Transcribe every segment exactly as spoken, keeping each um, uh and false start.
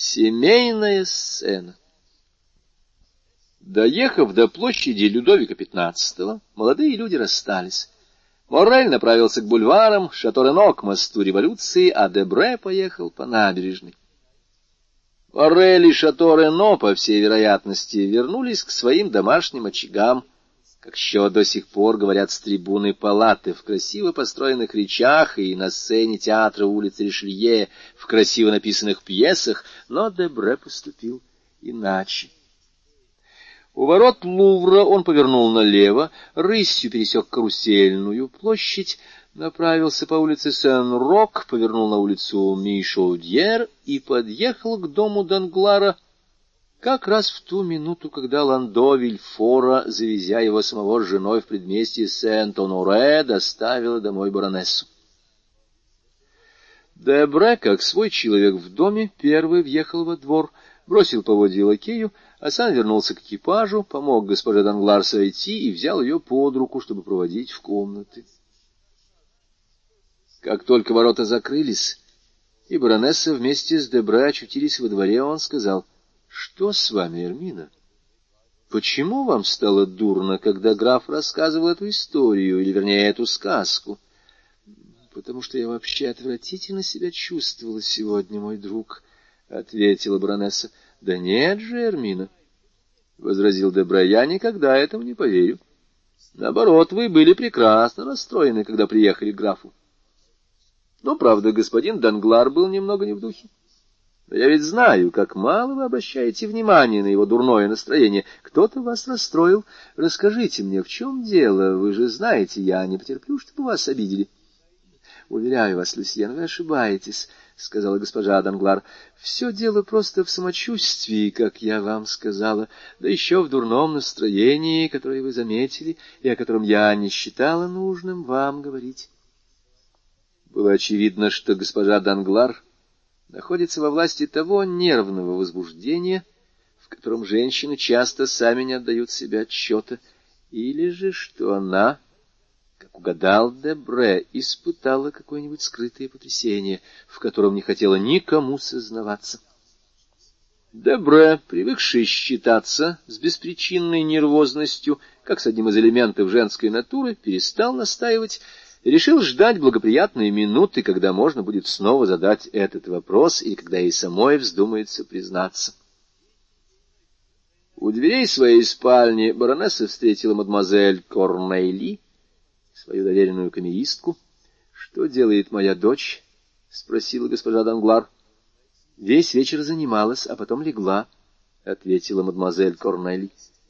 Семейная сцена. Доехав до площади Людовика пятнадцатого, молодые люди расстались. Моррель направился к бульварам, Шато-Рено к мосту Революции, а Дебре поехал по набережной. Моррель и Шато-Рено, по всей вероятности, вернулись к своим домашним очагам, как еще до сих пор говорят с трибуны палаты, в красиво построенных речах и на сцене театра улицы Ришелье, в красиво написанных пьесах, но Дебре поступил иначе. У ворот Лувра он повернул налево, рысью пересек Карусельную площадь, направился по улице Сен-Рок, повернул на улицу Мишаудьер и подъехал к дому Данглара как раз в ту минуту, когда Ландо Вильфора, завезя его самого с женой в предместье Сент-Оноре, доставила домой баронессу. Дебре, как свой человек в доме, первый въехал во двор, бросил поводья лакею, а сам вернулся к экипажу, помог госпоже Данглар сойти и взял ее под руку, чтобы проводить в комнаты. Как только ворота закрылись, и баронесса вместе с Дебре очутились во дворе, он сказал: «Что с вами, Эрмина? Почему вам стало дурно, когда граф рассказывал эту историю, или, вернее, эту сказку?» «Потому что я вообще отвратительно себя чувствовала сегодня, мой друг», — ответила баронесса. «Да нет же, Эрмина», — возразил Дебре, — «я никогда этому не поверю. Наоборот, вы были прекрасно настроены, когда приехали к графу. Но, правда, господин Данглар был немного не в духе. Но я ведь знаю, как мало вы обращаете внимание на его дурное настроение. Кто-то вас расстроил. Расскажите мне, в чем дело? Вы же знаете, я не потерплю, чтобы вас обидели». «Уверяю вас, Люсьен, вы ошибаетесь», — сказала госпожа Данглар. «Все дело просто в самочувствии, как я вам сказала, да еще в дурном настроении, которое вы заметили, и о котором я не считала нужным вам говорить». Было очевидно, что госпожа Данглар находится во власти того нервного возбуждения, в котором женщины часто сами не отдают себе отчета, или же что она, как угадал Дебре, испытала какое-нибудь скрытое потрясение, в котором не хотела никому сознаваться. Дебре, привыкший считаться с беспричинной нервозностью, как с одним из элементов женской натуры, перестал настаивать и решил ждать благоприятные минуты, когда можно будет снова задать этот вопрос, или когда ей самой вздумается признаться. У дверей своей спальни баронесса встретила мадемуазель Корнейли, свою доверенную камеристку. «Что делает моя дочь?» — спросила госпожа Данглар. «Весь вечер занималась, а потом легла», — ответила мадемуазель Корнейли.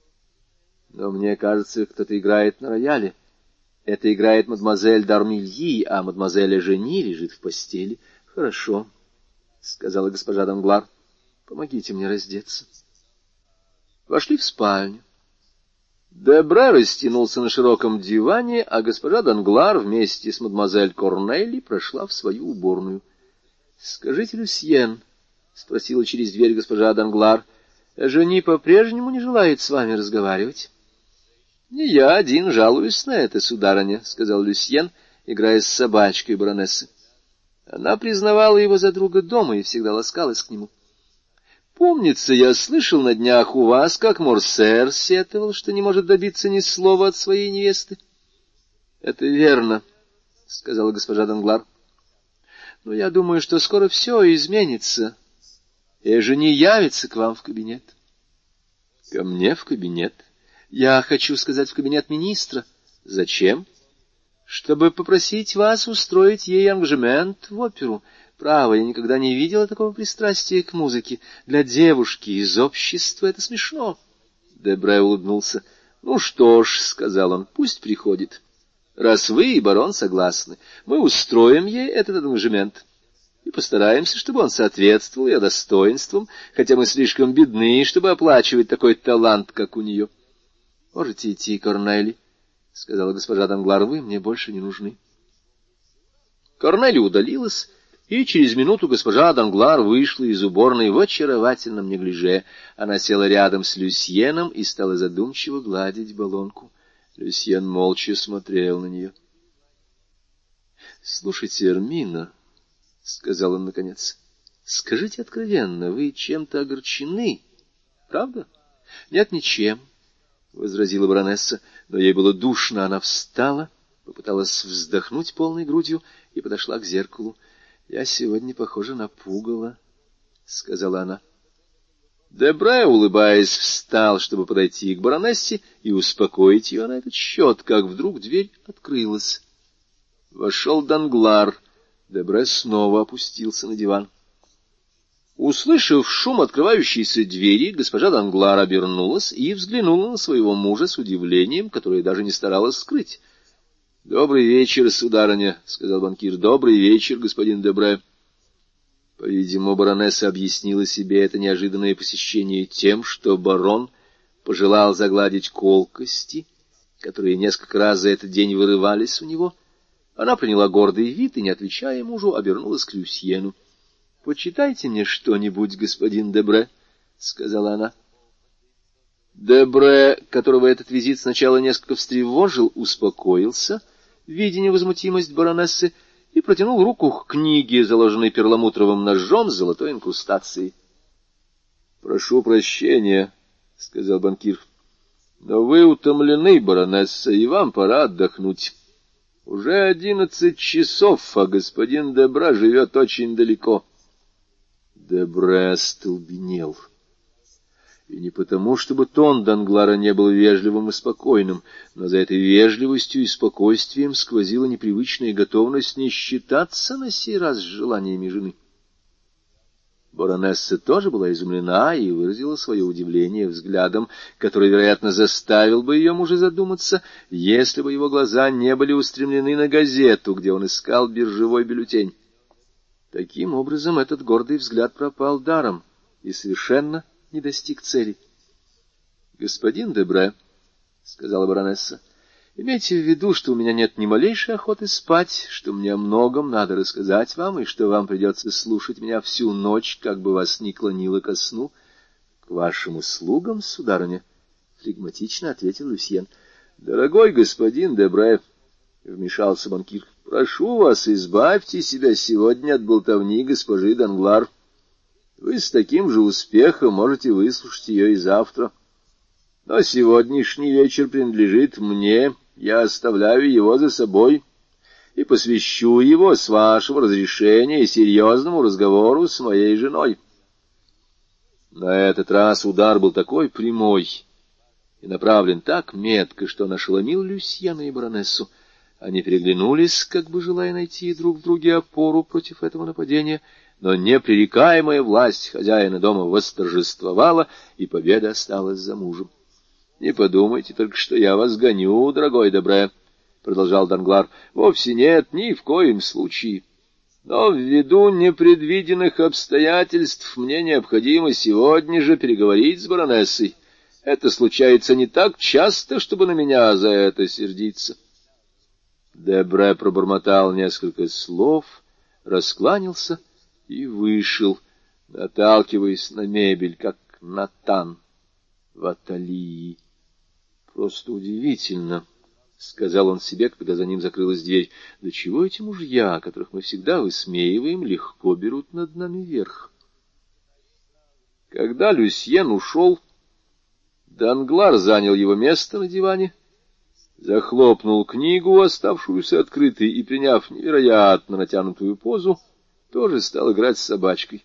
«Но мне кажется, кто-то играет на рояле. Это играет мадемуазель Дармильи, а мадемуазель Эжени лежит в постели». «Хорошо», — сказала госпожа Данглар. «Помогите мне раздеться». Вошли в спальню. Дебре растянулся на широком диване, а госпожа Данглар вместе с мадемуазель Корнейли прошла в свою уборную. — Скажите, Люсьен, — спросила через дверь госпожа Данглар, — жени по-прежнему не желает с вами разговаривать? — Не я один жалуюсь на это, сударыня, — сказал Люсьен, играя с собачкой баронессы. Она признавала его за друга дома и всегда ласкалась к нему. Помнится, я слышал на днях у вас, как Морсер сетовал, что не может добиться ни слова от своей невесты. — Это верно, — сказала госпожа Данглар. — Но я думаю, что скоро все изменится, и жени явится к вам в кабинет. — Ко мне в кабинет? — Я хочу сказать, в кабинет министра. — Зачем? — Чтобы попросить вас устроить ей ангажемент в оперу. Право, я никогда не видела такого пристрастия к музыке. Для девушки из общества это смешно. Дебре улыбнулся. — Ну что ж, — сказал он, — пусть приходит. Раз вы и барон согласны, мы устроим ей этот ангажемент и постараемся, чтобы он соответствовал ее достоинствам, хотя мы слишком бедны, чтобы оплачивать такой талант, как у нее. — Можете идти, Корнейли, — сказала госпожа Данглар, — вы мне больше не нужны. Корнейли удалилась, и через минуту госпожа Данглар вышла из уборной в очаровательном неглиже. Она села рядом с Люсьеном и стала задумчиво гладить баллонку. Люсьен молча смотрел на нее. — Слушайте, Эрмина, — сказал он наконец, — скажите откровенно, вы чем-то огорчены, правда? — Нет, ничем, — возразила баронесса, но ей было душно. Она встала, попыталась вздохнуть полной грудью и подошла к зеркалу. — Я сегодня похожа на пугало, — сказала она. Дебре, улыбаясь, встал, чтобы подойти к баронессе и успокоить ее на этот счет, как вдруг дверь открылась. Вошел Данглар. Дебре снова опустился на диван. Услышав шум открывающейся двери, госпожа Данглар обернулась и взглянула на своего мужа с удивлением, которое даже не старалась скрыть. — Добрый вечер, сударыня, — сказал банкир. — Добрый вечер, господин Дебре. По-видимому, баронесса объяснила себе это неожиданное посещение тем, что барон пожелал загладить колкости, которые несколько раз за этот день вырывались у него. Она приняла гордый вид и, не отвечая мужу, обернулась к Люсьену. — Почитайте мне что-нибудь, господин Дебре, — сказала она. Дебре, которого этот визит сначала несколько встревожил, успокоился, видя невозмутимость баронессы, и протянул руку к книге, заложенной перламутровым ножом с золотой инкрустацией. — Прошу прощения, — сказал банкир, — но вы утомлены, баронесса, и вам пора отдохнуть. Уже одиннадцать часов, а господин Дебре живет очень далеко. Дебре остолбенел. И не потому, чтобы тон Данглара не был вежливым и спокойным, но за этой вежливостью и спокойствием сквозила непривычная готовность не считаться на сей раз с желаниями жены. Баронесса тоже была изумлена и выразила свое удивление взглядом, который, вероятно, заставил бы ее мужа задуматься, если бы его глаза не были устремлены на газету, где он искал биржевой бюллетень. Таким образом, этот гордый взгляд пропал даром и совершенно не достиг цели. — Господин Дебре, — сказала баронесса, — имейте в виду, что у меня нет ни малейшей охоты спать, что мне о многом надо рассказать вам, и что вам придется слушать меня всю ночь, как бы вас ни клонило ко сну. — К вашим услугам, сударыня, — флегматично ответил Люсьен. — Дорогой господин Дебре, — вмешался банкир, — прошу вас, избавьте себя сегодня от болтовни госпожи Данглар. Вы с таким же успехом можете выслушать ее и завтра. Но сегодняшний вечер принадлежит мне, я оставляю его за собой и посвящу его, с вашего разрешения, серьезному разговору с моей женой. На этот раз удар был такой прямой и направлен так метко, что он ошеломил Люсьена и баронессу. Они переглянулись, как бы желая найти друг в друге опору против этого нападения, но непререкаемая власть хозяина дома восторжествовала, и победа осталась за мужем. — Не подумайте только, что я вас гоню, дорогой Дебре, — продолжал Данглар. — Вовсе нет, ни в коем случае. Но ввиду непредвиденных обстоятельств мне необходимо сегодня же переговорить с баронессой. Это случается не так часто, чтобы на меня за это сердиться. Дебре пробормотал несколько слов, раскланялся и вышел, наталкиваясь на мебель, как Натан в Аталии. — Просто удивительно, — сказал он себе, когда за ним закрылась дверь. — До чего эти мужья, которых мы всегда высмеиваем, легко берут над нами верх? Когда Люсьен ушел, Данглар занял его место на диване, захлопнул книгу, оставшуюся открытой, и, приняв невероятно натянутую позу, тоже стал играть с собачкой.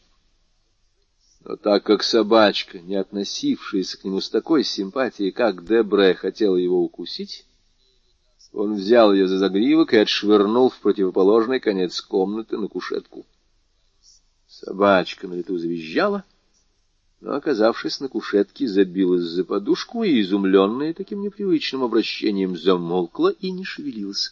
Но так как собачка, не относившаяся к нему с такой симпатией, как Дебре, хотела его укусить, он взял ее за загривок и отшвырнул в противоположный конец комнаты на кушетку. Собачка на лету завизжала, но, оказавшись на кушетке, забилась за подушку и, изумленная таким непривычным обращением, замолкла и не шевелилась.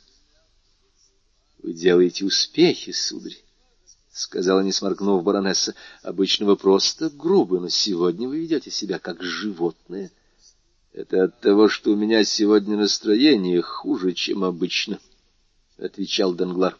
— Вы делаете успехи, сударь, — сказала, не сморгнув, баронесса. — Обычно вы просто грубы, но сегодня вы ведете себя как животное. — Это от того, что у меня сегодня настроение хуже, чем обычно, — отвечал Данглар.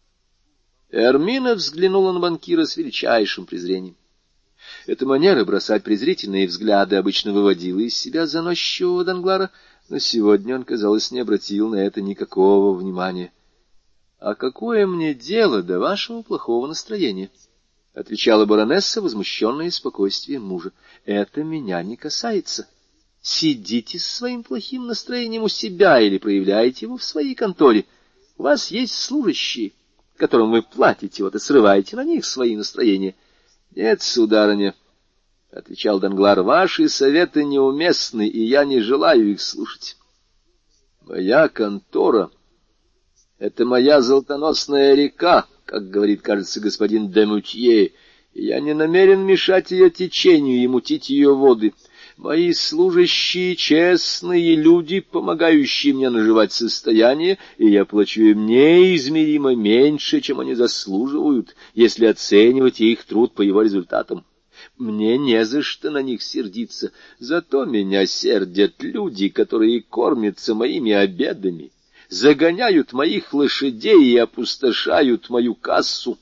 Эрмина взглянула на банкира с величайшим презрением. Эта манера бросать презрительные взгляды обычно выводила из себя заносчивого Данглара, но сегодня он, казалось, не обратил на это никакого внимания. — А какое мне дело до вашего плохого настроения? — отвечала баронесса, возмущенная спокойствием мужа. — Это меня не касается. Сидите с своим плохим настроением у себя или проявляйте его в своей конторе. У вас есть служащие, которым вы платите, вот и срываете на них свои настроения. — Нет, сударыня, — отвечал Данглар, — ваши советы неуместны, и я не желаю их слушать. Моя контора — это моя золотоносная река, как говорит, кажется, господин де Мутье, и я не намерен мешать ее течению и мутить ее воды. Мои служащие — честные люди, помогающие мне наживать состояние, и я плачу им неизмеримо меньше, чем они заслуживают, если оценивать их труд по его результатам. Мне не за что на них сердиться, зато меня сердят люди, которые кормятся моими обедами, загоняют моих лошадей и опустошают мою кассу.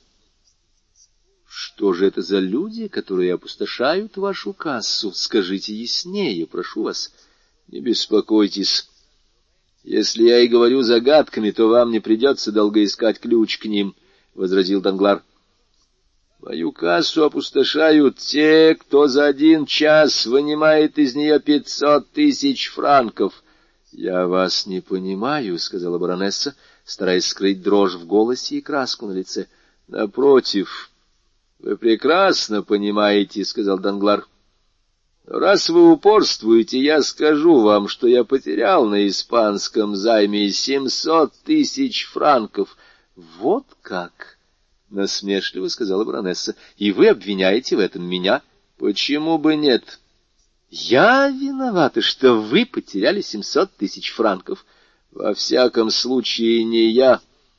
Что же это за люди, которые опустошают вашу кассу? Скажите яснее, прошу вас. Не беспокойтесь. Если я и говорю загадками, то вам не придется долго искать ключ к ним, — возразил Данглар. Мою кассу опустошают те, кто за один час вынимает из нее пятьсот тысяч франков. — Я вас не понимаю, — сказала баронесса, стараясь скрыть дрожь в голосе и краску на лице. — Напротив, вы прекрасно понимаете, — сказал Данглар. — Раз вы упорствуете, я скажу вам, что я потерял на испанском займе семьсот тысяч франков. — Вот как! — насмешливо сказала баронесса. — И вы обвиняете в этом меня? — Почему бы нет? — Я виновата, что вы потеряли семьсот тысяч франков. — Во всяком случае, не я.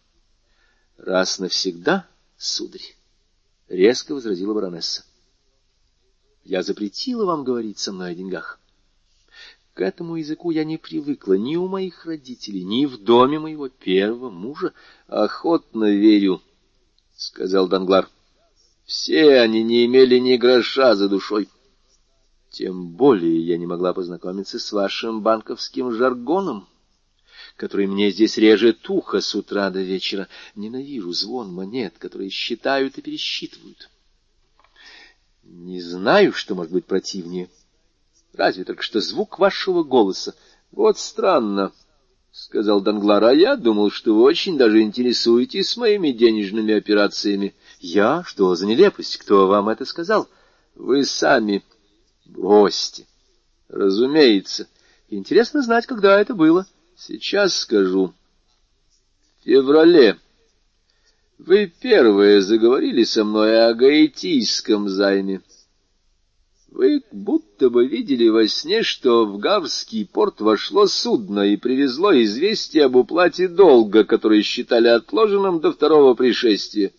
— Раз навсегда, сударь, — резко возразила баронесса, — я запретила вам говорить со мной о деньгах. К этому языку я не привыкла ни у моих родителей, ни в доме моего первого мужа. — Охотно верю, — сказал Данглар. — Все они не имели ни гроша за душой. Тем более я не могла познакомиться с вашим банковским жаргоном, который мне здесь режет ухо с утра до вечера. Ненавижу звон монет, которые считают и пересчитывают. Не знаю, что может быть противнее. Разве только что звук вашего голоса. Вот странно, — сказал Данглар, — а я думал, что вы очень даже интересуетесь моими денежными операциями. Я? Что за нелепость? Кто вам это сказал? Вы сами. Бросьте. Разумеется. Интересно знать, когда это было. Сейчас скажу. В феврале. Вы первые заговорили со мной о гаитийском займе. Вы будто бы видели во сне, что в Гаврский порт вошло судно и привезло известие об уплате долга, который считали отложенным до второго пришествия.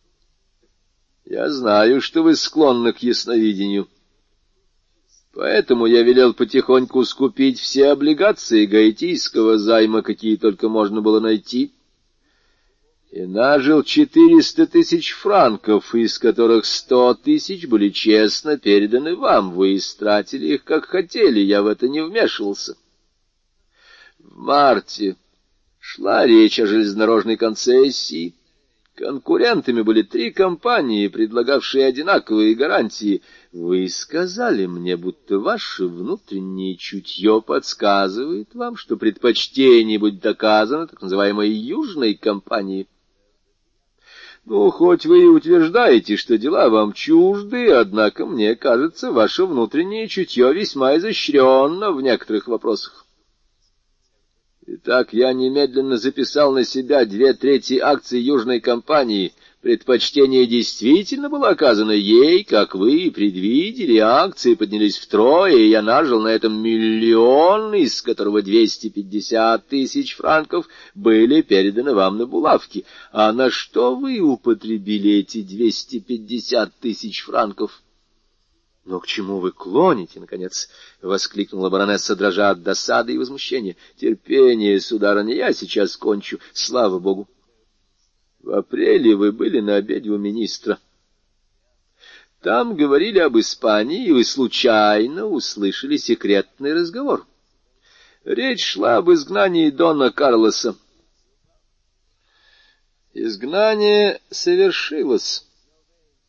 Я знаю, что вы склонны к ясновидению. Поэтому я велел потихоньку скупить все облигации гаитийского займа, какие только можно было найти, и нажил четыреста тысяч франков, из которых сто тысяч были честно переданы вам. Вы истратили их, как хотели, я в это не вмешивался. В марте шла речь о железнодорожной концессии. Конкурентами были три компании, предлагавшие одинаковые гарантии. Вы сказали мне, будто ваше внутреннее чутье подсказывает вам, что предпочтение будет доказано так называемой южной компании. Ну, хоть вы и утверждаете, что дела вам чужды, однако, мне кажется, ваше внутреннее чутье весьма изощренно в некоторых вопросах. Итак, я немедленно записал на себя две трети акций южной компании. Предпочтение действительно было оказано ей, как вы и предвидели. Акции поднялись втрое, и я нажил на этом миллион, из которого двести пятьдесят тысяч франков были переданы вам на булавки. А на что вы употребили эти двести пятьдесят тысяч франков? — Но к чему вы клоните, наконец? — воскликнула баронесса, дрожа от досады и возмущения. — Терпение, сударыня, я сейчас кончу, слава богу. В апреле вы были на обеде у министра. Там говорили об Испании, и вы случайно услышали секретный разговор. Речь шла об изгнании Дона Карлоса. Изгнание совершилось.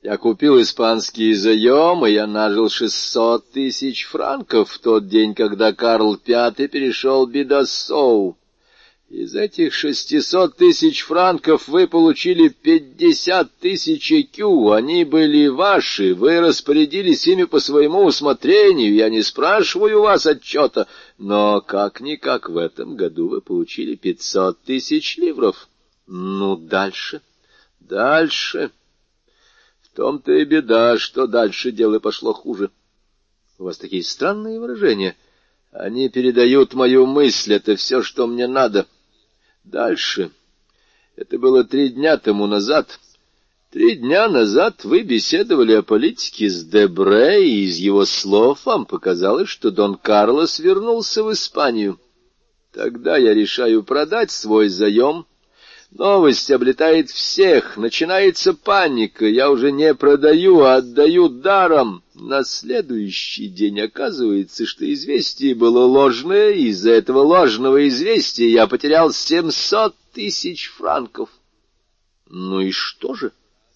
Я купил испанский заем, и я нажил шестьсот тысяч франков в тот день, когда Карл Пятый перешел Бидасоу. Из этих шестисот тысяч франков вы получили пятьдесят тысяч кю, они были ваши, вы распорядились ими по своему усмотрению, я не спрашиваю вас отчета, но как-никак в этом году вы получили пятьсот тысяч ливров. Ну, дальше, дальше... В том-то и беда, что дальше дело пошло хуже. У вас такие странные выражения. Они передают мою мысль, это все, что мне надо. Дальше. Это было три дня тому назад. Три дня назад вы беседовали о политике с Дебре, и из его слов вам показалось, что Дон Карлос вернулся в Испанию. Тогда я решаю продать свой заем. Новость облетает всех, начинается паника, я уже не продаю, а отдаю даром. На следующий день оказывается, что известие было ложное, и из-за этого ложного известия я потерял семьсот тысяч франков. Ну и что же?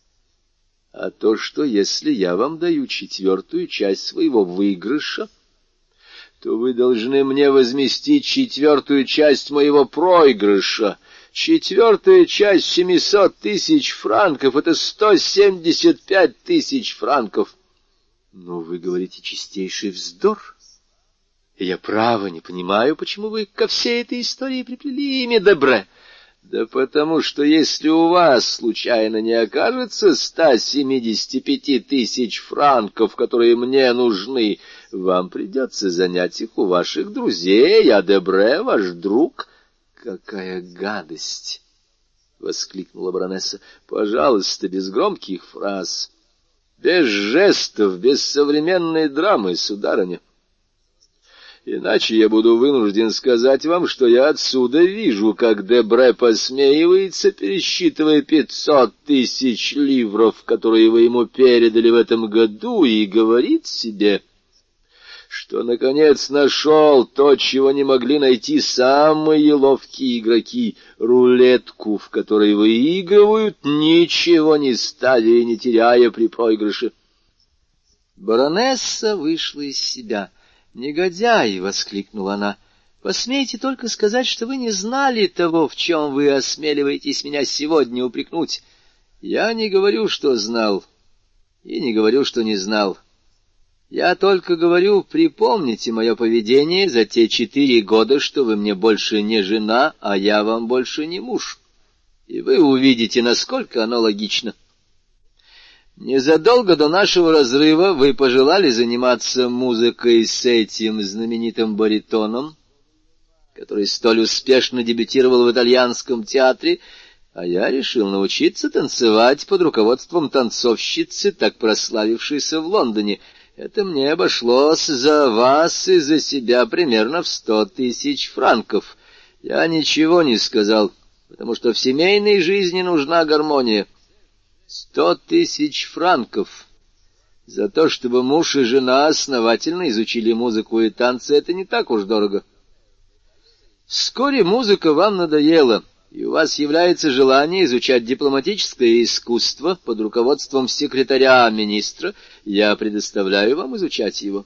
А то, что если я вам даю четвертую часть своего выигрыша, то вы должны мне возместить четвертую часть моего проигрыша. Четвертая часть семисот тысяч франков — это сто семьдесят пять тысяч франков. Но вы говорите чистейший вздор. И я, право, не понимаю, почему вы ко всей этой истории приплели имя Дебре. Да потому что если у вас случайно не окажется ста семидесяти пяти тысяч франков, которые мне нужны, вам придется занять их у ваших друзей, а Дебре — ваш друг. «Какая гадость!» — воскликнула баронесса. «Пожалуйста, без громких фраз, без жестов, без современной драмы, сударыня. Иначе я буду вынужден сказать вам, что я отсюда вижу, как Дебре посмеивается, пересчитывая пятьсот тысяч ливров, которые вы ему передали в этом году, и говорит себе, что, наконец, нашел то, чего не могли найти самые ловкие игроки — рулетку, в которой выигрывают, ничего не ставя и не теряя при проигрыше. Баронесса вышла из себя. «Негодяй!» — воскликнула она. «Посмейте только сказать, что вы не знали того, в чем вы осмеливаетесь меня сегодня упрекнуть. Я не говорю, что знал, и не говорю, что не знал. Я только говорю, припомните мое поведение за те четыре года, что вы мне больше не жена, а я вам больше не муж, и вы увидите, насколько оно логично. Незадолго до нашего разрыва вы пожелали заниматься музыкой с этим знаменитым баритоном, который столь успешно дебютировал в итальянском театре, а я решил научиться танцевать под руководством танцовщицы, так прославившейся в Лондоне. Это мне обошлось за вас и за себя примерно в сто тысяч франков. Я ничего не сказал, потому что в семейной жизни нужна гармония. Сто тысяч франков за то, чтобы муж и жена основательно изучили музыку и танцы, это не так уж дорого. Вскоре музыка вам надоела, и у вас является желание изучать дипломатическое искусство под руководством секретаря-министра, я предоставляю вам изучать его.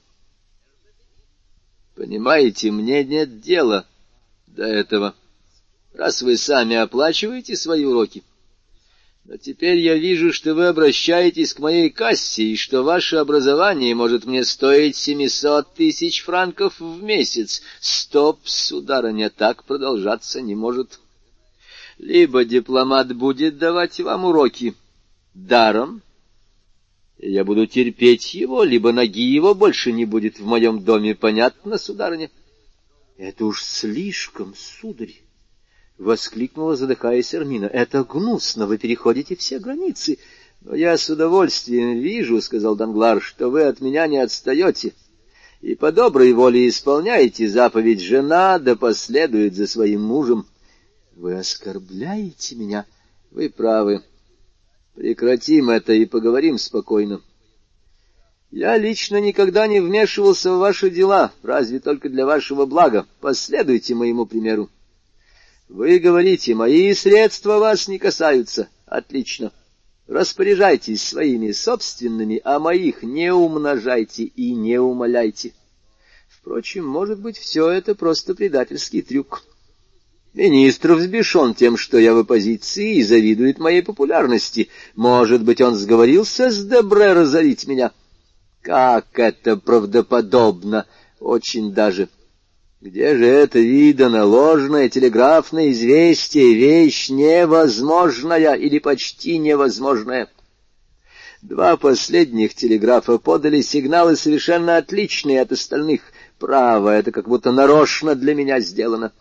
Понимаете, мне нет дела до этого, раз вы сами оплачиваете свои уроки. Но теперь я вижу, что вы обращаетесь к моей кассе, и что ваше образование может мне стоить семьсот тысяч франков в месяц. Стоп, сударыня, так продолжаться не может. Либо дипломат будет давать вам уроки даром, и я буду терпеть его, либо ноги его больше не будет в моем доме, понятно, сударыня? — Это уж слишком, сударь! — воскликнула, задыхаясь, Эрмина. — Это гнусно, вы переходите все границы. — Но я с удовольствием вижу, — сказал Данглар, — что вы от меня не отстаете, и по доброй воле исполняете заповедь «жена да последует за своим мужем». Вы оскорбляете меня? Вы правы. Прекратим это и поговорим спокойно. Я лично никогда не вмешивался в ваши дела, разве только для вашего блага. Последуйте моему примеру. Вы говорите, мои средства вас не касаются. Отлично. Распоряжайтесь своими собственными, а моих не умножайте и не умаляйте. Впрочем, может быть, все это просто предательский трюк. Министр взбешен тем, что я в оппозиции, и завидует моей популярности. Может быть, он сговорился с Дебре разорить меня? Как это правдоподобно! Очень даже. Где же это видано? Ложное телеграфное известие, вещь невозможная или почти невозможная. Два последних телеграфа подали сигналы совершенно отличные от остальных. Право, это как будто нарочно для меня сделано.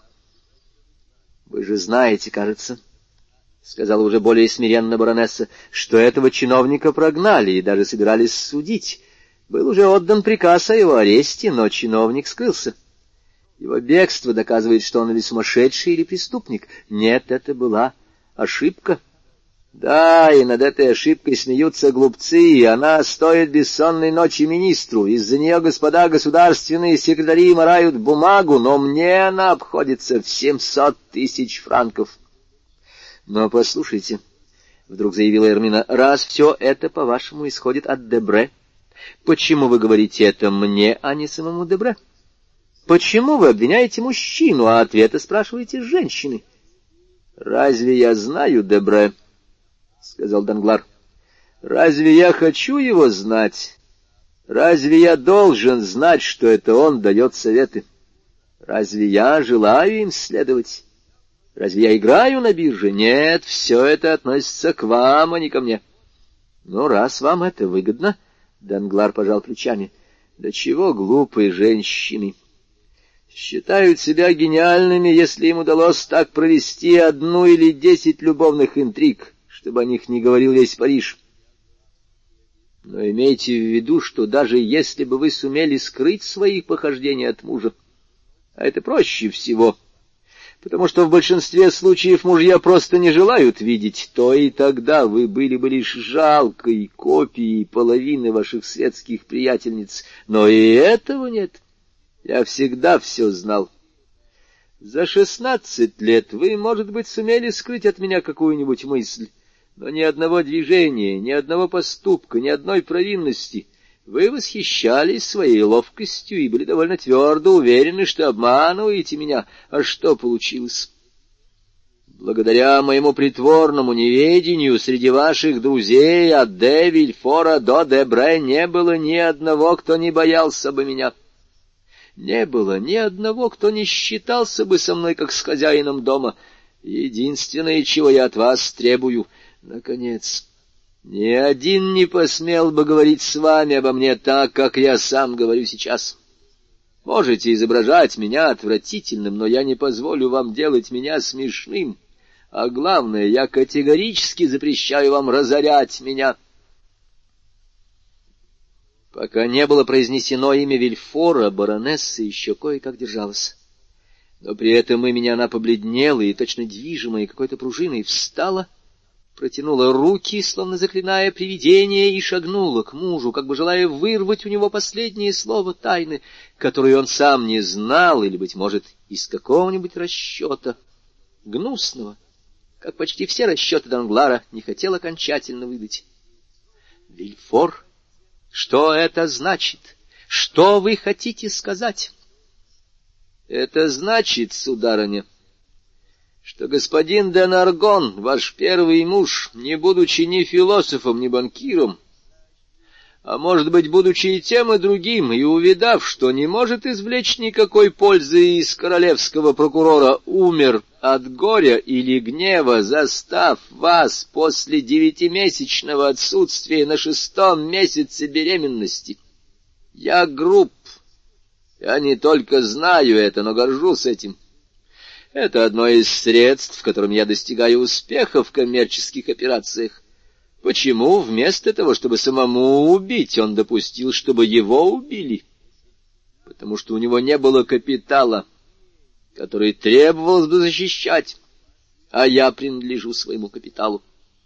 — Вы же знаете, кажется, — сказала уже более смиренно баронесса, — что этого чиновника прогнали и даже собирались судить. Был уже отдан приказ о его аресте, но чиновник скрылся. Его бегство доказывает, что он или сумасшедший, или преступник. Нет, это была ошибка. Да, и над этой ошибкой смеются глупцы, и она стоит бессонной ночи министру. Из-за нее господа государственные секретари морают бумагу, но мне она обходится в семьсот тысяч франков. Но послушайте, — вдруг заявила Эрмина, — раз все это, по-вашему, исходит от Дебре, почему вы говорите это мне, а не самому Дебре? Почему вы обвиняете мужчину, а ответа спрашиваете женщины? — Разве я знаю Дебре? — сказал Данглар. — Разве я хочу его знать? Разве я должен знать, что это он дает советы? Разве я желаю им следовать? Разве я играю на бирже? Нет, все это относится к вам, а не ко мне. — Ну, раз вам это выгодно, — Данглар пожал плечами, — да чего глупые женщины! Считают себя гениальными, если им удалось так провести одну или десять любовных интриг, чтобы о них не говорил весь Париж. Но имейте в виду, что даже если бы вы сумели скрыть свои похождения от мужа, а это проще всего, потому что в большинстве случаев мужья просто не желают видеть, то и тогда вы были бы лишь жалкой копией половины ваших светских приятельниц. Но и этого нет. Я всегда все знал. За шестнадцать лет вы, может быть, сумели скрыть от меня какую-нибудь мысль, но ни одного движения, ни одного поступка, ни одной провинности. Вы восхищались своей ловкостью и были довольно твердо уверены, что обманываете меня. А что получилось? Благодаря моему притворному неведению среди ваших друзей от де Вильфора до Дебре не было ни одного, кто не боялся бы меня. Не было ни одного, кто не считался бы со мной как с хозяином дома. Единственное, чего я от вас требую, наконец, ни один не посмел бы говорить с вами обо мне так, как я сам говорю сейчас. Можете изображать меня отвратительным, но я не позволю вам делать меня смешным. А главное, я категорически запрещаю вам разорять меня. Пока не было произнесено имя Вильфора, баронесса еще кое-как держалась. Но при этом имени она побледнела и, точно движимая какой-то пружиной, встала, протянула руки, словно заклиная привидение, и шагнула к мужу, как бы желая вырвать у него последнее слово тайны, которую он сам не знал, или, быть может, из какого-нибудь расчета, гнусного, как почти все расчеты Данглара, не хотел окончательно выдать. Вильфор? Что это значит? Что вы хотите сказать? Это значит, сударыня, что господин де Наргон, ваш первый муж, не будучи ни философом, ни банкиром, а, может быть, будучи и тем, и другим, и увидав, что не может извлечь никакой пользы из королевского прокурора, умер от горя или гнева, застав вас после девятимесячного отсутствия на шестом месяце беременности. Я груб. Я не только знаю это, но горжусь этим. Это одно из средств, которым я достигаю успеха в коммерческих операциях. Почему вместо того, чтобы самому убить, он допустил, чтобы его убили? Потому что у него не было капитала, который требовалось бы защищать, а я принадлежу своему капиталу.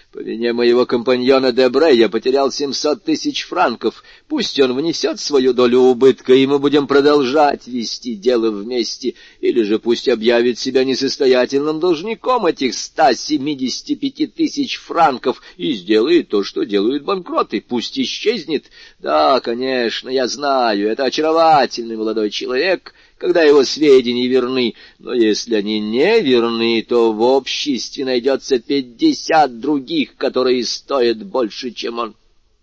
По вине моего компаньона Дебре я потерял семьсот тысяч франков. Пусть он внесет свою долю убытка, и мы будем продолжать вести дело вместе. Или же пусть объявит себя несостоятельным должником этих ста семидесяти пяти тысяч франков и сделает то, что делают банкроты. Пусть исчезнет. Да, конечно, я знаю, это очаровательный молодой человек, когда его сведения верны, но если они не верны, то в обществе найдется пятьдесят других, которые стоят больше, чем он.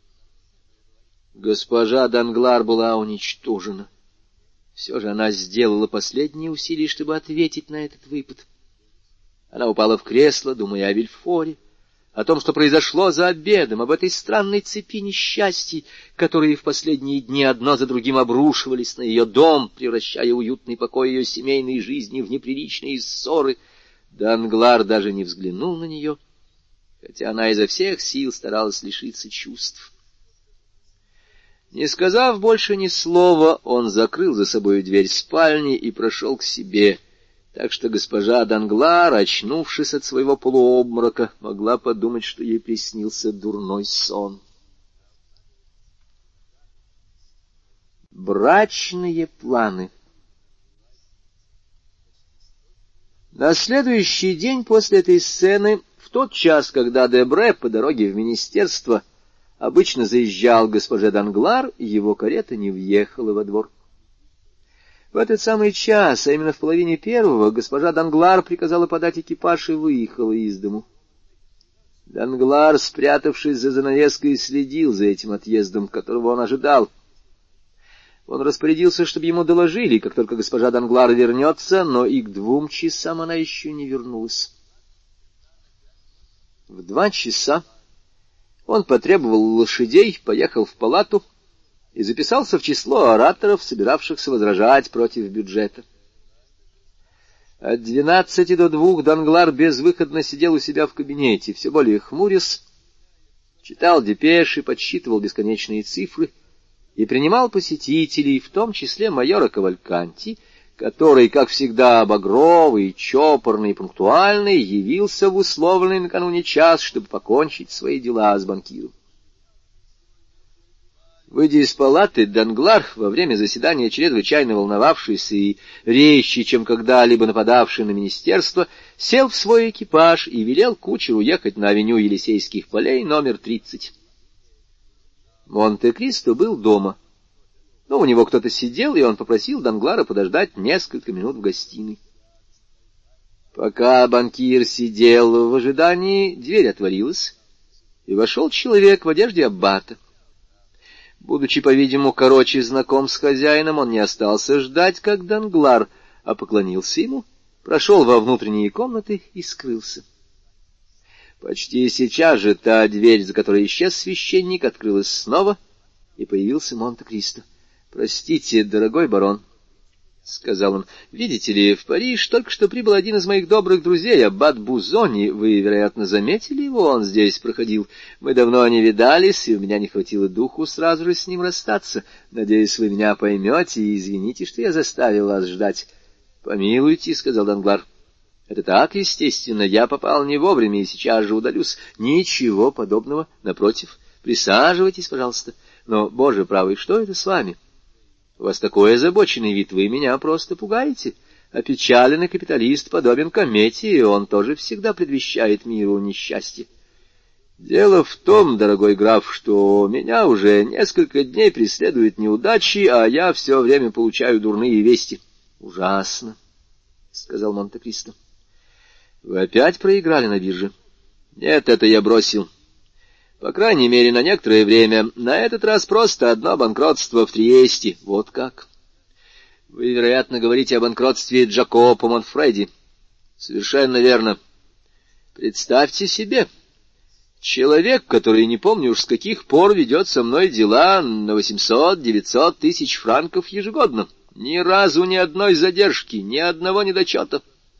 Госпожа Данглар была уничтожена. Все же она сделала последние усилия, чтобы ответить на этот выпад. Она упала в кресло, думая о Вильфоре, о том, что произошло за обедом, об этой странной цепи несчастий, которые в последние дни одно за другим обрушивались на ее дом, превращая уютный покой ее семейной жизни в неприличные ссоры. Данглар даже не взглянул на нее, хотя она изо всех сил старалась лишиться чувств. Не сказав больше ни слова, он закрыл за собой дверь спальни и прошел к себе, так что госпожа Данглар, очнувшись от своего полуобморока, могла подумать, что ей приснился дурной сон. Брачные планы. На следующий день после этой сцены, в тот час, когда Дебре по дороге в министерство обычно заезжал к госпоже Данглар, его карета не въехала во двор. В этот самый час, а именно в половине первого, госпожа Данглар приказала подать экипаж и выехала из дому. Данглар, спрятавшись за занавеской, следил за этим отъездом, которого он ожидал. Он распорядился, чтобы ему доложили, как только госпожа Данглар вернется, но и к двум часам она еще не вернулась. В два часа он потребовал лошадей, поехал в палату и записался в число ораторов, собиравшихся возражать против бюджета. От двенадцати до двух Данглар безвыходно сидел у себя в кабинете, все более хмурясь, читал депеши, подсчитывал бесконечные цифры и принимал посетителей, в том числе майора Кавальканти, который, как всегда, багровый, чопорный и пунктуальный, явился в условленный накануне час, чтобы покончить свои дела с банкиром. Выйдя из палаты, Данглар, во время заседания чрезвычайно волновавшийся и резче, чем когда-либо нападавший на министерство, сел в свой экипаж и велел кучеру ехать на авеню Елисейских полей номер тридцать. Монте-Кристо был дома, но у него кто-то сидел, и он попросил Данглара подождать несколько минут в гостиной. Пока банкир сидел в ожидании, дверь отворилась, и вошел человек в одежде аббата. Будучи, по-видимому, короче знаком с хозяином, он не остался ждать, как Данглар, а поклонился ему, прошел во внутренние комнаты и скрылся. Почти сейчас же та дверь, за которой исчез священник, открылась снова, и появился Монте-Кристо. — Простите, дорогой барон, — сказал он, — видите ли, в Париж только что прибыл один из моих добрых друзей, аббат Бузони. Вы, вероятно, заметили его, он здесь проходил. Мы давно не видались, и у меня не хватило духу сразу же с ним расстаться. Надеюсь, вы меня поймете, и извините, что я заставил вас ждать. — Помилуйте, — сказал Данглар. — Это так, естественно, я попал не вовремя и сейчас же удалюсь. Ничего подобного, напротив. Присаживайтесь, пожалуйста. Но, боже правый, что это с вами? У вас такой озабоченный вид, вы меня просто пугаете. Опечаленный капиталист подобен комете, и он тоже всегда предвещает миру несчастье. Дело в том, дорогой граф, что меня уже несколько дней преследуют неудачи, а я все время получаю дурные вести. — Ужасно, — сказал Монте-Кристо. — Вы опять проиграли на бирже? — Нет, это я бросил. По крайней мере, на некоторое время. На этот раз просто одно банкротство в Триесте. Вот как. Вы, вероятно, говорите о банкротстве Джакопо Манфреди. Совершенно верно. Представьте себе, человек, который, не помню уж с каких пор, ведет со мной дела на восемьсот-девятьсот тысяч франков ежегодно. Ни разу ни одной задержки, ни одного недочета.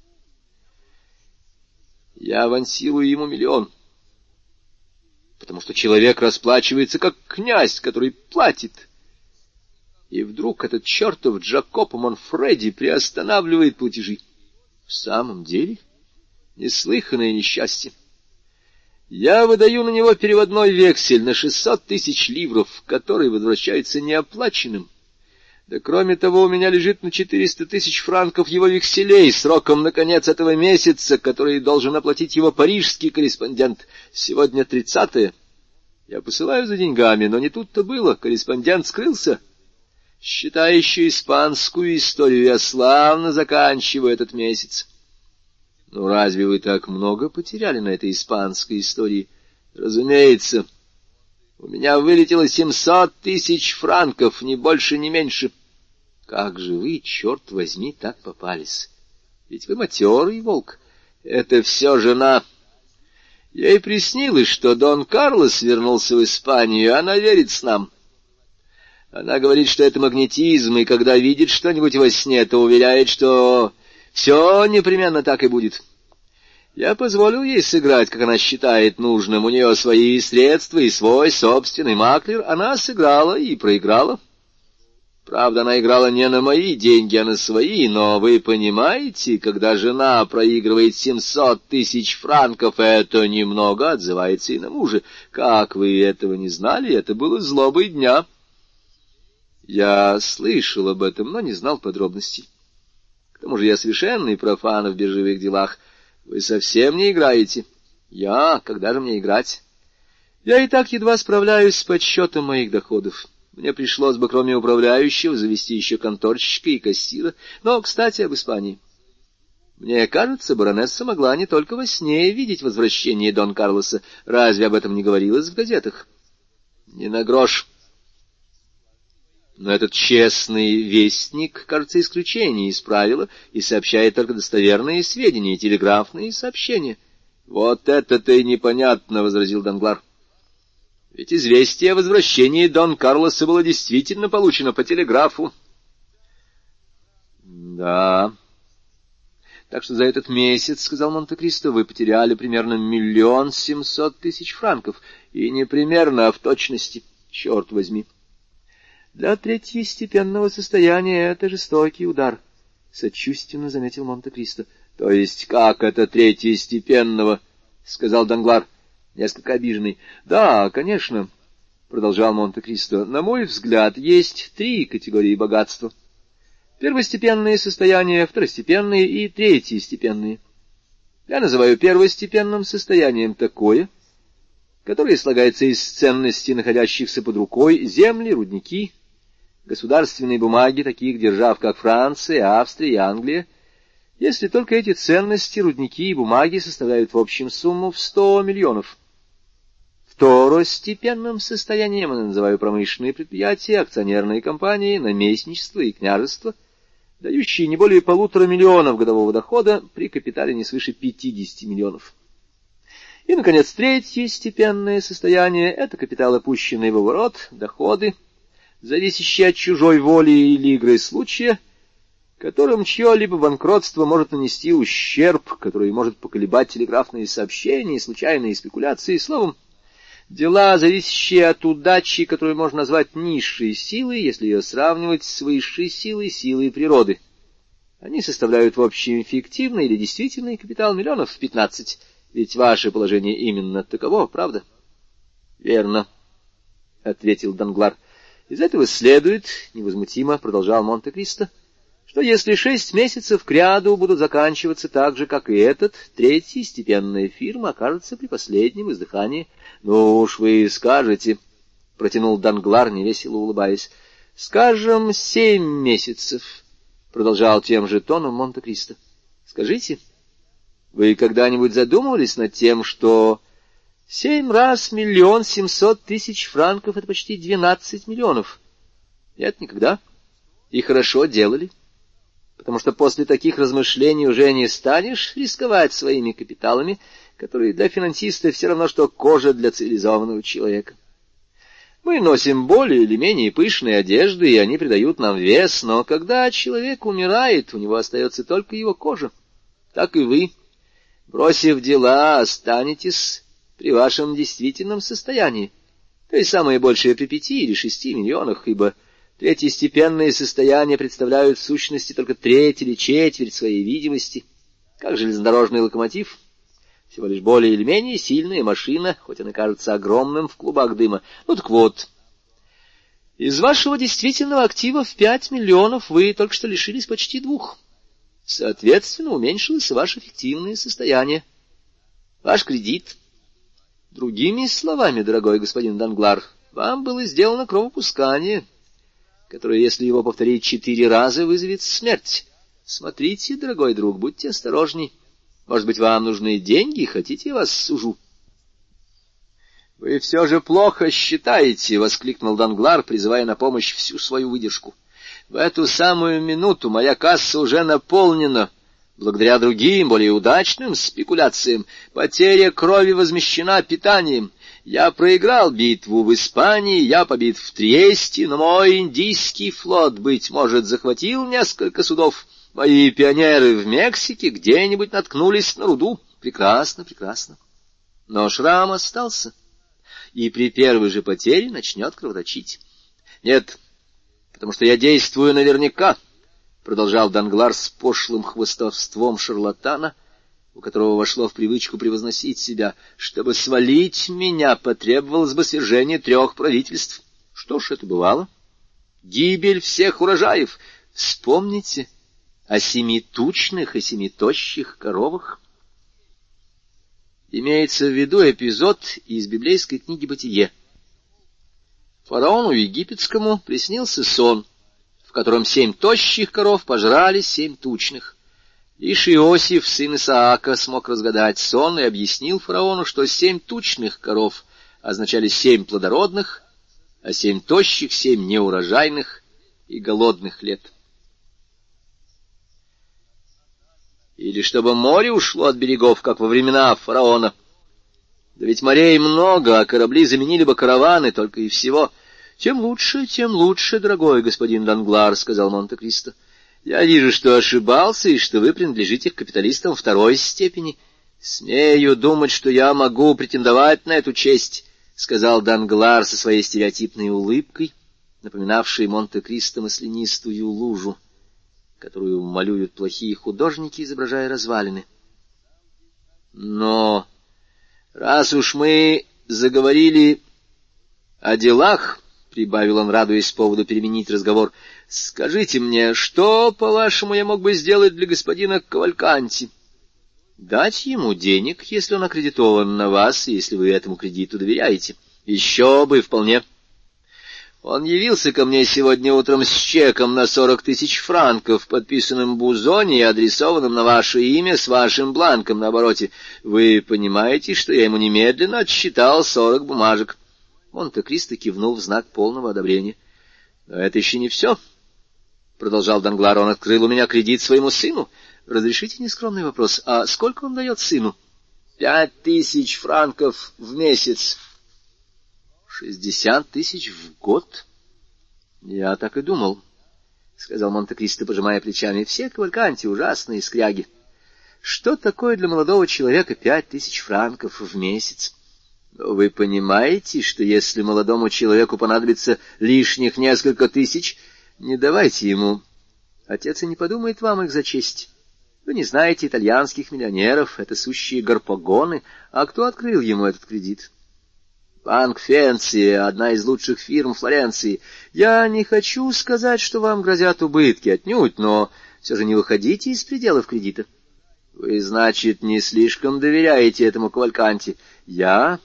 Я авансирую ему миллион. Потому что человек расплачивается как князь, который платит. И вдруг этот чертов Джакопо Манфреди приостанавливает платежи. В самом деле, неслыханное несчастье. Я выдаю на него переводной вексель на шестьсот тысяч ливров, который возвращается неоплаченным. Да кроме того, у меня лежит на четыреста тысяч франков его векселей сроком на конец этого месяца, который должен оплатить его парижский корреспондент. Сегодня тридцатое. Я посылаю за деньгами, но не тут-то было. Корреспондент скрылся. Считающий испанскую историю, я славно заканчиваю этот месяц. Ну, разве вы так много потеряли на этой испанской истории? Разумеется. У меня вылетело семьсот тысяч франков, ни больше, ни меньше. Как же вы, черт возьми, так попались? Ведь вы матерый волк. Это все жена. Ей приснилось, что Дон Карлос вернулся в Испанию, и она верит с нам. Она говорит, что это магнетизм, и когда видит что-нибудь во сне, то уверяет, что все непременно так и будет. Я позволил ей сыграть, как она считает нужным. У нее свои средства и свой собственный маклер. Она сыграла и проиграла. Правда, она играла не на мои деньги, а на свои, но вы понимаете, когда жена проигрывает семьсот тысяч франков, это немного отзывается и на мужа. Как вы этого не знали, это было злобой дня. Я слышал об этом, но не знал подробностей. К тому же я совершенный профан в биржевых делах. Вы совсем не играете. Я? Когда же мне играть? Я и так едва справляюсь с подсчетом моих доходов. Мне пришлось бы, кроме управляющего, завести еще конторщика и кассира. Но, кстати, об Испании. Мне кажется, баронесса могла не только во сне видеть возвращение Дон Карлоса. Разве об этом не говорилось в газетах? Не на грош. Но этот честный вестник, кажется, исключение из правила и сообщает только достоверные сведения, телеграфные сообщения. — Вот это-то и непонятно, — возразил Данглар. — Ведь известие о возвращении Дон Карлоса было действительно получено по телеграфу. — Да. Так что за этот месяц, — сказал Монте-Кристо, — вы потеряли примерно миллион семьсот тысяч франков. И не примерно, а в точности. Черт возьми. Для третьестепенного состояния это жестокий удар, — сочувственно заметил Монте-Кристо. — То есть как это третьестепенного? — сказал Данглар, несколько обиженный. — Да, конечно, — продолжал Монте-Кристо, — на мой взгляд, есть три категории богатства. Первостепенные состояния, второстепенные и третьестепенные. Я называю первостепенным состоянием такое, которое слагается из ценностей, находящихся под рукой, земли, рудники, государственные бумаги таких держав, как Франция, Австрия и Англия, если только эти ценности, рудники и бумаги составляют в общем сумму в сто миллионов. Второстепенным состоянием я называю промышленные предприятия, акционерные компании, наместничество и княжество, дающие не более полутора миллионов годового дохода при капитале не свыше пятидесяти миллионов. И, наконец, третьестепенное состояние — это капитал, опущенный в оборот, доходы, зависящие от чужой воли или игры случая, которым чье-либо банкротство может нанести ущерб, который может поколебать телеграфные сообщения, случайные спекуляции, словом, дела, зависящие от удачи, которую можно назвать низшей силой, если ее сравнивать с высшей силой, силой природы. Они составляют в общем фиктивный или действительный капитал миллионов пятнадцать. Ведь ваше положение именно таково, правда? — Верно, — ответил Данглар. — Из этого следует, — невозмутимо продолжал Монте-Кристо, — что если шесть месяцев кряду будут заканчиваться так же, как и этот, третьестепенная фирма окажется при последнем издыхании. — Ну уж вы скажете, — протянул Данглар, невесело улыбаясь. — Скажем, семь месяцев, — продолжал тем же тоном Монте-Кристо. — Скажите, вы когда-нибудь задумывались над тем, что семь раз миллион семьсот тысяч франков — это почти двенадцать миллионов? Нет, никогда. И хорошо делали, потому что после таких размышлений уже не станешь рисковать своими капиталами, которые для финансиста все равно, что кожа для цивилизованного человека. Мы носим более или менее пышные одежды, и они придают нам вес, но когда человек умирает, у него остается только его кожа. Так и вы, бросив дела, останетесь при вашем действительном состоянии, то есть самое большее при пяти или шести миллионах, ибо третьестепенные состояния представляют в сущности только треть или четверть своей видимости, как железнодорожный локомотив. Всего лишь более или менее сильная машина, хоть она кажется огромным в клубах дыма. Ну так вот, из вашего действительного актива в пять миллионов вы только что лишились почти двух. Соответственно, уменьшилось ваше фиктивное состояние, ваш кредит. Другими словами, дорогой господин Данглар, вам было сделано кровопускание, которое, если его повторить четыре раза, вызовет смерть. Смотрите, дорогой друг, будьте осторожней. Может быть, вам нужны деньги, хотите, я вас сужу? — Вы все же плохо считаете, — воскликнул Данглар, призывая на помощь всю свою выдержку. — В эту самую минуту моя касса уже наполнена. Благодаря другим, более удачным спекуляциям, потеря крови возмещена питанием. Я проиграл битву в Испании, я побит в Триесте, но мой индийский флот, быть может, захватил несколько судов. Мои пионеры в Мексике где-нибудь наткнулись на руду. Прекрасно, прекрасно. Но шрам остался, и при первой же потере начнет кровоточить. Нет, потому что я действую наверняка, — продолжал Данглар с пошлым хвастовством шарлатана, у которого вошло в привычку превозносить себя. Чтобы свалить меня, потребовалось бы свержение трех правительств. Что ж, это бывало. Гибель всех урожаев. Вспомните о семи тучных и семи тощих коровах. Имеется в виду эпизод из библейской книги «Бытие». Фараону египетскому приснился сон, в котором семь тощих коров пожрали семь тучных. Лишь Иосиф, сын Исаака, смог разгадать сон и объяснил фараону, что семь тучных коров означали семь плодородных, а семь тощих — семь неурожайных и голодных лет. Или чтобы море ушло от берегов, как во времена фараона. Да ведь морей много, а корабли заменили бы караваны только и всего. — Тем лучше, тем лучше, дорогой господин Данглар, — сказал Монте-Кристо. — Я вижу, что ошибался, и что вы принадлежите к капиталистам второй степени. — Смею думать, что я могу претендовать на эту честь, — сказал Данглар со своей стереотипной улыбкой, напоминавшей Монте-Кристо маслянистую лужу, которую малюют плохие художники, изображая развалины. Но раз уж мы заговорили о делах, — прибавил он, радуясь поводу переменить разговор, — скажите мне, что, по-вашему, я мог бы сделать для господина Кавальканти? Дать ему денег, если он аккредитован на вас, если вы этому кредиту доверяете. Еще бы, вполне. Он явился ко мне сегодня утром с чеком на сорок тысяч франков, подписанным Бузони и адресованным на ваше имя с вашим бланком на обороте. Вы понимаете, что я ему немедленно отсчитал сорок бумажек? Монте-Кристо кивнул в знак полного одобрения. — Но это еще не все, — продолжал Данглар. — Он открыл у меня кредит своему сыну. Разрешите нескромный вопрос, а сколько он дает сыну? — Пять тысяч франков в месяц. — Шестьдесят тысяч в год? — Я так и думал, — сказал Монте-Кристо, пожимая плечами. — Все Кавальканти ужасные скряги. Что такое для молодого человека пять тысяч франков в месяц? Вы понимаете, что если молодому человеку понадобится лишних несколько тысяч, не давайте ему. Отец и не подумает вам их зачесть. Вы не знаете итальянских миллионеров, это сущие гарпагоны. А кто открыл ему этот кредит? Банк Фенция, одна из лучших фирм Флоренции. Я не хочу сказать, что вам грозят убытки, отнюдь, но все же не выходите из пределов кредита. Вы, значит, не слишком доверяете этому Кавальканти. Я...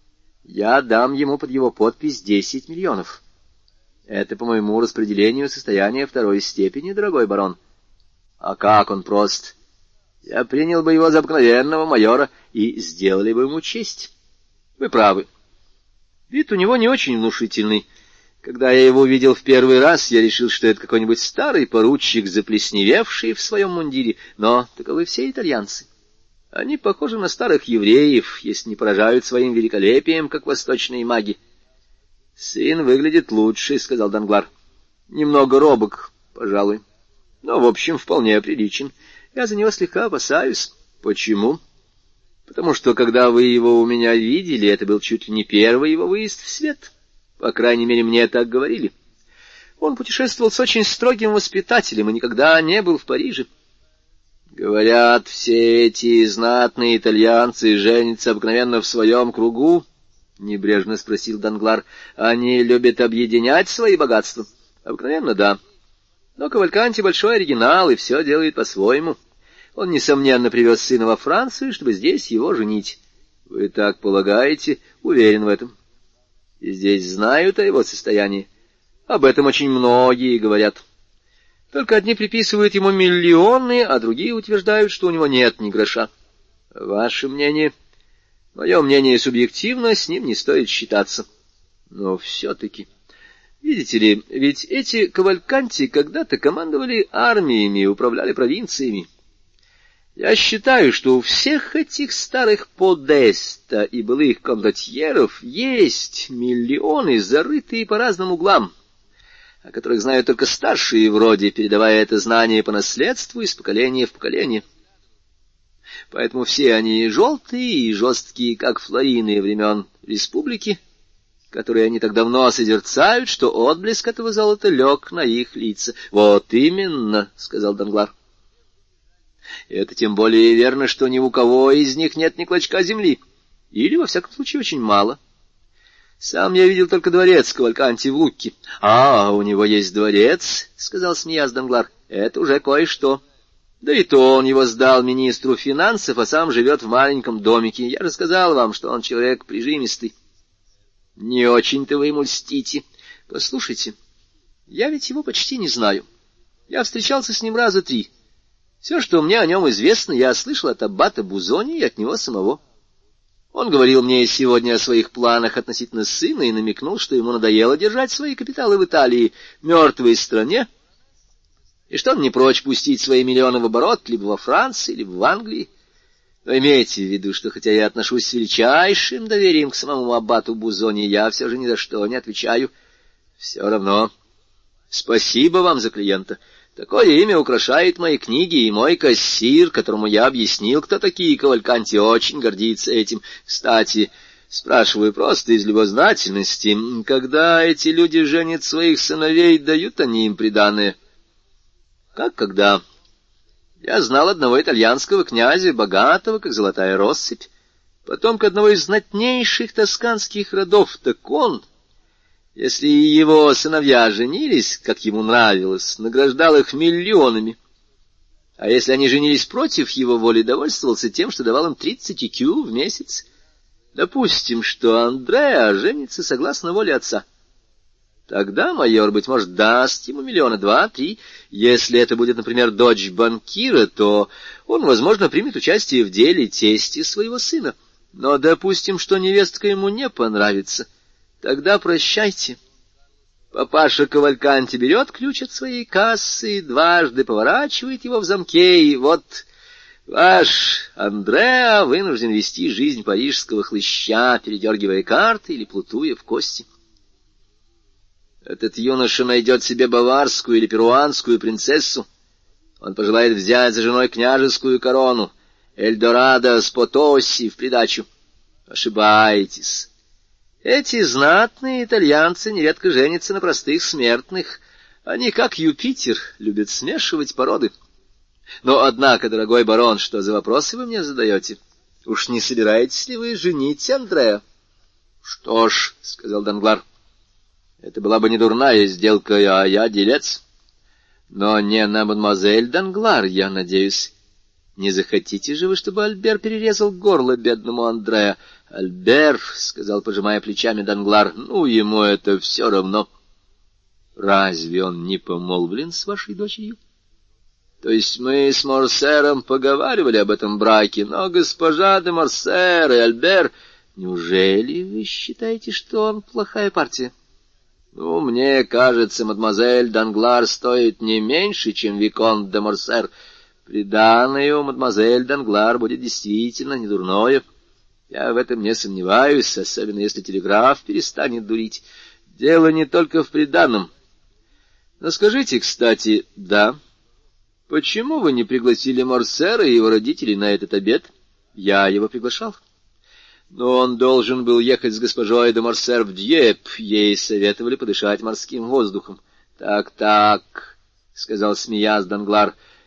Я дам ему под его подпись десять миллионов. Это по моему распределению состояния второй степени, дорогой барон. А как он прост! Я принял бы его за обыкновенного майора, и сделали бы ему честь. Вы правы. Вид у него не очень внушительный. Когда я его видел в первый раз, я решил, что это какой-нибудь старый поручик, заплесневевший в своем мундире. Но таковы все итальянцы. Они похожи на старых евреев, если не поражают своим великолепием, как восточные маги. — Сын выглядит лучше, — сказал Данглар. — Немного робок, пожалуй, но, в общем, вполне приличен. Я за него слегка опасаюсь. — Почему? — Потому что, когда вы его у меня видели, это был чуть ли не первый его выезд в свет. По крайней мере, мне так говорили. Он путешествовал с очень строгим воспитателем и никогда не был в Париже. Говорят, все эти знатные итальянцы женятся обыкновенно в своем кругу? — небрежно спросил Данглар. — Они любят объединять свои богатства? — Обыкновенно, да. Но Кавальканти большой оригинал и все делает по-своему. Он, несомненно, привез сына во Францию, чтобы здесь его женить. — Вы так полагаете? — Уверен в этом. И здесь знают о его состоянии. Об этом очень многие говорят. Только одни приписывают ему миллионы, а другие утверждают, что у него нет ни гроша. Ваше мнение? Мое мнение субъективно, с ним не стоит считаться. Но все-таки... Видите ли, ведь эти Кавальканти когда-то командовали армиями и управляли провинциями. Я считаю, что у всех этих старых подеста и былых кондотьеров есть миллионы, зарытые по разным углам, о которых знают только старшие вроде, передавая это знание по наследству из поколения в поколение. Поэтому все они желтые и жесткие, как флорины времен республики, которые они так давно созерцают, что отблеск этого золота лег на их лица. — Вот именно, — сказал Данглар. — Это тем более верно, что ни у кого из них нет ни клочка земли, или, во всяком случае, очень мало. Сам я видел только дворец Кавальканти в Лукке. — А, у него есть дворец, — сказал, смеясь Данглар, — это уже кое-что. Да и то он его сдал министру финансов, а сам живет в маленьком домике. Я же сказал вам, что он человек прижимистый. Не очень-то вы ему льстите. Послушайте, я ведь его почти не знаю. Я встречался с ним раза три. Все, что мне о нем известно, я слышал от аббата Бузони и от него самого. Он говорил мне сегодня о своих планах относительно сына и намекнул, что ему надоело держать свои капиталы в Италии, мертвой стране, и что он не прочь пустить свои миллионы в оборот либо во Франции, либо в Англии. Но имейте в виду, что хотя я отношусь с величайшим доверием к самому аббату Бузони, я все же ни за что не отвечаю. Все равно. Спасибо вам за клиента. Такое имя украшает мои книги, и мой кассир, которому я объяснил, кто такие Кавальканти, очень гордится этим. Кстати, спрашиваю просто из любознательности, когда эти люди женят своих сыновей, дают они им приданое? Как когда? Я знал одного итальянского князя, богатого, как золотая россыпь, потомка одного из знатнейших тосканских родов, так он... Если его сыновья женились, как ему нравилось, награждал их миллионами. А если они женились против его воли, довольствовался тем, что давал им тридцать икю в месяц. Допустим, что Андреа женится согласно воле отца. Тогда майор, быть может, даст ему миллиона два-три. Если это будет, например, дочь банкира, то он, возможно, примет участие в деле тести своего сына. Но допустим, что невестка ему не понравится. Тогда прощайте. Папаша Кавальканти берет ключ от своей кассы, дважды поворачивает его в замке, и вот ваш Андреа вынужден вести жизнь парижского хлыща, передергивая карты или плутуя в кости. Этот юноша найдет себе баварскую или перуанскую принцессу. Он пожелает взять за женой княжескую корону, Эльдорадо с Потоси в придачу. Ошибаетесь. Эти знатные итальянцы нередко женятся на простых смертных. Они, как Юпитер, любят смешивать породы. Но, однако, дорогой барон, что за вопросы вы мне задаете? Уж не собираетесь ли вы женить Андреа? — Что ж, — сказал Данглар, — это была бы не дурная сделка, а я делец. Но не на мадемуазель Данглар, я надеюсь. Не захотите же вы, чтобы Альбер перерезал горло бедному Андреа? — Альбер, — сказал, пожимая плечами Данглар, — ну, ему это все равно. — Разве он не помолвлен с вашей дочерью? — То есть мы с Морсером поговаривали об этом браке, но госпожа де Морсер и Альбер... Неужели вы считаете, что он плохая партия? — Ну, мне кажется, мадемуазель Данглар стоит не меньше, чем виконт де Морсер. Приданое у мадемуазель Данглар будет действительно недурное. Я в этом не сомневаюсь, особенно если телеграф перестанет дурить. Дело не только в приданом. Но скажите, кстати, да, почему вы не пригласили Морсера и его родителей на этот обед? Я его приглашал. Но он должен был ехать с госпожой де Морсер в Дьеп. Ей советовали подышать морским воздухом. Так, так, — сказал, смеясь Данглар, —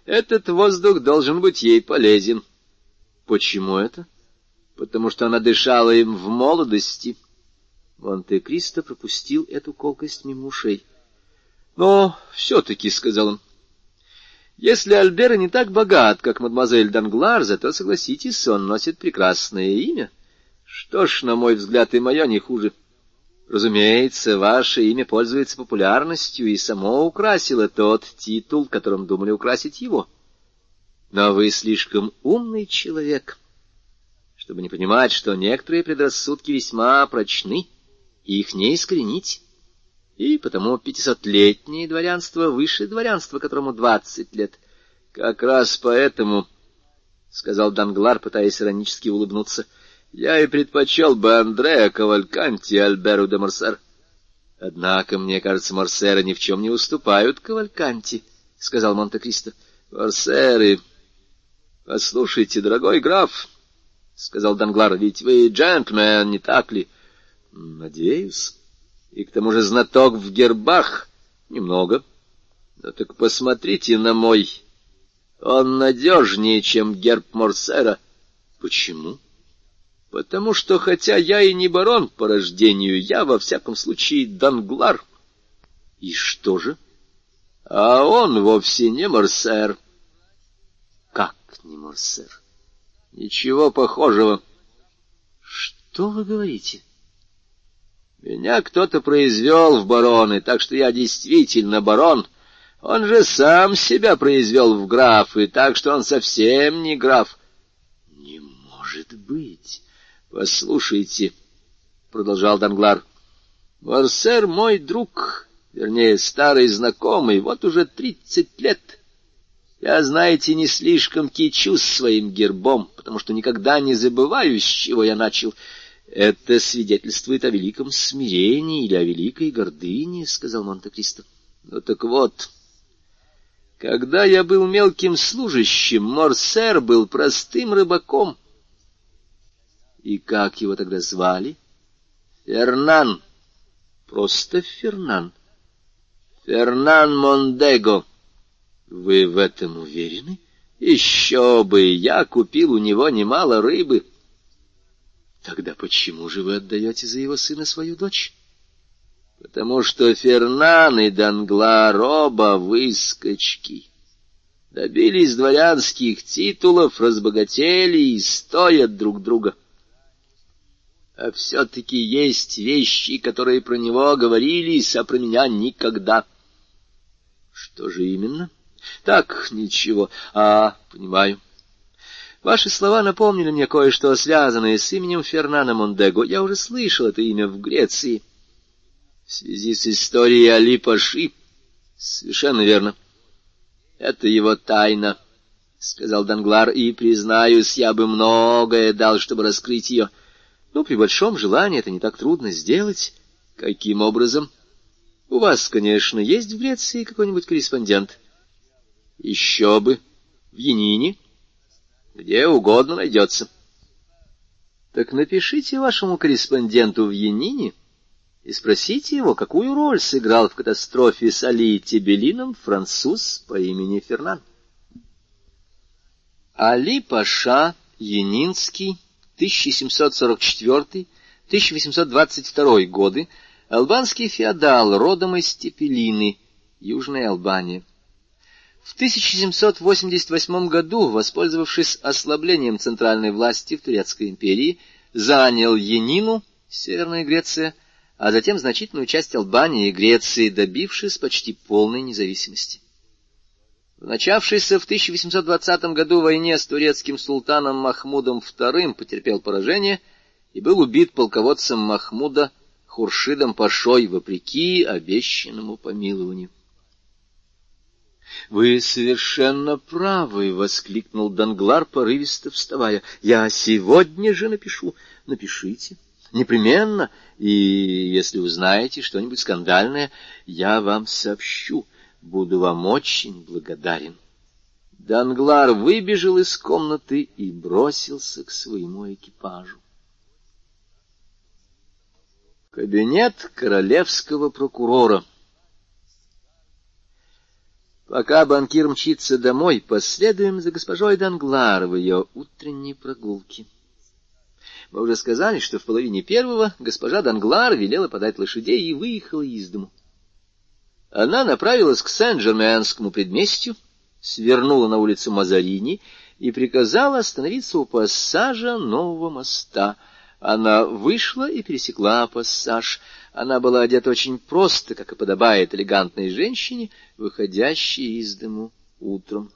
Этот воздух должен быть ей полезен. Почему это? Потому что она дышала им в молодости. Монте-Кристо пропустил эту колкость мимо ушей. Но все-таки, — сказал он, — если Альбер не так богат, как мадемуазель Данглар, зато, согласитесь, он носит прекрасное имя. Что ж, на мой взгляд, и мое не хуже. Разумеется, ваше имя пользуется популярностью и само украсило тот титул, которым думали украсить его. Но вы слишком умный человек, чтобы не понимать, что некоторые предрассудки весьма прочны, и их не искоренить. И потому пятисотлетнее дворянство выше дворянства, которому двадцать лет. Как раз поэтому, — сказал Данглар, пытаясь иронически улыбнуться, — я и предпочел бы Андреа Кавальканти Альберу де Морсер. — Однако, мне кажется, Морсеры ни в чем не уступают Кавальканти, — сказал Монте-Кристо. — Морсеры... — Послушайте, дорогой граф, — сказал Данглар, — ведь вы джентльмен, не так ли? — Надеюсь. И к тому же знаток в гербах. Немного. Ну так посмотрите на мой. Он надежнее, чем герб Морсера. Почему? Потому что, хотя я и не барон по рождению, я, во всяком случае, Данглар. И что же? А он вовсе не Морсер. Как не Морсер? Ничего похожего. Что вы говорите? Меня кто-то произвел в бароны, так что я действительно барон. Он же сам себя произвел в графы, так что он совсем не граф. — Не может быть. Послушайте, — продолжал Данглар, — Морсер мой друг, вернее, старый знакомый, вот уже тридцать лет. Я, знаете, не слишком кичусь своим гербом, потому что никогда не забываю, с чего я начал. Это свидетельствует о великом смирении или о великой гордыне, — сказал Монте-Кристо. Ну так вот, когда я был мелким служащим, Морсер был простым рыбаком. И как его тогда звали? Фернан. Просто Фернан. Фернан Мондего. Вы в этом уверены? Еще бы, я купил у него немало рыбы. Тогда почему же вы отдаете за его сына свою дочь? Потому что Фернан и Данглар оба выскочки. Добились дворянских титулов, разбогатели и стоят друг друга. А все-таки есть вещи, которые про него говорились, а про меня никогда. Что же именно? Так, ничего. А, понимаю. Ваши слова напомнили мне кое-что, связанное с именем Фернана Мондего. Я уже слышал это имя в Греции. В связи с историей Али-Паши. Совершенно верно. Это его тайна, — сказал Данглар, — и, признаюсь, я бы многое дал, чтобы раскрыть ее. Ну, при большом желании это не так трудно сделать. Каким образом? У вас, конечно, есть в Греции какой-нибудь корреспондент? Еще бы. В Янине. Где угодно найдется. Так напишите вашему корреспонденту в Янине и спросите его, какую роль сыграл в катастрофе с Али Тебелином француз по имени Фернан. Али-Паша Янинский, тысяча семьсот сорок четвёртый — тысяча восемьсот двадцать второй годы, албанский феодал, родом из Тепелины, Южная Албания. В тысяча семьсот восемьдесят восьмом году, воспользовавшись ослаблением центральной власти в Турецкой империи, занял Янину, Северная Греция, а затем значительную часть Албании и Греции, добившись почти полной независимости. В начавшейся в тысяча восемьсот двадцатом году войне с турецким султаном Махмудом вторым потерпел поражение и был убит полководцем Махмуда Хуршидом Пашой вопреки обещанному помилованию. — Вы совершенно правы, — воскликнул Данглар, порывисто вставая. — Я сегодня же напишу. — Напишите. Непременно. И если узнаете что-нибудь скандальное, я вам сообщу. Буду вам очень благодарен. Данглар выбежал из комнаты и бросился к своему экипажу. Кабинет королевского прокурора. Пока банкир мчится домой, последуем за госпожой Данглар в ее утренней прогулке. Мы уже сказали, что в половине первого госпожа Данглар велела подать лошадей и выехала из дому. Она направилась к Сен-Жерменскому предместью, свернула на улицу Мазарини и приказала остановиться у пассажа нового моста. Она вышла и пересекла пассаж. Она была одета очень просто, как и подобает элегантной женщине, выходящей из дому утром.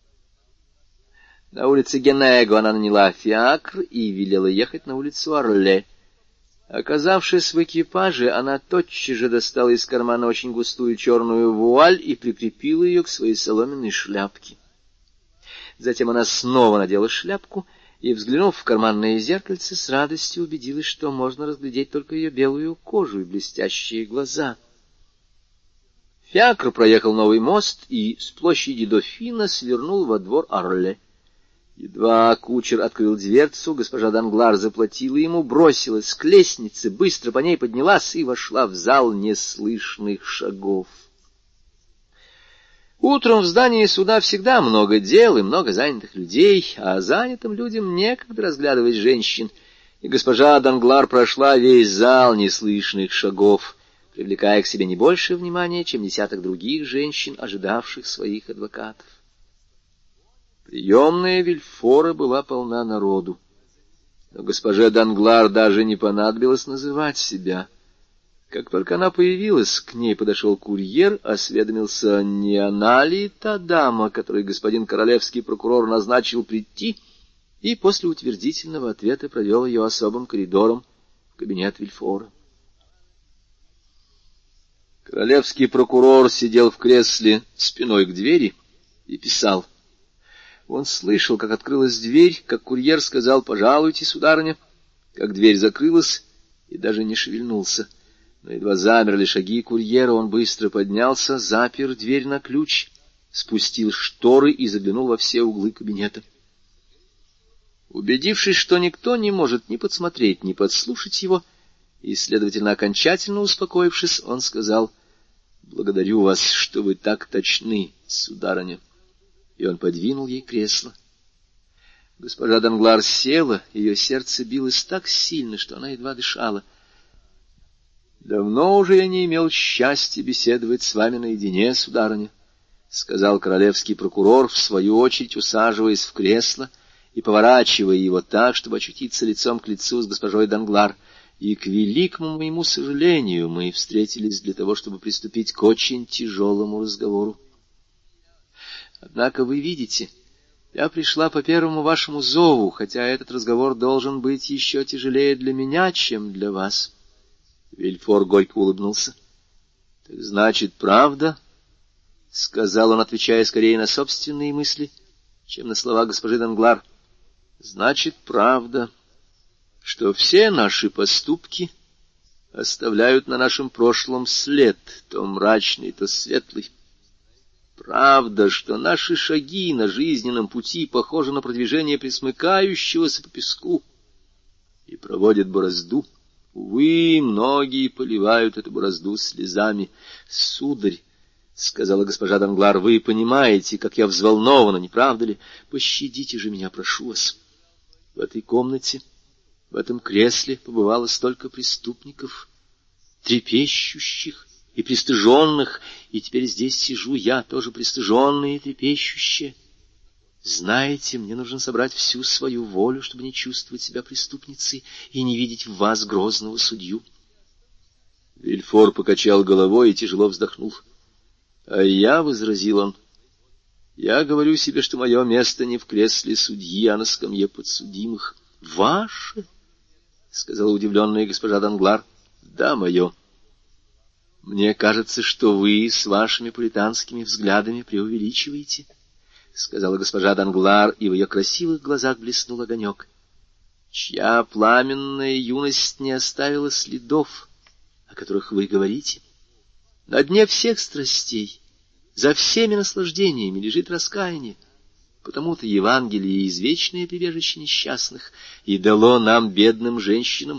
На улице Генего она наняла фиакр и велела ехать на улицу Орле. Оказавшись в экипаже, она тотчас же достала из кармана очень густую черную вуаль и прикрепила ее к своей соломенной шляпке. Затем она снова надела шляпку и, взглянув в карманное зеркальце, с радостью убедилась, что можно разглядеть только ее белую кожу и блестящие глаза. Фиакр проехал новый мост и с площади Дофина свернул во двор Орле. Едва кучер открыл дверцу, госпожа Данглар заплатила ему, бросилась к лестнице, быстро по ней поднялась и вошла в зал неслышных шагов. Утром в здании суда всегда много дел и много занятых людей, а занятым людям некогда разглядывать женщин, и госпожа Данглар прошла весь зал неслышных шагов, привлекая к себе не больше внимания, чем десяток других женщин, ожидавших своих адвокатов. Приемная Вильфора была полна народу, но госпоже Данглар даже не понадобилось называть себя. Как только она появилась, к ней подошел курьер, осведомился, не она ли та дама, которой господин королевский прокурор назначил прийти, и после утвердительного ответа провел ее особым коридором в кабинет Вильфора. Королевский прокурор сидел в кресле спиной к двери и писал. Он слышал, как открылась дверь, как курьер сказал «пожалуйте, сударыня», как дверь закрылась, и даже не шевельнулся. Но едва замерли шаги курьера, он быстро поднялся, запер дверь на ключ, спустил шторы и заглянул во все углы кабинета. Убедившись, что никто не может ни подсмотреть, ни подслушать его, и, следовательно, окончательно успокоившись, он сказал «благодарю вас, что вы так точны, сударыня». И он подвинул ей кресло. Госпожа Данглар села, ее сердце билось так сильно, что она едва дышала. — Давно уже я не имел счастья беседовать с вами наедине, сударыня, — сказал королевский прокурор, в свою очередь усаживаясь в кресло и поворачивая его так, чтобы очутиться лицом к лицу с госпожой Данглар. И, к великому моему сожалению, мы встретились для того, чтобы приступить к очень тяжелому разговору. Однако вы видите, я пришла по первому вашему зову, хотя этот разговор должен быть еще тяжелее для меня, чем для вас. Вильфор горько улыбнулся. — Так значит, правда? — сказал он, отвечая скорее на собственные мысли, чем на слова госпожи Данглар. — Значит, правда, что все наши поступки оставляют на нашем прошлом след, то мрачный, то светлый. Правда, что наши шаги на жизненном пути похожи на продвижение пресмыкающегося по песку и проводят борозду. Увы, многие поливают эту борозду слезами. — Сударь, — сказала госпожа Данглар, — вы понимаете, как я взволнована, не правда ли? Пощадите же меня, прошу вас. В этой комнате, в этом кресле побывало столько преступников, трепещущих и пристыженных, и теперь здесь сижу я, тоже пристыженная и трепещущая. Знаете, мне нужно собрать всю свою волю, чтобы не чувствовать себя преступницей и не видеть в вас грозного судью. Вильфор покачал головой и тяжело вздохнул. — А я, — возразил он, — я говорю себе, что мое место не в кресле судьи, а на скамье подсудимых. — Ваше? — сказала удивленная госпожа Данглар. — Да, мое. Мне кажется, что вы с вашими пуританскими взглядами преувеличиваете, — сказала госпожа Данглар, и в ее красивых глазах блеснул огонек. Чья пламенная юность не оставила следов, о которых вы говорите? На дне всех страстей, за всеми наслаждениями лежит раскаяние. Потому-то Евангелие — извечное прибежище несчастных, и дало нам, бедным женщинам,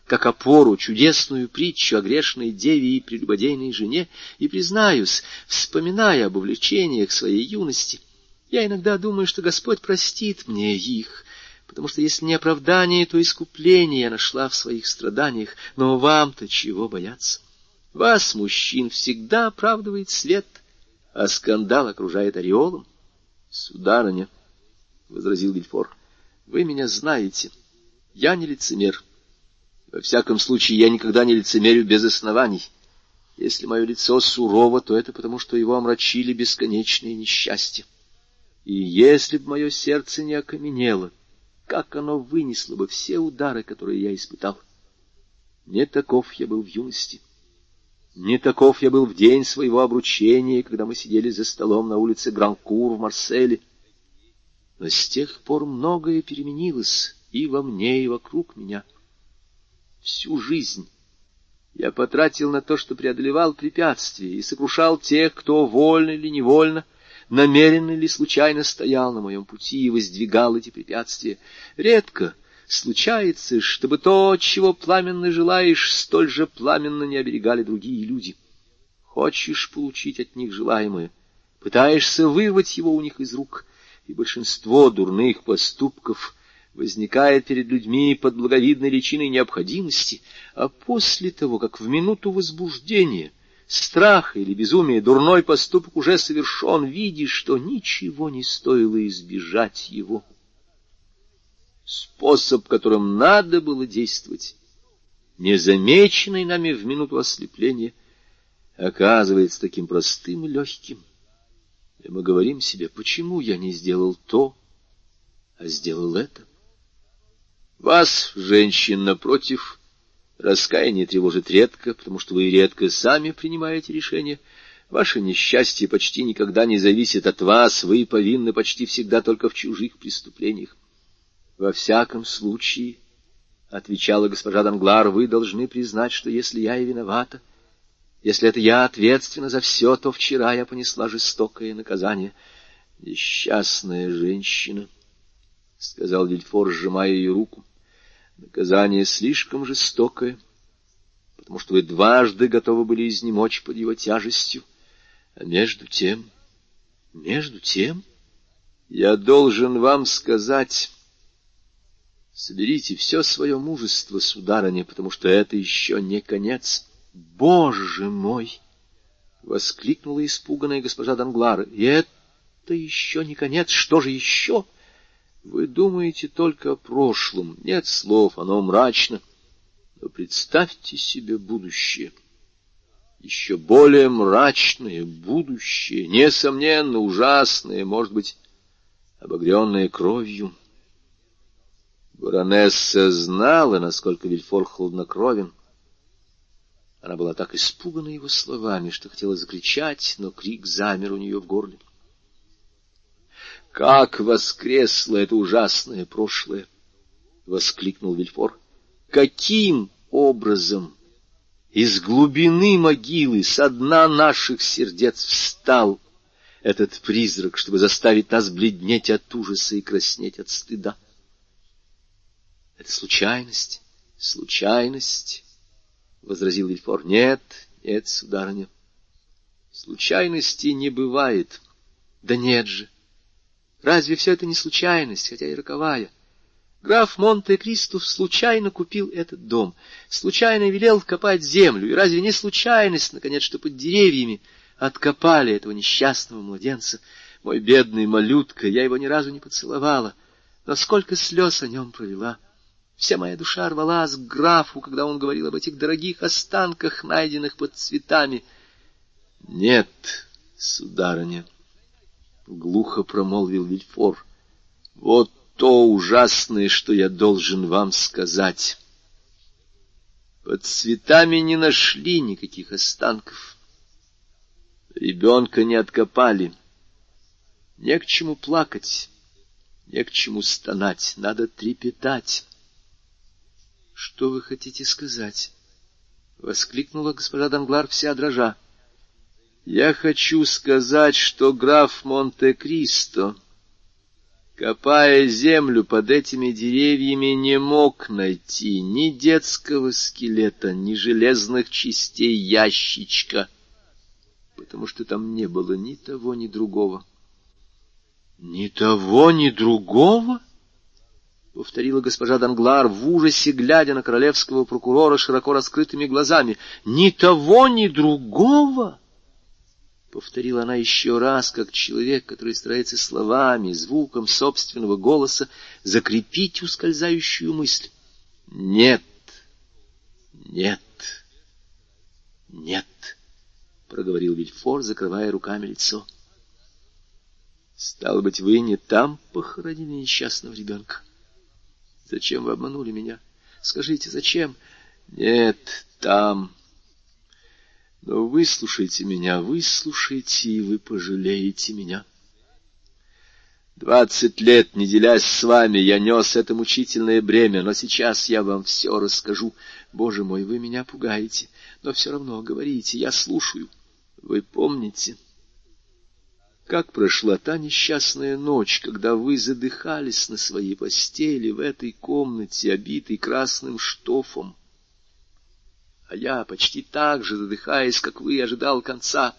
как опору чудесную притчу о грешной деве и прелюбодейной жене, и, признаюсь, вспоминая об увлечениях своей юности, я иногда думаю, что Господь простит мне их, потому что если не оправдание, то искупление я нашла в своих страданиях. Но вам-то чего бояться? Вас, мужчин, всегда оправдывает свет, а скандал окружает ореолом. — Сударыня, — возразил Вильфор, — вы меня знаете. Я не лицемер. Во всяком случае, я никогда не лицемерю без оснований. Если мое лицо сурово, то это потому, что его омрачили бесконечные несчастья. И если бы мое сердце не окаменело, как оно вынесло бы все удары, которые я испытал? Не таков я был в юности. Не таков я был в день своего обручения, когда мы сидели за столом на улице Гранкур в Марселе. Но с тех пор многое переменилось и во мне, и вокруг меня. Всю жизнь я потратил на то, что преодолевал препятствия и сокрушал тех, кто вольно или невольно, намеренно или случайно стоял на моем пути и воздвигал эти препятствия. Редко случается, чтобы то, чего пламенно желаешь, столь же пламенно не оберегали другие люди. Хочешь получить от них желаемое, пытаешься вырвать его у них из рук, и большинство дурных поступков возникает перед людьми под благовидной личиной необходимости, а после того, как в минуту возбуждения, страха или безумия дурной поступок уже совершен, видишь, что ничего не стоило избежать его. Способ, которым надо было действовать, незамеченный нами в минуту ослепления, оказывается таким простым и легким. И мы говорим себе, почему я не сделал то, а сделал это? Вас, женщин, напротив, раскаяние тревожит редко, потому что вы редко сами принимаете решения. Ваше несчастье почти никогда не зависит от вас, вы повинны почти всегда только в чужих преступлениях. Во всяком случае, — отвечала госпожа Данглар, — вы должны признать, что если я и виновата, если это я ответственна за все, то вчера я понесла жестокое наказание. — Несчастная женщина, — сказал Вильфор, сжимая ее руку, — наказание слишком жестокое, потому что вы дважды готовы были изнемочь под его тяжестью. А между тем, между тем, я должен вам сказать... Соберите все свое мужество, сударыня, потому что это еще не конец. — Боже мой! — воскликнула испуганная госпожа Данглар. — И это еще не конец. Что же еще? Вы думаете только о прошлом. Нет слов, оно мрачно. Но представьте себе будущее. Еще более мрачное будущее, несомненно, ужасное, может быть, обогренное кровью. Баронесса знала, насколько Вильфор хладнокровен. Она была так испугана его словами, что хотела закричать, но крик замер у нее в горле. — Как воскресло это ужасное прошлое! — воскликнул Вильфор. — Каким образом из глубины могилы со дна наших сердец встал этот призрак, чтобы заставить нас бледнеть от ужаса и краснеть от стыда? — Это случайность, случайность, — возразил Вильфор. — Нет, нет, сударыня, случайности не бывает. — Да нет же! Разве все это не случайность, хотя и роковая? Граф Монте-Кристо случайно купил этот дом, случайно велел копать землю, и разве не случайность, наконец, что под деревьями откопали этого несчастного младенца? Мой бедный малютка, я его ни разу не поцеловала, но сколько слез о нем провела! Вся моя душа рвалась к графу, когда он говорил об этих дорогих останках, найденных под цветами. — Нет, сударыня, — глухо промолвил Вильфор, — вот то ужасное, что я должен вам сказать. Под цветами не нашли никаких останков. Ребенка не откопали. Не к чему плакать, не к чему стонать, надо трепетать. — Что вы хотите сказать? — воскликнула госпожа Данглар, вся дрожа. — Я хочу сказать, что граф Монте-Кристо, Копая землю под этими деревьями, не мог найти ни детского скелета, ни железных частей ящичка, потому что там не было ни того, ни другого. — Ни того, ни другого? — повторила госпожа Данглар в ужасе, глядя на королевского прокурора широко раскрытыми глазами. — Ни того, ни другого? — повторила она еще раз, как человек, который старается словами, звуком собственного голоса закрепить ускользающую мысль. — Нет, нет, нет, — проговорил Вильфор, закрывая руками лицо. — Стало быть, вы не там похоронили несчастного ребенка? Зачем вы обманули меня? Скажите, зачем? Нет, там. Но выслушайте меня, выслушайте, и вы пожалеете меня. Двадцать лет, не делясь с вами, я нес это мучительное бремя, но сейчас я вам все расскажу. Боже мой, вы меня пугаете, но все равно говорите, я слушаю. Вы помните, как прошла та несчастная ночь, когда вы задыхались на своей постели в этой комнате, обитой красным штофом? А я, почти так же задыхаясь, как вы, ожидал конца.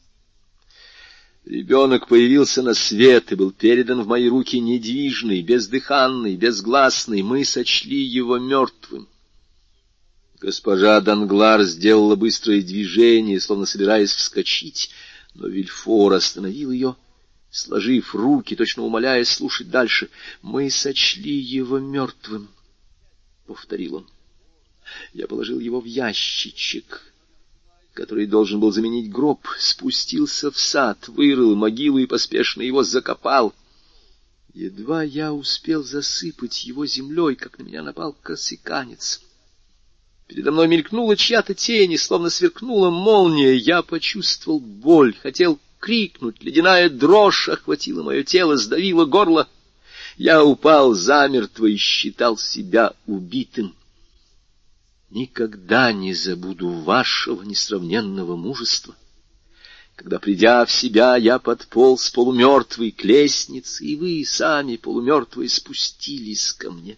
Ребенок появился на свет и был передан в мои руки недвижный, бездыханный, безгласный. Мы сочли его мертвым. Госпожа Данглар сделала быстрое движение, словно собираясь вскочить, но Вильфор остановил ее, сложив руки, точно умоляя слушать дальше. — Мы сочли его мертвым, — повторил он. Я положил его в ящичек, который должен был заменить гроб, спустился в сад, вырыл могилу и поспешно его закопал. Едва я успел засыпать его землей, как на меня напал корсиканец. Передо мной мелькнула чья-то тень, и словно сверкнула молния. Я почувствовал боль, хотел крикнуть. Ледяная дрожь охватила мое тело, сдавила горло. Я упал замертво и считал себя убитым. Никогда не забуду вашего несравненного мужества, когда, придя в себя, я подполз полумертвый к лестнице, и вы сами, полумертвые, спустились ко мне.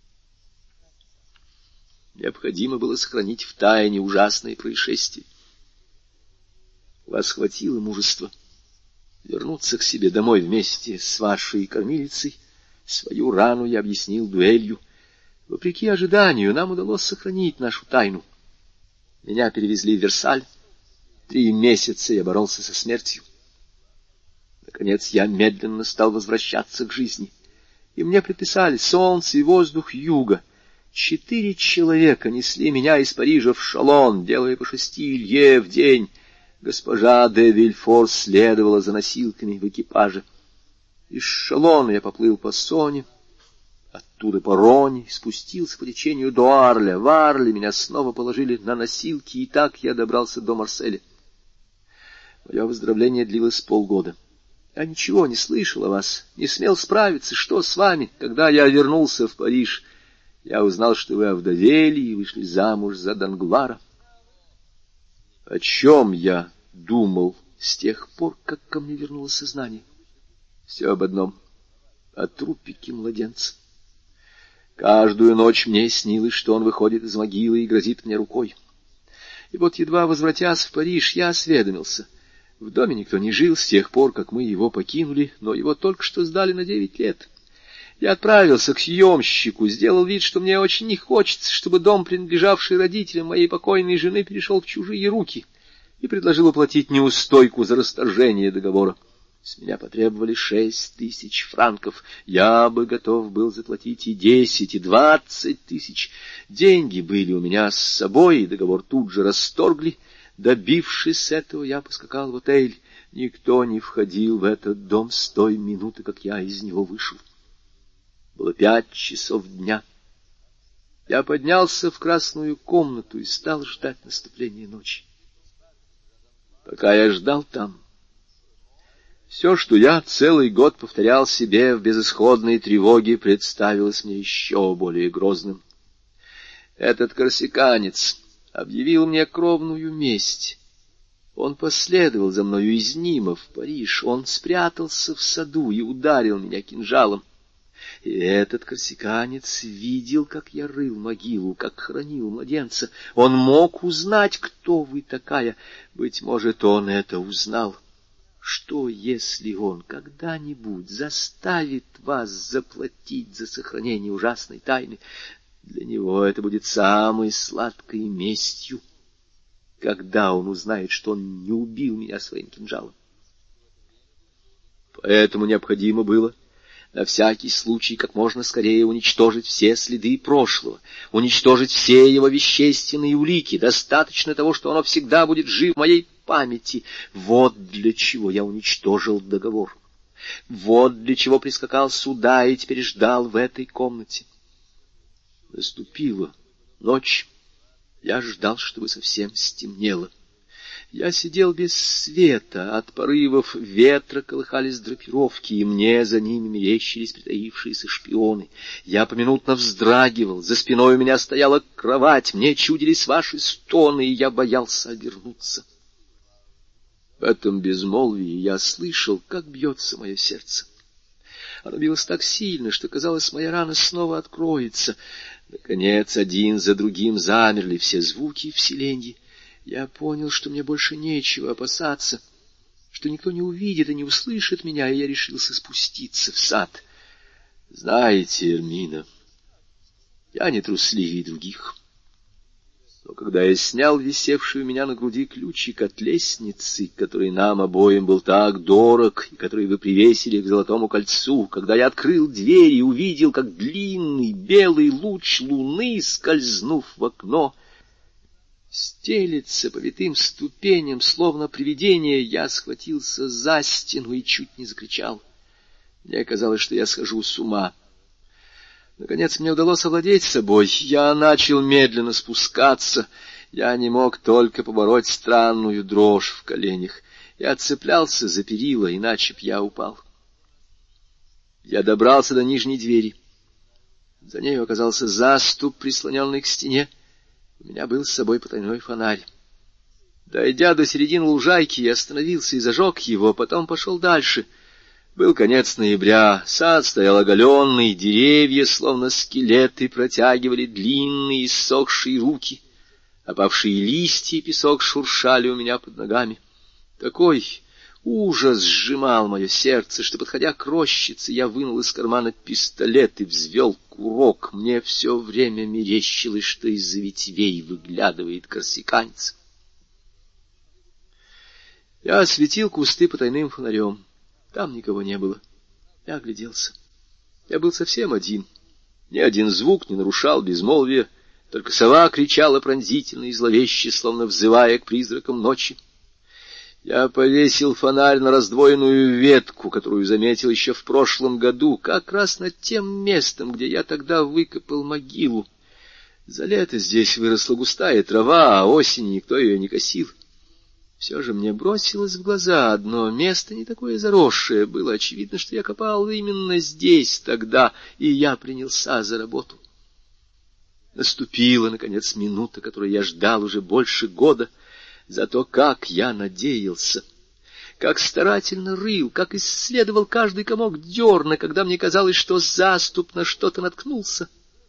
Необходимо было сохранить в тайне ужасное происшествие. У вас хватило мужества вернуться к себе домой вместе с вашей кормилицей. Свою рану я объяснил дуэлью. Вопреки ожиданию, нам удалось сохранить нашу тайну. Меня перевезли в Версаль. Три месяца я боролся со смертью. Наконец я медленно стал возвращаться к жизни. И мне предписали солнце и воздух юга. Четыре человека несли меня из Парижа в Шалон, делая по шести лье в день. Госпожа де Вильфор следовала за носилками в экипаже. Из Шалона я поплыл по Соне, оттуда по Роне, спустился по течению до Арля. В Арле меня снова положили на носилки, и так я добрался до Марселя. Мое выздоровление длилось полгода. Я ничего не слышал о вас, не смел справиться, что с вами. Когда я вернулся в Париж, я узнал, что вы овдовели и вышли замуж за Данглара. О чем я думал с тех пор, как ко мне вернулось сознание? Все об одном — о трупике младенца. Каждую ночь мне снилось, что он выходит из могилы и грозит мне рукой. И вот, едва возвратясь в Париж, я осведомился. В доме никто не жил с тех пор, как мы его покинули, но его только что сдали на девять лет. Я отправился к съемщику, сделал вид, что мне очень не хочется, чтобы дом, принадлежавший родителям моей покойной жены, перешел в чужие руки, и предложил уплатить неустойку за расторжение договора. С меня потребовали шесть тысяч франков. Я бы готов был заплатить и десять, и двадцать тысяч. Деньги были у меня с собой, и договор тут же расторгли. Добившись этого, я поскакал в отель. Никто не входил в этот дом с той минуты, как я из него вышел. Было пять часов дня. Я поднялся в красную комнату и стал ждать наступления ночи. Пока я ждал там, все, что я целый год повторял себе в безысходной тревоге, представилось мне еще более грозным. Этот корсиканец объявил мне кровную месть. Он последовал за мною из Нима в Париж. Он спрятался в саду и ударил меня кинжалом. И этот корсиканец видел, как я рыл могилу, как хоронил младенца. Он мог узнать, кто вы такая. Быть может, он это узнал. Что, если он когда-нибудь заставит вас заплатить за сохранение ужасной тайны? Для него это будет самой сладкой местью, когда он узнает, что он не убил меня своим кинжалом. Поэтому необходимо было на всякий случай как можно скорее уничтожить все следы прошлого, уничтожить все его вещественные улики. Достаточно того, что оно всегда будет жив в моей памяти. Вот для чего я уничтожил договор. Вот для чего прискакал сюда и теперь ждал в этой комнате. Наступила ночь. Я ждал, чтобы совсем стемнело. Я сидел без света, от порывов ветра колыхались драпировки, и мне за ними мерещились притаившиеся шпионы. Я поминутно вздрагивал, за спиной у меня стояла кровать, мне чудились ваши стоны, и я боялся обернуться. В этом безмолвии я слышал, как бьется мое сердце. Оно билось так сильно, что, казалось, моя рана снова откроется. Наконец, один за другим замерли все звуки вселенья. Я понял, что мне больше нечего опасаться, что никто не увидит и не услышит меня, и я решился спуститься в сад. Знаете, Эрмина, я не трусливее других. Но когда я снял висевший у меня на груди ключик от лестницы, который нам обоим был так дорог, и который вы привесили к золотому кольцу, когда я открыл дверь и увидел, как длинный белый луч луны, скользнув в окно, стелется по витым ступеням, словно привидение, я схватился за стену и чуть не закричал. Мне казалось, что я схожу с ума. Наконец мне удалось овладеть собой. Я начал медленно спускаться. Я не мог только побороть странную дрожь в коленях. Я цеплялся за перила, иначе б я упал. Я добрался до нижней двери. За нею оказался заступ, прислоненный к стене. У меня был с собой потайной фонарь. Дойдя до середины лужайки, я остановился и зажег его, потом пошел дальше. Был конец ноября, сад стоял оголенный, деревья, словно скелеты, протягивали длинные иссохшие руки. Опавшие листья и песок шуршали у меня под ногами. Такой ужас сжимал мое сердце, что, подходя к рощице, я вынул из кармана пистолет и взвел курок. Мне все время мерещилось, что из-за ветвей выглядывает корсиканец. Я осветил кусты потайным фонарем. Там никого не было. Я огляделся. Я был совсем один. Ни один звук не нарушал безмолвия, только сова кричала пронзительно и зловеще, словно взывая к призракам ночи. Я повесил фонарь на раздвоенную ветку, которую заметил еще в прошлом году, как раз над тем местом, где я тогда выкопал могилу. За лето здесь выросла густая трава, а осенью никто ее не косил. Все же мне бросилось в глаза одно место, не такое заросшее. Было очевидно, что я копал именно здесь тогда, и я принялся за работу. Наступила, наконец, минута, которую я ждал уже больше года. Зато как я надеялся, как старательно рыл, как исследовал каждый комок дерна, когда мне казалось, что заступ на что-то наткнулся.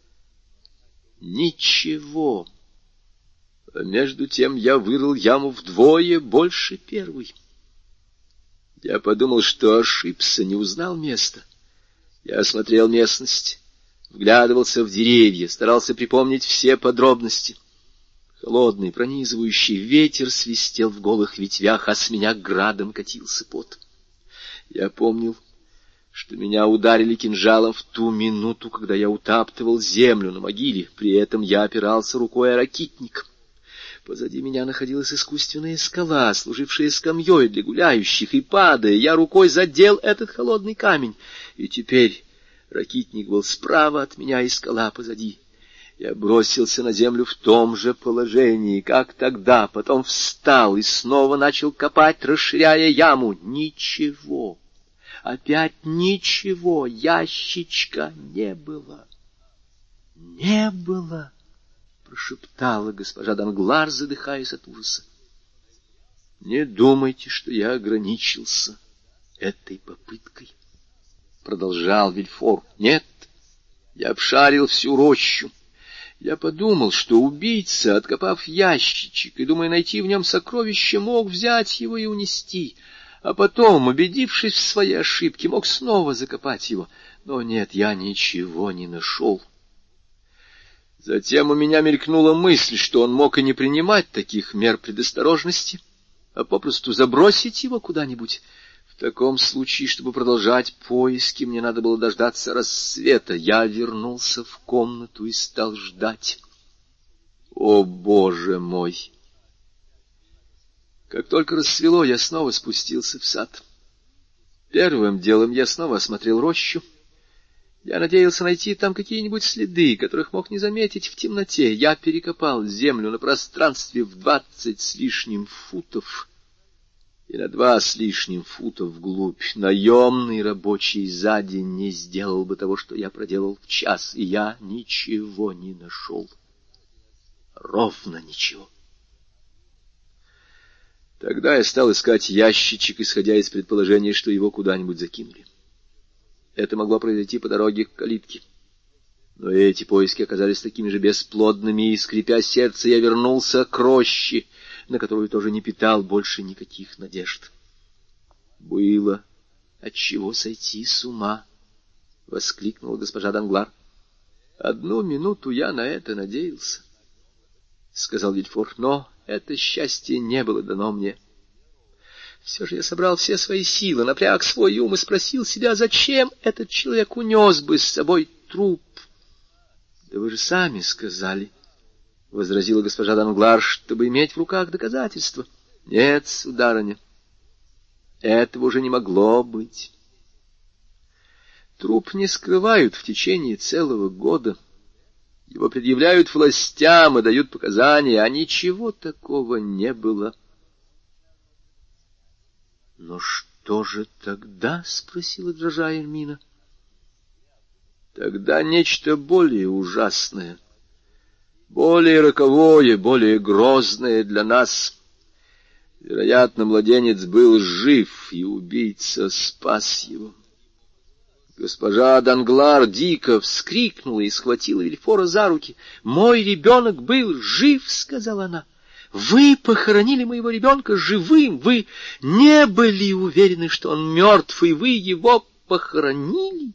Ничего. А между тем я вырыл яму вдвое больше первой. Я подумал, что ошибся, не узнал места. Я осмотрел местность, вглядывался в деревья, старался припомнить все подробности. Холодный, пронизывающий ветер свистел в голых ветвях, а с меня градом катился пот. Я помнил, что меня ударили кинжалом в ту минуту, когда я утаптывал землю на могиле. При этом я опирался рукой о ракитник. Позади меня находилась искусственная скала, служившая скамьей для гуляющих, и, падая, я рукой задел этот холодный камень. И теперь ракитник был справа от меня, и скала позади. Я бросился на землю в том же положении, как тогда, потом встал и снова начал копать, расширяя яму. Ничего, опять ничего, ящичка не было. Не было, прошептала госпожа Данглар, задыхаясь от ужаса. Не думайте, что я ограничился этой попыткой, продолжал Вильфор. Нет. Я обшарил всю рощу. Я подумал, что убийца, откопав ящичек и думая найти в нем сокровище, мог взять его и унести, а потом, убедившись в своей ошибке, мог снова закопать его. Но нет, я ничего не нашел. Затем у меня мелькнула мысль, что он мог и не принимать таких мер предосторожности, а попросту забросить его куда-нибудь. В таком случае, чтобы продолжать поиски, мне надо было дождаться рассвета. Я вернулся в комнату и стал ждать. О, Боже мой! Как только рассвело, я снова спустился в сад. Первым делом я снова осмотрел рощу. Я надеялся найти там какие-нибудь следы, которых мог не заметить в темноте. Я перекопал землю на пространстве в двадцать с лишним футов и на два с лишним фута вглубь. Наемный рабочий за день не сделал бы того, что я проделал в час, и я ничего не нашел. Ровно ничего. Тогда я стал искать ящичек, исходя из предположения, что его куда-нибудь закинули. Это могло произойти по дороге к калитке. Но эти поиски оказались такими же бесплодными, и, скрипя сердце, я вернулся к роще, на которую тоже не питал больше никаких надежд. «Было отчего сойти с ума!» — воскликнула госпожа Данглар. «Одну минуту я на это надеялся», — сказал Вильфор, — «но это счастье не было дано мне. Все же я собрал все свои силы, напряг свой ум и спросил себя, зачем этот человек унес бы с собой труп. — Да вы же сами сказали, — возразила госпожа Данглар, — чтобы иметь в руках доказательства. — Нет, сударыня, этого уже не могло быть. Труп не скрывают в течение целого года. Его предъявляют властям и дают показания, а ничего такого не было. — Но что же тогда? — спросила дрожа Эрмина. — Тогда нечто более ужасное, более роковое, более грозное для нас. Вероятно, младенец был жив, и убийца спас его. Госпожа Данглар дико вскрикнула и схватила Вильфора за руки. — Мой ребенок был жив, — сказала она. — Вы похоронили моего ребенка живым, вы не были уверены, что он мертв, и вы его похоронили.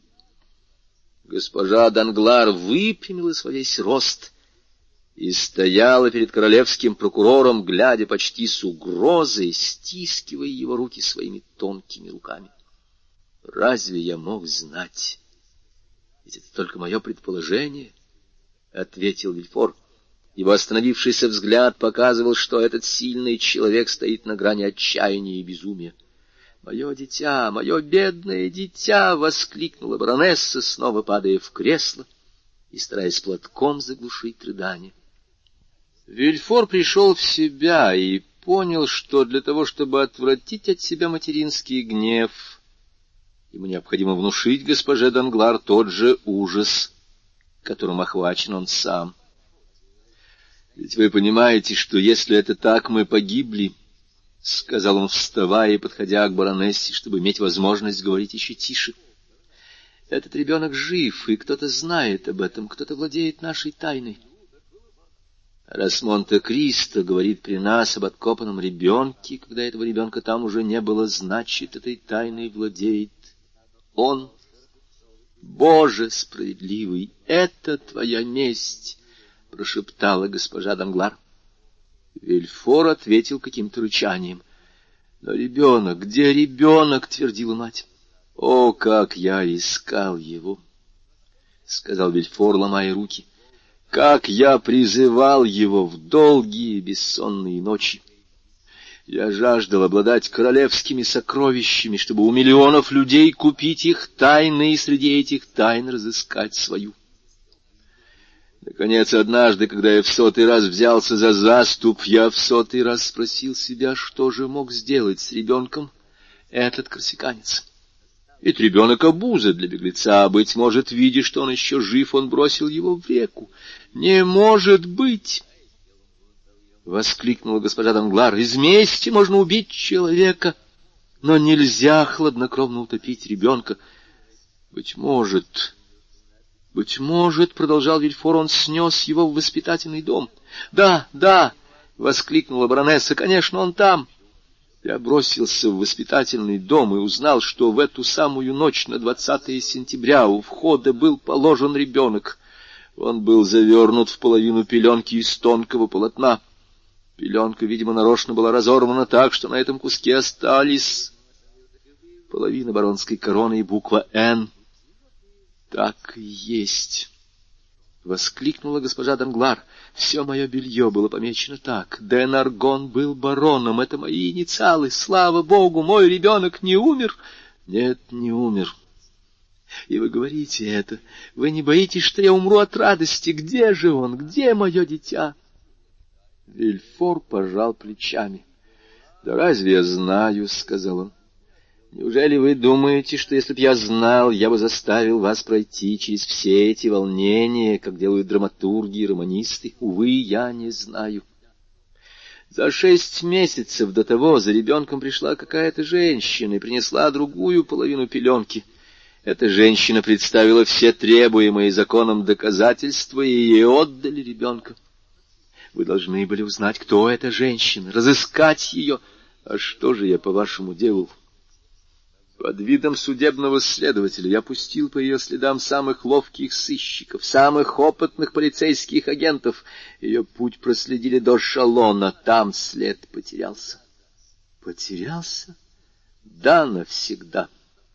Госпожа Данглар выпрямилась во весь рост и стояла перед королевским прокурором, глядя почти с угрозой, стискивая его руки своими тонкими руками. — Разве я мог знать? Ведь это только мое предположение, — ответил Вильфор. Его остановившийся взгляд показывал, что этот сильный человек стоит на грани отчаяния и безумия. — Мое дитя, мое бедное дитя! — воскликнула баронесса, снова падая в кресло и стараясь платком заглушить рыдание. Вильфор пришел в себя и понял, что для того, чтобы отвратить от себя материнский гнев, ему необходимо внушить госпоже Данглар тот же ужас, которым охвачен он сам. «Ведь вы понимаете, что если это так, мы погибли», — сказал он, вставая и подходя к баронессе, чтобы иметь возможность говорить еще тише. «Этот ребенок жив, и кто-то знает об этом, кто-то владеет нашей тайной. Раз Монте-Кристо говорит при нас об откопанном ребенке, когда этого ребенка там уже не было, значит, этой тайной владеет он. Боже справедливый, это твоя месть!» — прошептала госпожа Данглар. Вильфор ответил каким-то рычанием. — Но ребенок, где ребенок? — твердила мать. — О, как я искал его! — сказал Вильфор, ломая руки. — Как я призывал его в долгие бессонные ночи! Я жаждал обладать королевскими сокровищами, чтобы у миллионов людей купить их тайны и среди этих тайн разыскать свою. Наконец, однажды, когда я в сотый раз взялся за заступ, я в сотый раз спросил себя, что же мог сделать с ребенком этот корсиканец. Ведь ребенок — обуза для беглеца, а, быть может, видя, что он еще жив, он бросил его в реку. «Не может быть!» — воскликнула госпожа Данглар. «Из мести можно убить человека, но нельзя хладнокровно утопить ребенка. Быть может, Быть может, — продолжал Вильфор, — он снес его в воспитательный дом. — Да, да, — воскликнула баронесса, — конечно, он там. Я бросился в воспитательный дом и узнал, что в эту самую ночь на двадцатое сентября у входа был положен ребенок. Он был завернут в половину пеленки из тонкого полотна. Пеленка, видимо, нарочно была разорвана так, что на этом куске остались половина баронской короны и буква «Н». — Так и есть, — воскликнула госпожа Данглар. — Все мое белье было помечено так. Де Наргон был бароном. Это мои инициалы. Слава богу, мой ребенок не умер. Нет, не умер. И вы говорите это. Вы не боитесь, что я умру от радости? Где же он? Где мое дитя? Вильфор пожал плечами. — Да разве я знаю, — сказал он. — Неужели вы думаете, что если б я знал, я бы заставил вас пройти через все эти волнения, как делают драматурги и романисты? Увы, я не знаю. За шесть месяцев до того за ребенком пришла какая-то женщина и принесла другую половину пеленки. Эта женщина представила все требуемые законом доказательства, и ей отдали ребенка. Вы должны были узнать, кто эта женщина, разыскать ее. А что же я, по-вашему, делал? Под видом судебного следователя я пустил по ее следам самых ловких сыщиков, самых опытных полицейских агентов. Ее путь проследили до Шалона, там след потерялся. Потерялся? Да, навсегда.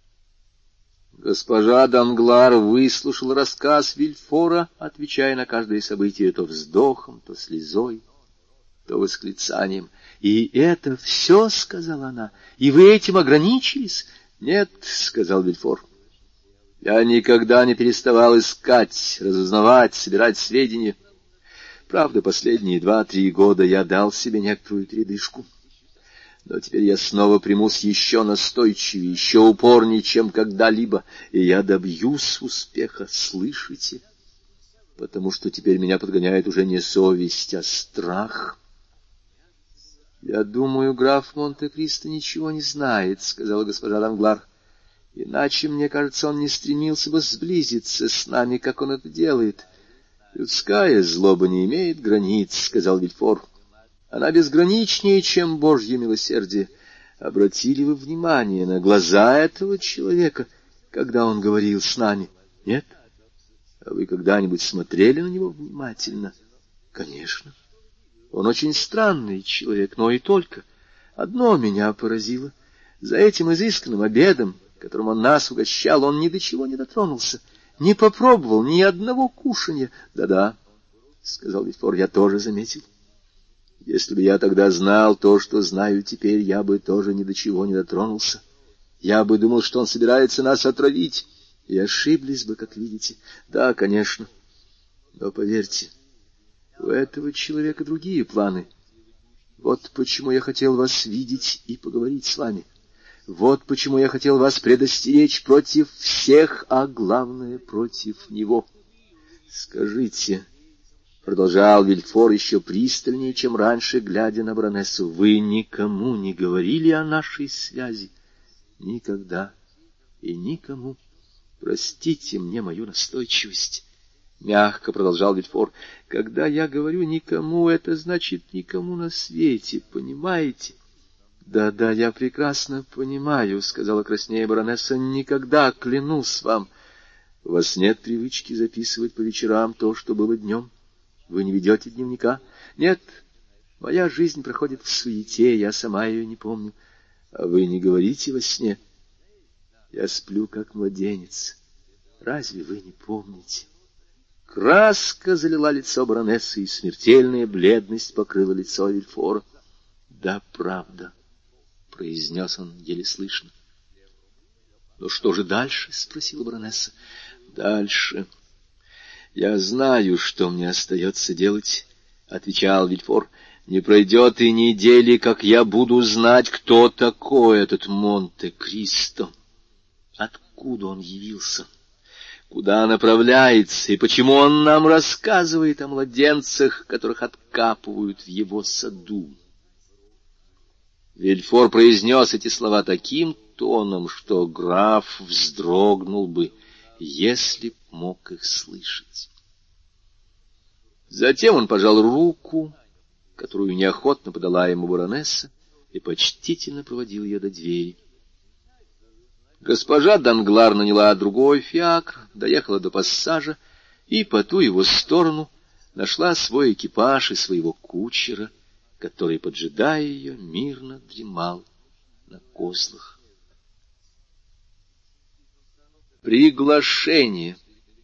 Госпожа Данглар выслушала рассказ Вильфора, отвечая на каждое событие то вздохом, то слезой, то восклицанием. — И это все, — сказала она, — и вы этим ограничились? — Нет, — сказал Вильфор. — Я никогда не переставал искать, разузнавать, собирать сведения. Правда, последние два-три года я дал себе некоторую передышку. Но теперь я снова примусь еще настойчивее, еще упорнее, чем когда-либо, и я добьюсь успеха, слышите? Потому что теперь меня подгоняет уже не совесть, а страх. — Я думаю, граф Монте-Кристо ничего не знает, — сказала госпожа Данглар. — Иначе, мне кажется, он не стремился бы сблизиться с нами, как он это делает. — Людская злоба не имеет границ, — сказал Вильфор. — Она безграничнее, чем Божье милосердие. Обратили вы внимание на глаза этого человека, когда он говорил с нами? Нет? А вы когда-нибудь смотрели на него внимательно? Конечно. Он очень странный человек, но и только. Одно меня поразило. За этим изысканным обедом, которым он нас угощал, он ни до чего не дотронулся, не попробовал ни одного кушанья. Да-да, — сказал Вильфор, — я тоже заметил. Если бы я тогда знал то, что знаю теперь, я бы тоже ни до чего не дотронулся. Я бы думал, что он собирается нас отравить. И ошиблись бы, как видите. Да, конечно. Но поверьте, у этого человека другие планы. Вот почему я хотел вас видеть и поговорить с вами. Вот почему я хотел вас предостеречь против всех, а главное, против него. Скажите, — продолжал Вильфор еще пристальнее, чем раньше, глядя на баронессу, — вы никому не говорили о нашей связи? Никогда и никому. Простите мне мою настойчивость. Мягко продолжал Вильфор. — Когда я говорю «никому», это значит «никому на свете», понимаете? Да, — Да-да, я прекрасно понимаю, — сказала краснея баронесса, — никогда, клянусь вам. У вас нет привычки записывать по вечерам то, что было днем? Вы не ведете дневника? Нет, моя жизнь проходит в суете, я сама ее не помню. А вы не говорите во сне? Я сплю, как младенец. Разве вы не помните? Краска залила лицо баронессы, и смертельная бледность покрыла лицо Вильфора. — Да, правда, — произнес он еле слышно. — Ну что же дальше? — спросила баронесса. — Дальше. — Я знаю, что мне остается делать, — отвечал Вильфор. — Не пройдет и недели, как я буду знать, кто такой этот Монте-Кристо. Откуда он явился? Куда направляется, и почему он нам рассказывает о младенцах, которых откапывают в его саду? Вильфор произнес эти слова таким тоном, что граф вздрогнул бы, если б мог их слышать. Затем он пожал руку, которую неохотно подала ему баронесса, и почтительно проводил ее до двери. Госпожа Данглар наняла другой фиакр, доехала до пассажа и по ту его сторону нашла свой экипаж и своего кучера, который, поджидая ее, мирно дремал на козлах. Приглашение.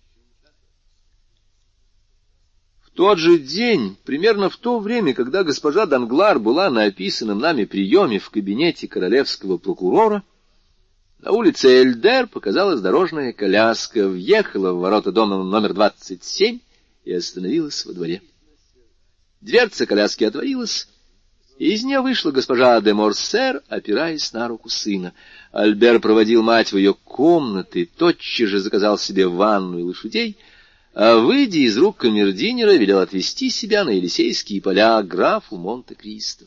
В тот же день, примерно в то время, когда госпожа Данглар была на описанном нами приеме в кабинете королевского прокурора, на улице Эльдер показалась дорожная коляска, въехала в ворота дома номер двадцать семь и остановилась во дворе. Дверца коляски отворилась, и из нее вышла госпожа де Морсер, опираясь на руку сына. Альбер проводил мать в ее комнаты, тотчас же заказал себе ванну и лошадей, а, выйдя из рук камердинера, велел отвезти себя на Елисейские поля к графу Монте-Кристо.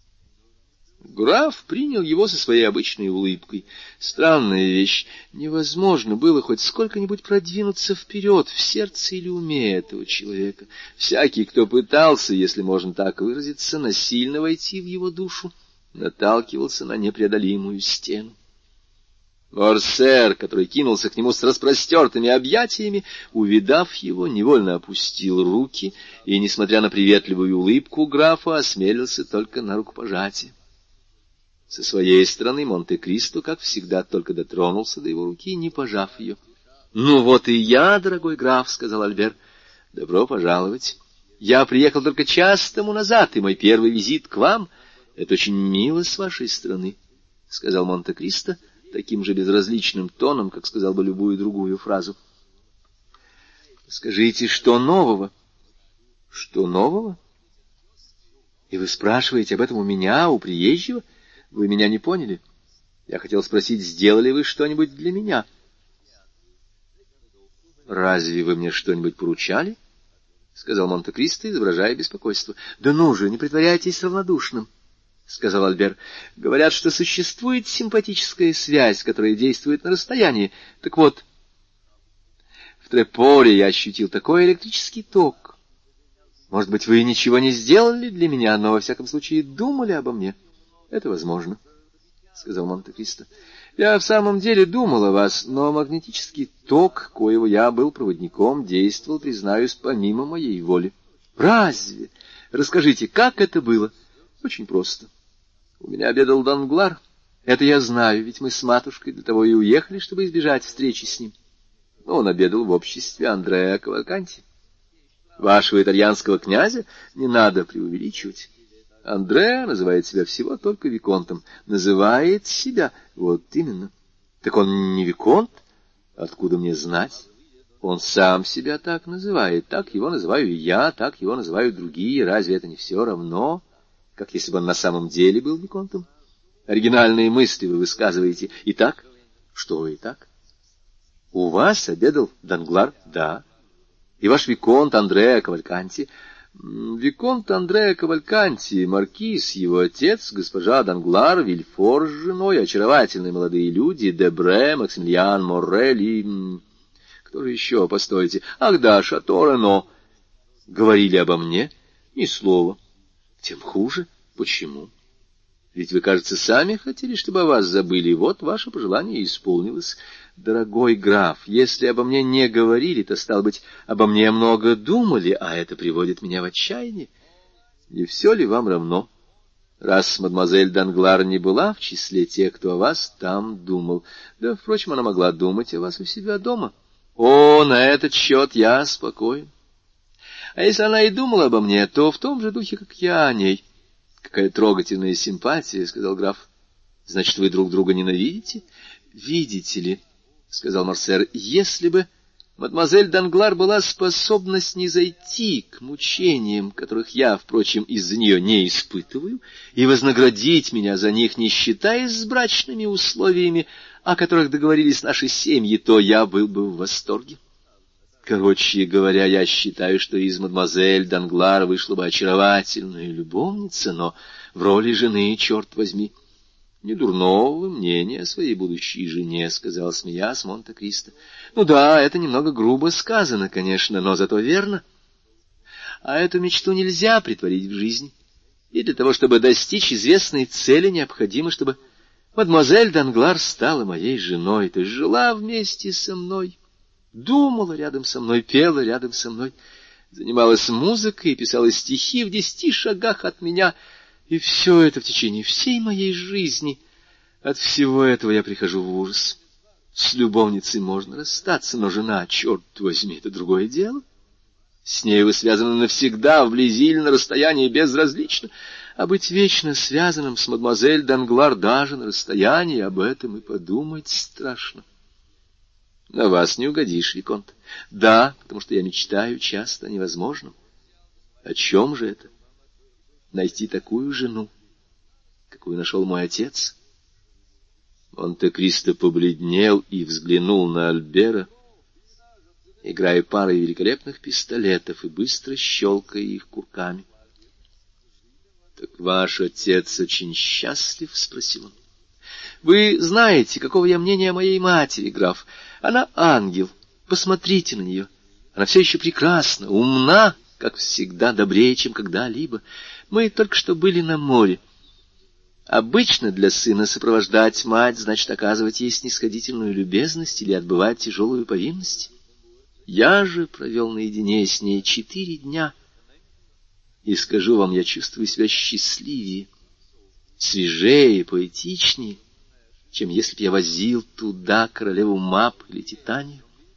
Граф принял его со своей обычной улыбкой. Странная вещь. Невозможно было хоть сколько-нибудь продвинуться вперед в сердце или уме этого человека. Всякий, кто пытался, если можно так выразиться, насильно войти в его душу, наталкивался на непреодолимую стену. Морсер, который кинулся к нему с распростертыми объятиями, увидав его, невольно опустил руки и, несмотря на приветливую улыбку графа, осмелился только на рукопожатие. Со своей стороны Монте-Кристо, как всегда, только дотронулся до его руки, не пожав ее. — Ну вот и я, дорогой граф, — сказал Альбер, — добро пожаловать. Я приехал только час тому назад, и мой первый визит к вам — это очень мило с вашей стороны, — сказал Монте-Кристо таким же безразличным тоном, как сказал бы любую другую фразу. — Скажите, что нового? — Что нового? И вы спрашиваете об этом у меня, у приезжего? Вы меня не поняли? Я хотел спросить, сделали вы что-нибудь для меня? — Разве вы мне что-нибудь поручали? — сказал Монте-Кристо, изображая беспокойство. — Да ну же, не притворяйтесь равнодушным, — сказал Альбер. — Говорят, что существует симпатическая связь, которая действует на расстоянии. Так вот, в Треполе я ощутил такой электрический ток. Может быть, вы ничего не сделали для меня, но, во всяком случае, думали обо мне. — Это возможно, — сказал Монте-Кристо. — Я в самом деле думал о вас, но магнетический ток, коего я был проводником, действовал, признаюсь, помимо моей воли. — Разве? Расскажите, как это было? — Очень просто. У меня обедал Данглар. Это я знаю, ведь мы с матушкой для того и уехали, чтобы избежать встречи с ним. Но он обедал в обществе Андреа Кавальканти. Вашего итальянского князя не надо преувеличивать. Андреа называет себя всего только виконтом. Называет себя, вот именно. Так он не виконт? Откуда мне знать? Он сам себя так называет. Так его называю и я, так его называют другие. Разве это не все равно, как если бы он на самом деле был виконтом? Оригинальные мысли вы высказываете. Итак? Что итак? У вас обедал Данглар? Да. И ваш виконт Андреа Кавальканти? Виконт Андреа Кавальканти, маркиз, его отец, госпожа Данглар, Вильфор с женой, очаровательные молодые люди, Дебре, Максимилиан Моррель и... Кто же еще? Постойте. Ах да, Шато Рено. Говорили обо мне? Ни слова. Тем хуже. Почему? Ведь вы, кажется, сами хотели, чтобы о вас забыли. Вот ваше пожелание исполнилось. Дорогой граф, если обо мне не говорили, то, стало быть, обо мне много думали, а это приводит меня в отчаяние. Не все ли вам равно, раз мадемуазель Данглар не была в числе тех, кто о вас там думал? Да, впрочем, она могла думать о вас у себя дома. О, на этот счет я спокоен. А если она и думала обо мне, то в том же духе, как я о ней. Какая трогательная симпатия, — сказал граф. — Значит, вы друг друга ненавидите? — Видите ли, — сказал Морсер, — если бы мадемуазель Данглар была способна снизойти к мучениям, которых я, впрочем, из-за нее не испытываю, и вознаградить меня за них, не считаясь с брачными условиями, о которых договорились наши семьи, то я был бы в восторге. Короче говоря, я считаю, что из мадемуазель Данглар вышла бы очаровательная любовница, но в роли жены, черт возьми. — Недурного мнения о своей будущей жене, — сказал, смеясь, Монте-Кристо. — Ну да, это немного грубо сказано, конечно, но зато верно. А эту мечту нельзя претворить в жизнь. И для того, чтобы достичь известной цели, необходимо, чтобы мадемуазель Данглар стала моей женой, то есть жила вместе со мной, думала рядом со мной, пела рядом со мной, занималась музыкой и писала стихи в десяти шагах от меня. И все это в течение всей моей жизни. От всего этого я прихожу в ужас. С любовницей можно расстаться, но жена, черт возьми, это другое дело. С ней вы связаны навсегда, вблизи или на расстоянии, безразлично. А быть вечно связанным с мадемуазель Данглар даже на расстоянии, об этом и подумать страшно. На вас не угодишь, виконт. Да, потому что я мечтаю часто о невозможном. О чем же это? Найти такую жену, какую нашел мой отец. Монте-Кристо побледнел и взглянул на Альбера, играя парой великолепных пистолетов и быстро щелкая их курками. — Так ваш отец очень счастлив? — спросил он. — Вы знаете, какого я мнения о моей матери, граф. Она ангел. Посмотрите на нее. Она все еще прекрасна, умна, как всегда, добрее, чем когда-либо. Мы только что были на море. Обычно для сына сопровождать мать значит оказывать ей снисходительную любезность или отбывать тяжелую повинность. Я же провел наедине с ней четыре дня, и, скажу вам, я чувствую себя счастливее, свежее, поэтичнее, чем если б я возил туда королеву Мап или Титанию.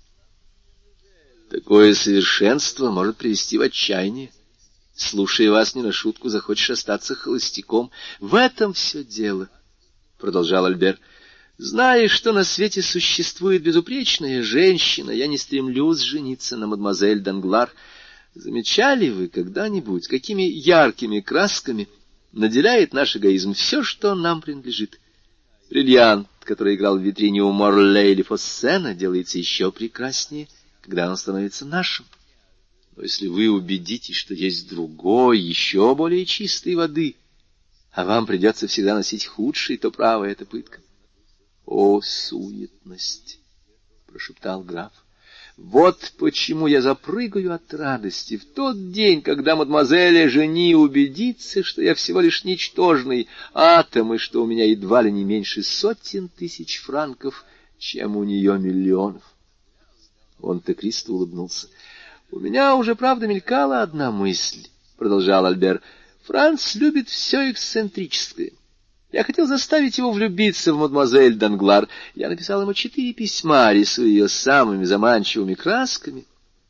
Такое совершенство может привести в отчаяние. Слушая вас, не на шутку захочешь остаться холостяком. В этом все дело, — продолжал Альбер. Зная, что на свете существует безупречная женщина, я не стремлюсь жениться на мадемуазель Данглар. Замечали вы когда-нибудь, какими яркими красками наделяет наш эгоизм все, что нам принадлежит? Бриллиант, который играл в витрине у Морле или Фоссена, делается еще прекраснее, когда он становится нашим. Но если вы убедитесь, что есть другой, еще более чистой воды, а вам придется всегда носить худший, то право это пытка. — О, суетность! — прошептал граф. — Вот почему я запрыгаю от радости в тот день, когда мадемуазель Жени убедится, что я всего лишь ничтожный атом, и что у меня едва ли не меньше сотен тысяч франков, чем у нее миллионов. Монте-Кристо улыбнулся. — У меня уже, правда, мелькала одна мысль, — продолжал Альбер. — Франц любит все эксцентрическое. Я хотел заставить его влюбиться в мадемуазель Данглар. Я написал ему четыре письма, рисуя ее самыми заманчивыми красками.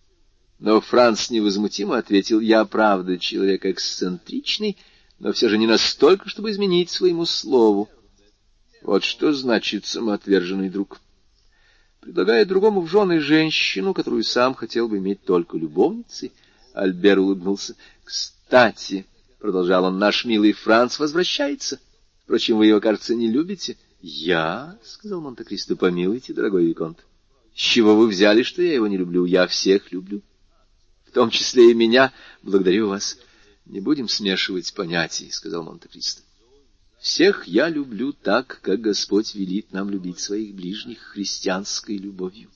Но Франц невозмутимо ответил: я, правда, человек эксцентричный, но все же не настолько, чтобы изменить своему слову. Вот что значит самоотверженный друг. Предлагая другому в жены женщину, которую сам хотел бы иметь только любовницей, Альбер улыбнулся. — Кстати, — продолжал он, — наш милый Франц возвращается. Впрочем, вы его, кажется, не любите. — Я? — сказал Монте-Кристо. — Помилуйте, дорогой виконт. С чего вы взяли, что я его не люблю? Я всех люблю. В том числе и меня. Благодарю вас. — Не будем смешивать понятий, — сказал Монте-Кристо. Всех я люблю так, как Господь велит нам любить своих ближних христианской любовью.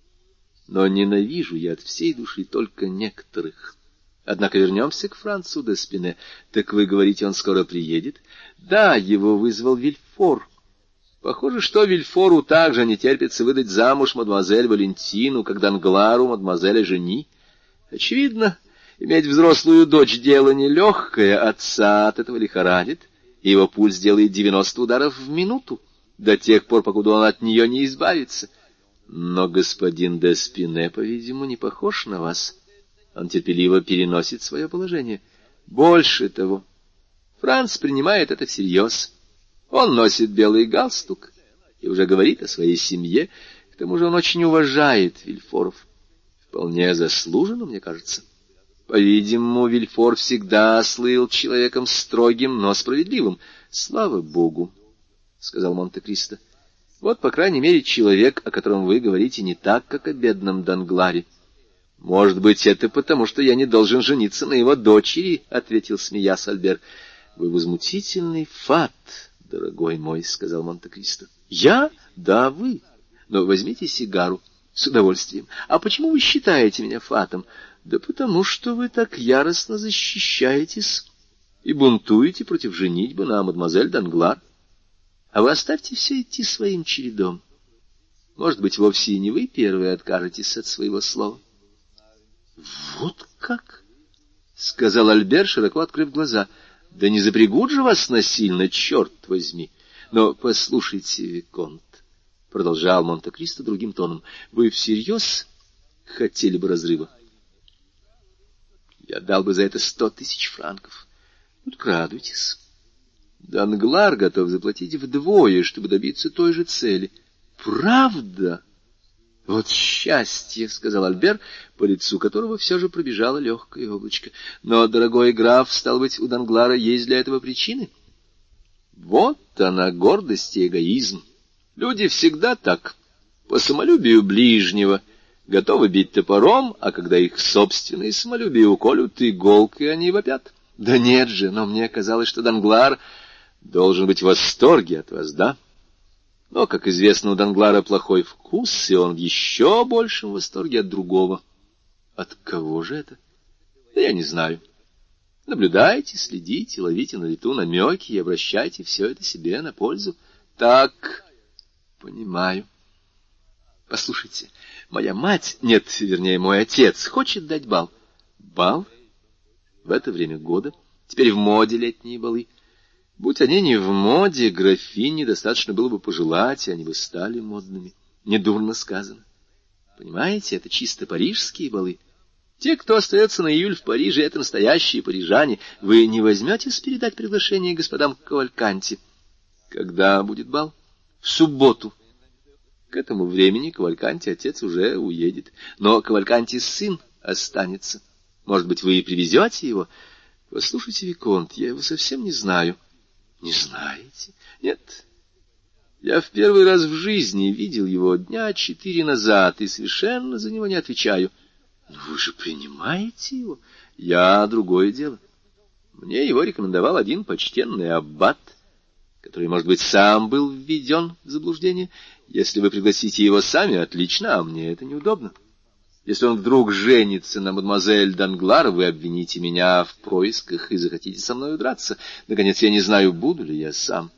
Но ненавижу я от всей души только некоторых. Однако вернемся к Францу де Спине. Так вы говорите, он скоро приедет? Да, его вызвал Вильфор. Похоже, что Вильфору также не терпится выдать замуж мадемуазель Валентину, как Данглару мадемуазель Жени. Очевидно, иметь взрослую дочь — дело нелегкое, отца от этого лихорадит, и его пульс делает девяносто ударов в минуту, до тех пор, покуда он от нее не избавится. Но господин де Спине, по-видимому, не похож на вас. Он терпеливо переносит свое положение. Больше того, Франц принимает это всерьез. Он носит белый галстук и уже говорит о своей семье. К тому же он очень уважает Вильфоров. Вполне заслуженно, мне кажется. По-видимому, Вильфор всегда слыл человеком строгим, но справедливым. — Слава Богу, — сказал Монте-Кристо. — Вот, по крайней мере, человек, о котором вы говорите, не так, как о бедном Дангларе. — Может быть, это потому, что я не должен жениться на его дочери, — ответил, смеясь, Альбер. — Вы возмутительный фат, дорогой мой, — сказал Монте-Кристо. — Я? Да, вы. Но возьмите сигару. С удовольствием. А почему вы считаете меня фатом? Да потому что вы так яростно защищаетесь и бунтуете против женитьбы на мадемуазель Данглар. А вы оставьте все идти своим чередом. Может быть, вовсе и не вы первые откажетесь от своего слова. — Вот как? — сказал Альбер, широко открыв глаза. — Да не запрягут же вас насильно, черт возьми. Но послушайте, виконт, — продолжал Монте-Кристо другим тоном, — вы всерьез хотели бы разрыва? Я дал бы за это сто тысяч франков. Вот радуйтесь. Данглар готов заплатить вдвое, чтобы добиться той же цели. Правда? Вот счастье, — сказал Альбер, по лицу которого все же пробежало легкое облачко. Но, дорогой граф, стал быть, у Данглара есть для этого причины? Вот она, гордость и эгоизм. Люди всегда так, по самолюбию ближнего, готовы бить топором, а когда их собственные самолюбие уколют иголкой, они вопят. Да нет же, но мне казалось, что Данглар должен быть в восторге от вас, да? Но, как известно, у Данглара плохой вкус, и он в еще большем восторге от другого. От кого же это? Да я не знаю. Наблюдайте, следите, ловите на лету намеки и обращайте все это себе на пользу. Так, понимаю. Послушайте, моя мать, нет, вернее, мой отец, хочет дать бал. Бал? В это время года? Теперь в моде летние балы. Будь они не в моде, графине достаточно было бы пожелать, и они бы стали модными. Недурно сказано. Понимаете, это чисто парижские балы. Те, кто остается на июль в Париже, это настоящие парижане. Вы не возьметесь передать приглашение господам Кавальканти? Когда будет бал? В субботу. К этому времени Кавальканти отец уже уедет. Но Кавальканти сын останется. Может быть, вы и привезете его? Послушайте, виконт, я его совсем не знаю. Не знаете? Нет. Я в первый раз в жизни видел его дня четыре назад и совершенно за него не отвечаю. Но вы же принимаете его? Я — другое дело. Мне его рекомендовал один почтенный аббат, который, может быть, сам был введен в заблуждение. Если вы пригласите его сами, отлично, а мне это неудобно. Если он вдруг женится на мадемуазель Данглар, вы обвините меня в происках и захотите со мной драться. Наконец, я не знаю, буду ли я сам.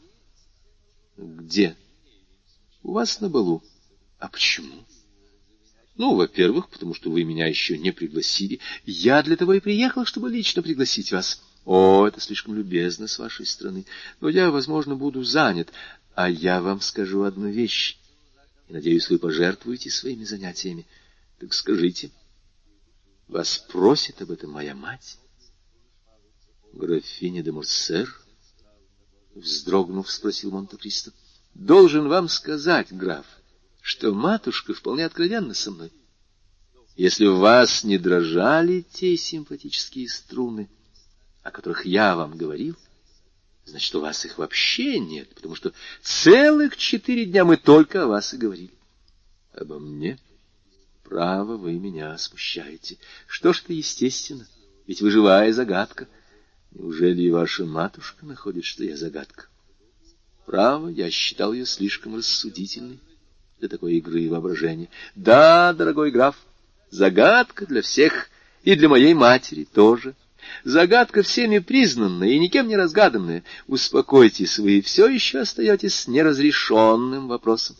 Где? У вас на балу. А почему? Ну, во-первых, потому что вы меня еще не пригласили. Я для того и приехал, чтобы лично пригласить вас. О, это слишком любезно с вашей стороны. Но я, возможно, буду занят. А я вам скажу одну вещь. И, надеюсь, вы пожертвуете своими занятиями. Так скажите, вас просит об этом моя мать? Графиня де Морсер? Вздрогнув, спросил Монте-Кристо. Должен вам сказать, граф, что матушка вполне откровенна со мной. Если у вас не дрожали те симпатические струны, о которых я вам говорил, значит, у вас их вообще нет, потому что целых четыре дня мы только о вас и говорили. Обо мне? Право, вы меня смущаете. Что ж, это естественно, ведь вы живая загадка. Неужели и ваша матушка находит, что я загадка? Право, я считал ее слишком рассудительной для такой игры и воображения. Да, дорогой граф, загадка для всех, и для моей матери тоже. Загадка всеми признанная и никем не разгаданная. Успокойтесь, вы все еще остаетесь с неразрешенным вопросом.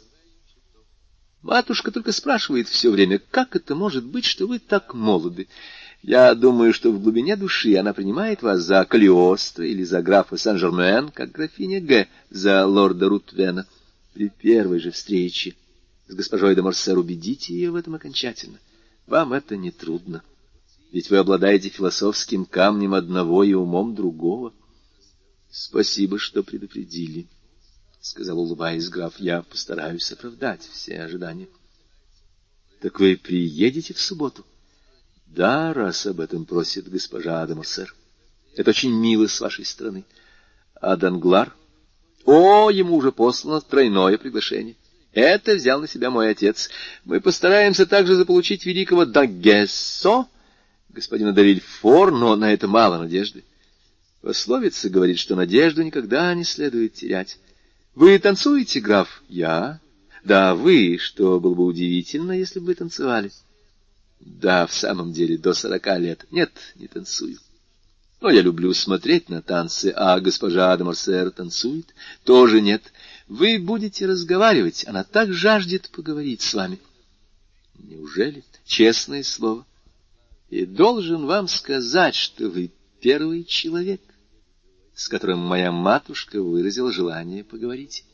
Матушка только спрашивает все время, как это может быть, что вы так молоды. Я думаю, что в глубине души она принимает вас за Калиостро или за графа Сен-Жермен, как графиня Г. за лорда Рутвена. При первой же встрече с госпожой де Морсер убедите ее в этом окончательно. Вам это не трудно, ведь вы обладаете философским камнем одного и умом другого. Спасибо, что предупредили. — сказал, улыбаясь граф, — я постараюсь оправдать все ожидания. — Так вы приедете в субботу? — Да, раз об этом просит госпожа де Морсер. Это очень мило с вашей стороны. А Данглар? О, ему уже послано тройное приглашение. Это взял на себя мой отец. Мы постараемся также заполучить великого Д'Агессо, господина де Вильфор, но на это мало надежды. Пословица говорит, что надежду никогда не следует терять. Вы танцуете, граф? Я? Да, вы, что было бы удивительно, если бы вы танцевали. Да, в самом деле, до сорока лет. Нет, не танцую. Но я люблю смотреть на танцы, а госпожа де Морсер танцует? Тоже нет. Вы будете разговаривать, она так жаждет поговорить с вами. Неужели? Честное слово. И должен вам сказать, что вы первый человек, с которым моя матушка выразила желание поговорить.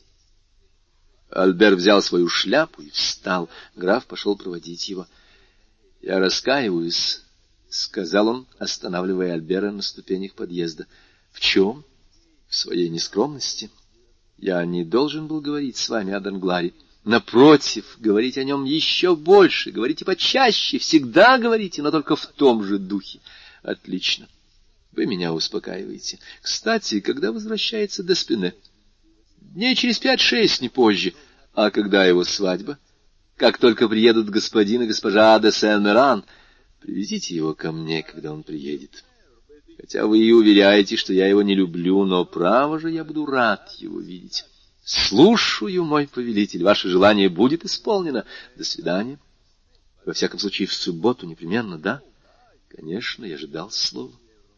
Альбер взял свою шляпу и встал. Граф пошел проводить его. — Я раскаиваюсь, — сказал он, останавливая Альбера на ступенях подъезда. — В чем? — В своей нескромности. Я не должен был говорить с вами о Дангларе. Напротив, говорить о нем еще больше, говорите почаще, всегда говорите, но только в том же духе. Отлично. Вы меня успокаиваете. Кстати, когда возвращается Деспине? Дней через пять-шесть, не позже. А когда его свадьба? Как только приедут господин и госпожа де Сен-Меран, привезите его ко мне, когда он приедет. Хотя вы и уверяете, что я его не люблю, но, право же, я буду рад его видеть. Слушаю, мой повелитель, ваше желание будет исполнено. До свидания. Во всяком случае, в субботу непременно, да? Конечно, я ожидал слова.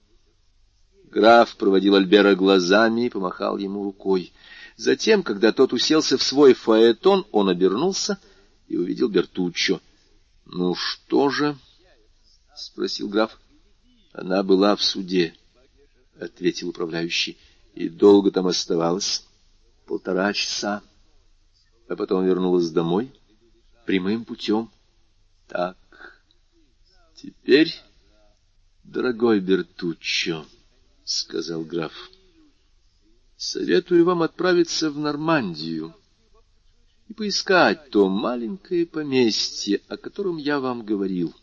Граф проводил Альбера глазами и помахал ему рукой. Затем, когда тот уселся в свой фаэтон, он обернулся и увидел Бертуччо. — Ну что же? — спросил граф. — Она была в суде, — ответил управляющий. — И долго там оставалась? — Полтора часа. А потом вернулась домой прямым путем. — Так. Теперь, дорогой Бертуччо, — сказал граф, — советую вам отправиться в Нормандию и поискать то маленькое поместье, о котором я вам говорил.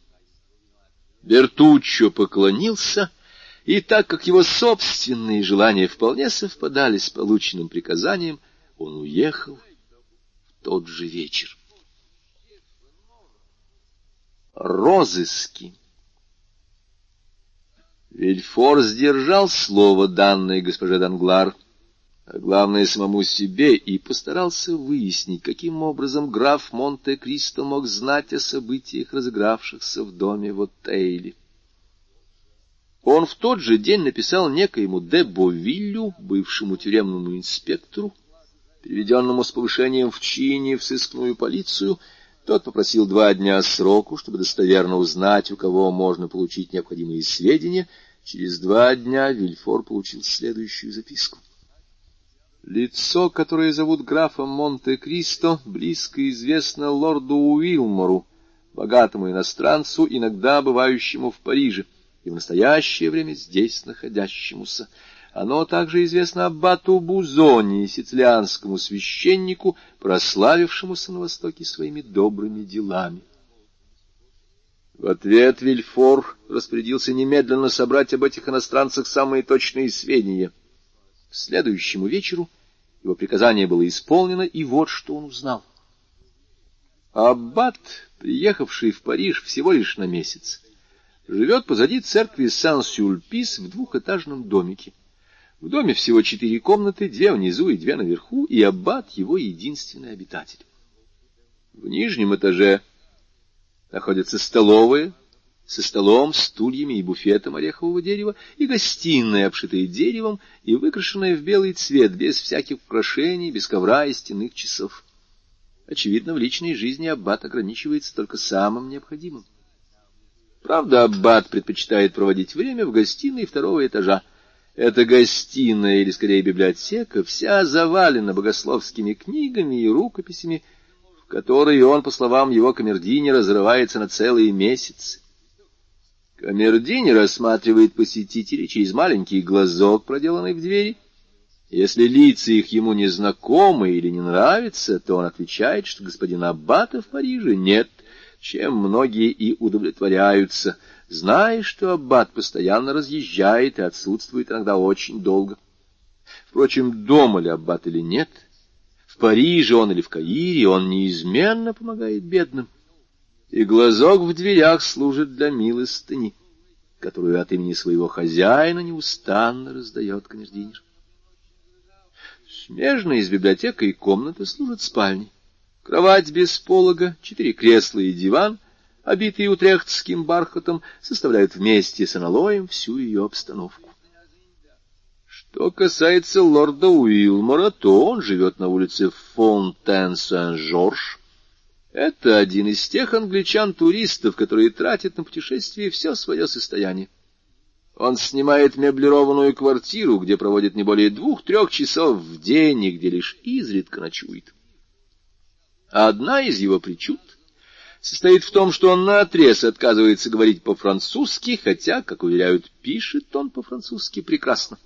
Бертуччо поклонился, и так как его собственные желания вполне совпадали с полученным приказанием, он уехал в тот же вечер. Розыски. Вильфор сдержал слово, данное госпоже Данглар, а главное самому себе, и постарался выяснить, каким образом граф Монте-Кристо мог знать о событиях, разыгравшихся в доме в Оттейле. Он в тот же день написал некоему де Бовиллю, бывшему тюремному инспектору, переведенному с повышением в чине в сыскную полицию. Тот попросил два дня сроку, чтобы достоверно узнать, у кого можно получить необходимые сведения. Через два дня Вильфор получил следующую записку. Лицо, которое зовут графом Монте-Кристо, близко известно лорду Уилмору, богатому иностранцу, иногда бывающему в Париже, и в настоящее время здесь находящемуся. Оно также известно аббату Бузони, сицилианскому священнику, прославившемуся на Востоке своими добрыми делами. В ответ Вильфор распорядился немедленно собрать об этих иностранцах самые точные сведения. К следующему вечеру его приказание было исполнено, и вот что он узнал. Аббат, приехавший в Париж всего лишь на месяц, живет позади церкви Сан-Сюльпис в двухэтажном домике. В доме всего четыре комнаты, две внизу и две наверху, и аббат его единственный обитатель. В нижнем этаже находятся столовая со столом, стульями и буфетом орехового дерева, и гостиная, обшитая деревом и выкрашенная в белый цвет, без всяких украшений, без ковра и стенных часов. Очевидно, в личной жизни аббат ограничивается только самым необходимым. Правда, аббат предпочитает проводить время в гостиной второго этажа. Эта гостиная, или скорее библиотека, вся завалена богословскими книгами и рукописями, в которые он, по словам его камердинера, разрывается на целые месяцы. Камердинер рассматривает посетителей через маленький глазок, проделанный в двери. Если лица их ему не знакомы или не нравятся, то он отвечает, что господина аббата в Париже нет, чем многие и удовлетворяются, зная, что аббат постоянно разъезжает и отсутствует иногда очень долго. Впрочем, дома ли аббат или нет, в Париже он или в Каире, он неизменно помогает бедным, и глазок в дверях служит для милостыни. которую от имени своего хозяина неустанно раздает камердинер. Смежные с библиотекой комнаты служат спальней. Кровать без полога, четыре кресла и диван, обитые утрехтским бархатом, составляют вместе с аналоем всю ее обстановку. Что касается лорда Уилмора, то он живет на улице Фонтен-Сен-Жорж. Это один из тех англичан-туристов, которые тратят на путешествие все свое состояние. Он снимает меблированную квартиру, где проводит не более двух-трех часов в день и где лишь изредка ночует. Одна из его причуд состоит в том, что он наотрез отказывается говорить по-французски, хотя, как уверяют, пишет он по-французски прекрасно.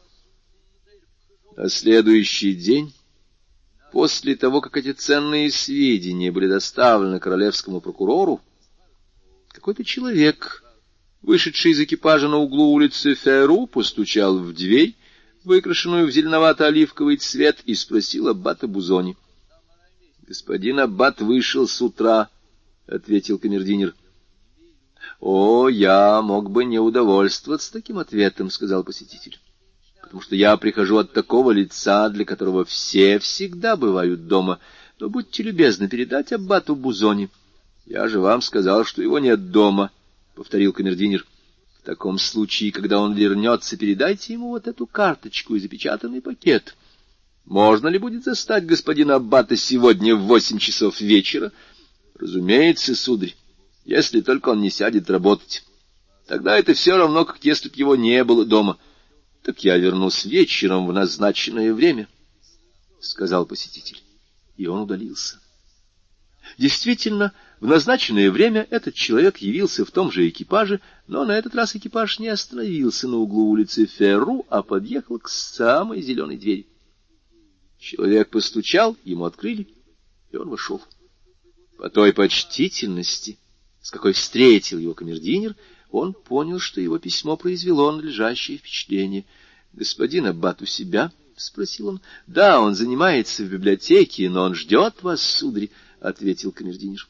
На следующий день, после того, как эти ценные сведения были доставлены королевскому прокурору, какой-то человек, вышедший из экипажа на углу улицы Ферру, постучал в дверь, выкрашенную в зеленовато-оливковый цвет, и спросил аббата Бузони. — Господин аббат вышел с утра, — ответил камердинер. — О, я мог бы не удовольствоваться таким ответом, — сказал посетитель, — потому что я прихожу от такого лица, для которого все всегда бывают дома. Но будьте любезны передать аббату Бузони. — Я же вам сказал, что его нет дома, — повторил камердинер. — В таком случае, когда он вернется, передайте ему вот эту карточку и запечатанный пакет. Можно ли будет застать господина аббата сегодня в восемь часов вечера? — Разумеется, сударь, если только он не сядет работать. Тогда это все равно, как если б его не было дома. — Так я вернусь вечером в назначенное время, — сказал посетитель, и он удалился. Действительно, в назначенное время этот человек явился в том же экипаже, но на этот раз экипаж не остановился на углу улицы Ферру, а подъехал к самой зеленой двери. Человек постучал, ему открыли, и он вошел. По той почтительности, с какой встретил его камердинер, он понял, что его письмо произвело надлежащее впечатление. — Господин аббат у себя? — спросил он. — Да, он занимается в библиотеке, но он ждет вас, сударь, — ответил камердинер.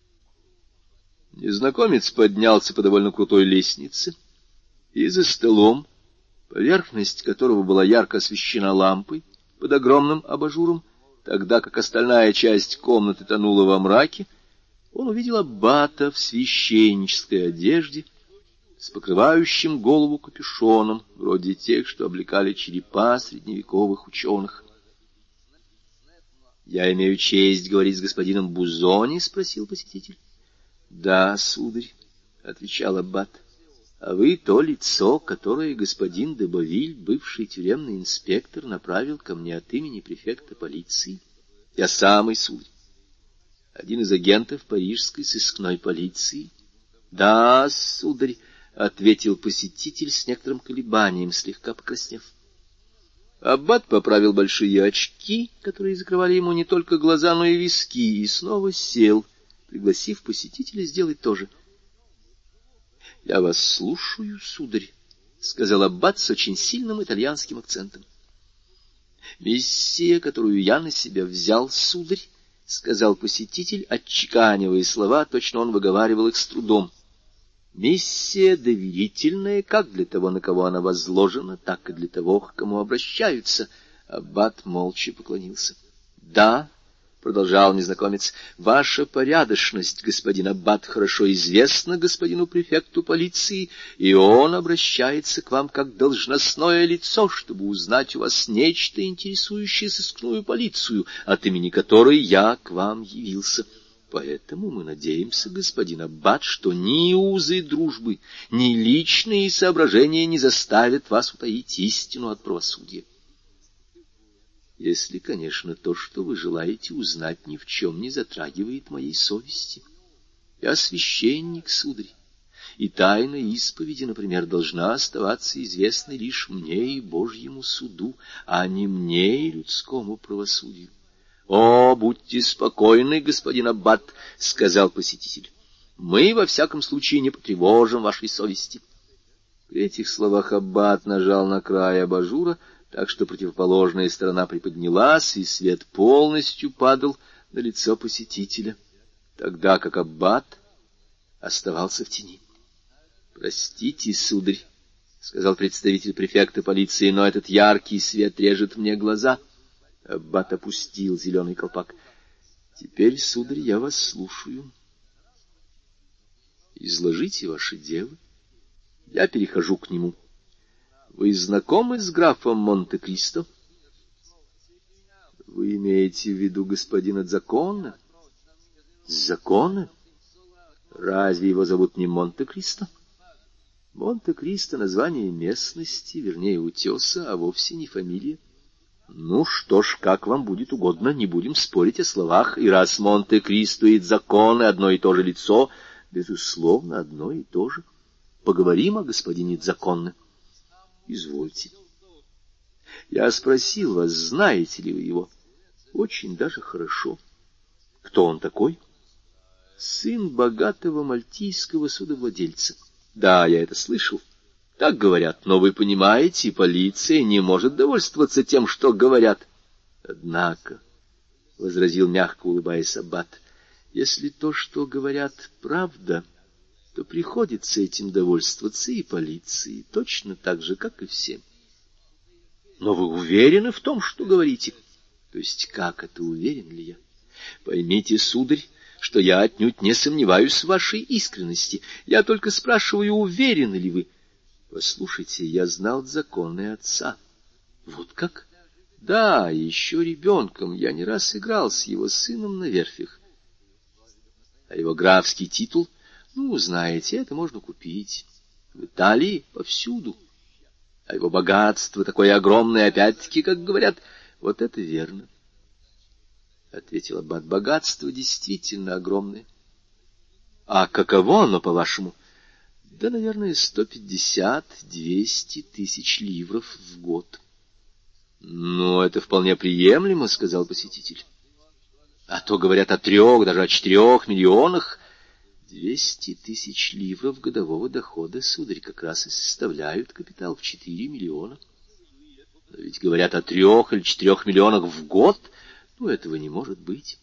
Незнакомец поднялся по довольно крутой лестнице, и за столом, поверхность которого была ярко освещена лампой, под огромным абажуром, тогда как остальная часть комнаты тонула во мраке, он увидел аббата в священнической одежде с покрывающим голову капюшоном, вроде тех, что облекали черепа средневековых ученых. — Я имею честь говорить с господином Бузони? — спросил посетитель. — Да, сударь, — отвечал аббат. — А вы то лицо, которое господин де Бовиль, бывший тюремный инспектор, направил ко мне от имени префекта полиции. — Я самый, сударь. Один из агентов парижской сыскной полиции. — Да, сударь, — ответил посетитель с некоторым колебанием, слегка покраснев. Аббат поправил большие очки, которые закрывали ему не только глаза, но и виски, и снова сел, пригласив посетителя сделать то же. — Я вас слушаю, сударь, — сказал аббат с очень сильным итальянским акцентом. — Миссия, которую я на себя взял, сударь, — сказал посетитель, отчеканивая слова, точно он выговаривал их с трудом. — Миссия доверительная как для того, на кого она возложена, так и для того, к кому обращаются. Аббат молча поклонился. — Да, — продолжал незнакомец, — ваша порядочность, господин аббат, хорошо известна господину префекту полиции, и он обращается к вам как должностное лицо, чтобы узнать у вас нечто, интересующее сыскную полицию, от имени которой я к вам явился. Поэтому мы надеемся, господин аббат, что ни узы дружбы, ни личные соображения не заставят вас утаить истину от правосудия. Если, конечно, то, что вы желаете узнать, ни в чем не затрагивает моей совести. Я священник, сударь, и тайна исповеди, например, должна оставаться известной лишь мне и Божьему суду, а не мне и людскому правосудию. — О, будьте спокойны, господин аббат, — сказал посетитель. — Мы, во всяком случае, не потревожим вашей совести. При этих словах аббат нажал на край абажура, так что противоположная сторона приподнялась, и свет полностью падал на лицо посетителя, тогда как аббат оставался в тени. Простите, сударь, — сказал представитель префекта полиции, — но этот яркий свет режет мне глаза. Аббат опустил зеленый колпак. — Теперь, сударь, я вас слушаю. Изложите ваше дело. Я перехожу к нему. Вы знакомы с графом Монте-Кристо? Вы имеете в виду господина Дзакконе? Дзакконе? Разве его зовут не Монте-Кристо? Монте-Кристо — название местности, вернее, утеса, а вовсе не фамилия. Ну что ж, как вам будет угодно, не будем спорить о словах. И раз Монте-Кристо и Дзакконе одно и то же лицо, безусловно, одно и то же. Поговорим о господине Дзакконе. Извольте. Я спросил вас, знаете ли вы его? Очень даже хорошо. Кто он такой? Сын богатого мальтийского судовладельца. Да, я это слышал. Так говорят, но вы понимаете, полиция не может довольствоваться тем, что говорят. Однако, — возразил мягко улыбаясь аббат, — если то, что говорят, правда, то приходится этим довольствоваться и полиции, точно так же, как и всем. Но вы уверены в том, что говорите? То есть, как это, уверен ли я? Поймите, сударь, что я отнюдь не сомневаюсь в вашей искренности. Я только спрашиваю, уверены ли вы. Послушайте, я знал Дзакконе отца. Вот как? Да, еще ребенком я не раз играл с его сыном на верфях. А его графский титул, ну, знаете, это можно купить. В Италии повсюду. А его богатство такое огромное, опять-таки, как говорят, вот это верно. — ответил аббат. — Богатство действительно огромное. — А каково оно, по-вашему? — Да, наверное, сто пятьдесят — двести тысяч ливров в год. — Ну, это вполне приемлемо, — сказал посетитель. — А то говорят о трех, даже о четырех миллионах. Двести тысяч ливров годового дохода, сударь, как раз и составляют капитал в четыре миллиона. Но ведь говорят о трех или четырех миллионах в год. Ну, этого не может быть.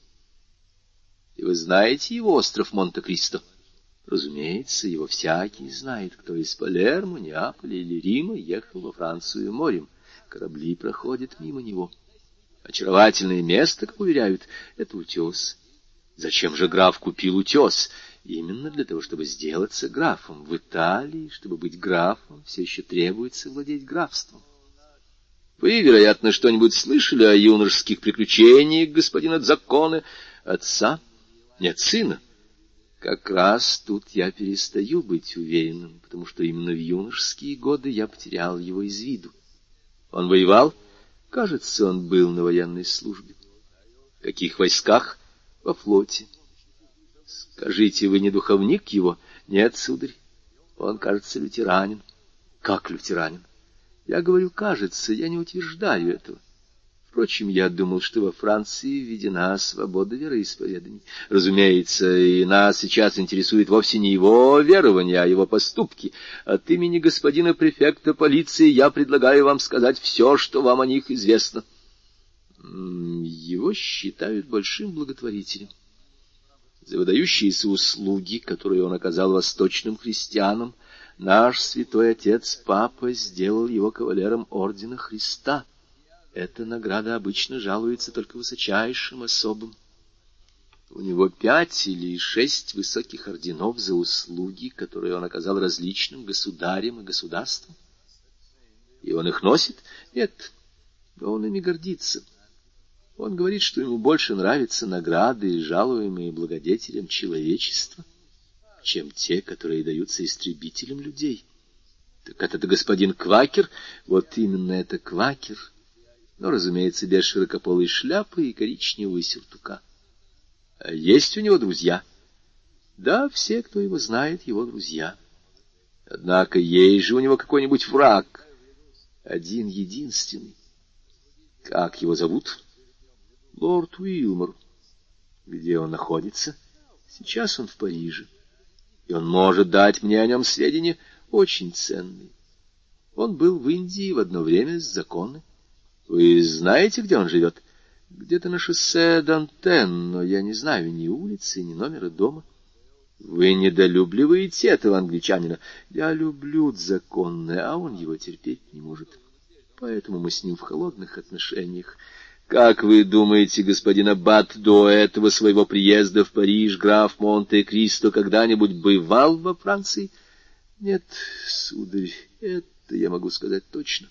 И вы знаете его остров Монте-Кристо? Разумеется, его всякий знает, кто из Палермо, Неаполя или Рима ехал во Францию морем. Корабли проходят мимо него. Очаровательное место, как уверяют, это утес. Зачем же граф купил утес? Именно для того, чтобы сделаться графом. В Италии, чтобы быть графом, все еще требуется владеть графством. Вы, вероятно, что-нибудь слышали о юношеских приключениях господина Дзакконе? Отца? Нет, сына. Как раз тут я перестаю быть уверенным, потому что именно в юношеские годы я потерял его из виду. Он воевал? Кажется, он был на военной службе. В каких войсках? Во флоте. Скажите, вы не духовник его? Нет, сударь. Он, кажется, лютеранин. Как лютеранин? Я говорю, кажется, я не утверждаю этого. Впрочем, я думал, что во Франции введена свобода вероисповеданий. Разумеется, и нас сейчас интересует вовсе не его верование, а его поступки. От имени господина префекта полиции я предлагаю вам сказать все, что вам о них известно. Его считают большим благотворителем. За выдающиеся услуги, которые он оказал восточным христианам, наш святой отец Папа сделал его кавалером ордена Христа. Эта награда обычно жалуется только высочайшим особам. У него пять или шесть высоких орденов за услуги, которые он оказал различным государям и государствам. И он их носит? Нет, но он ими гордится. Он говорит, что ему больше нравятся награды, жалуемые благодетелям человечества, чем те, которые даются истребителям людей. Так это господин Квакер? Вот именно это Квакер. Но, разумеется, без широкополой шляпы и коричневого сюртука. А есть у него друзья? Да, все, кто его знает, его друзья. Однако есть же у него какой-нибудь враг. Один единственный. Как его зовут? Лорд Уилмор. Где он находится? Сейчас он в Париже. И он может дать мне о нем сведения очень ценные. Он был в Индии в одно время с Дзакконе. Вы знаете, где он живет? Где-то на шоссе Дантен, но я не знаю ни улицы, ни номера дома. Вы недолюбливаете этого англичанина. Я люблю законное, а он его терпеть не может. Поэтому мы с ним в холодных отношениях. Как вы думаете, господин аббат, до этого своего приезда в Париж граф Монте-Кристо когда-нибудь бывал во Франции? Нет, сударь, это я могу сказать точно.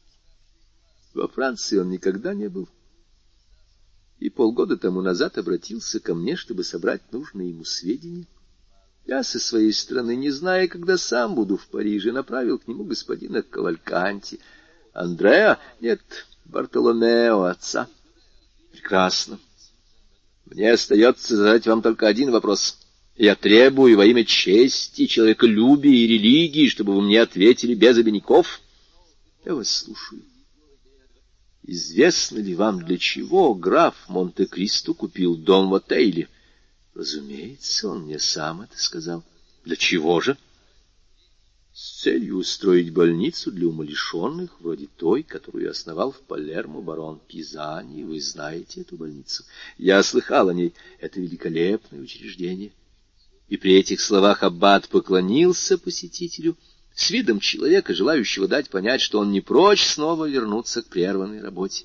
Во Франции он никогда не был. И полгода тому назад обратился ко мне, чтобы собрать нужные ему сведения. Я со своей стороны, не зная, когда сам буду в Париже, направил к нему господина Кавальканти. Андреа? Нет, Бартоломео, отца. Прекрасно. Мне остается задать вам только один вопрос. Я требую во имя чести, человеколюбия и религии, чтобы вы мне ответили без обиняков. Я вас слушаю. Известно ли вам, для чего граф Монте-Кристо купил дом в отеле? Разумеется, он мне сам это сказал. Для чего же? С целью устроить больницу для умалишенных, вроде той, которую основал в Палермо барон Пизани. Вы знаете эту больницу? Я слыхал о ней. Это великолепное учреждение. И при этих словах аббат поклонился посетителю с видом человека, желающего дать понять, что он не прочь снова вернуться к прерванной работе.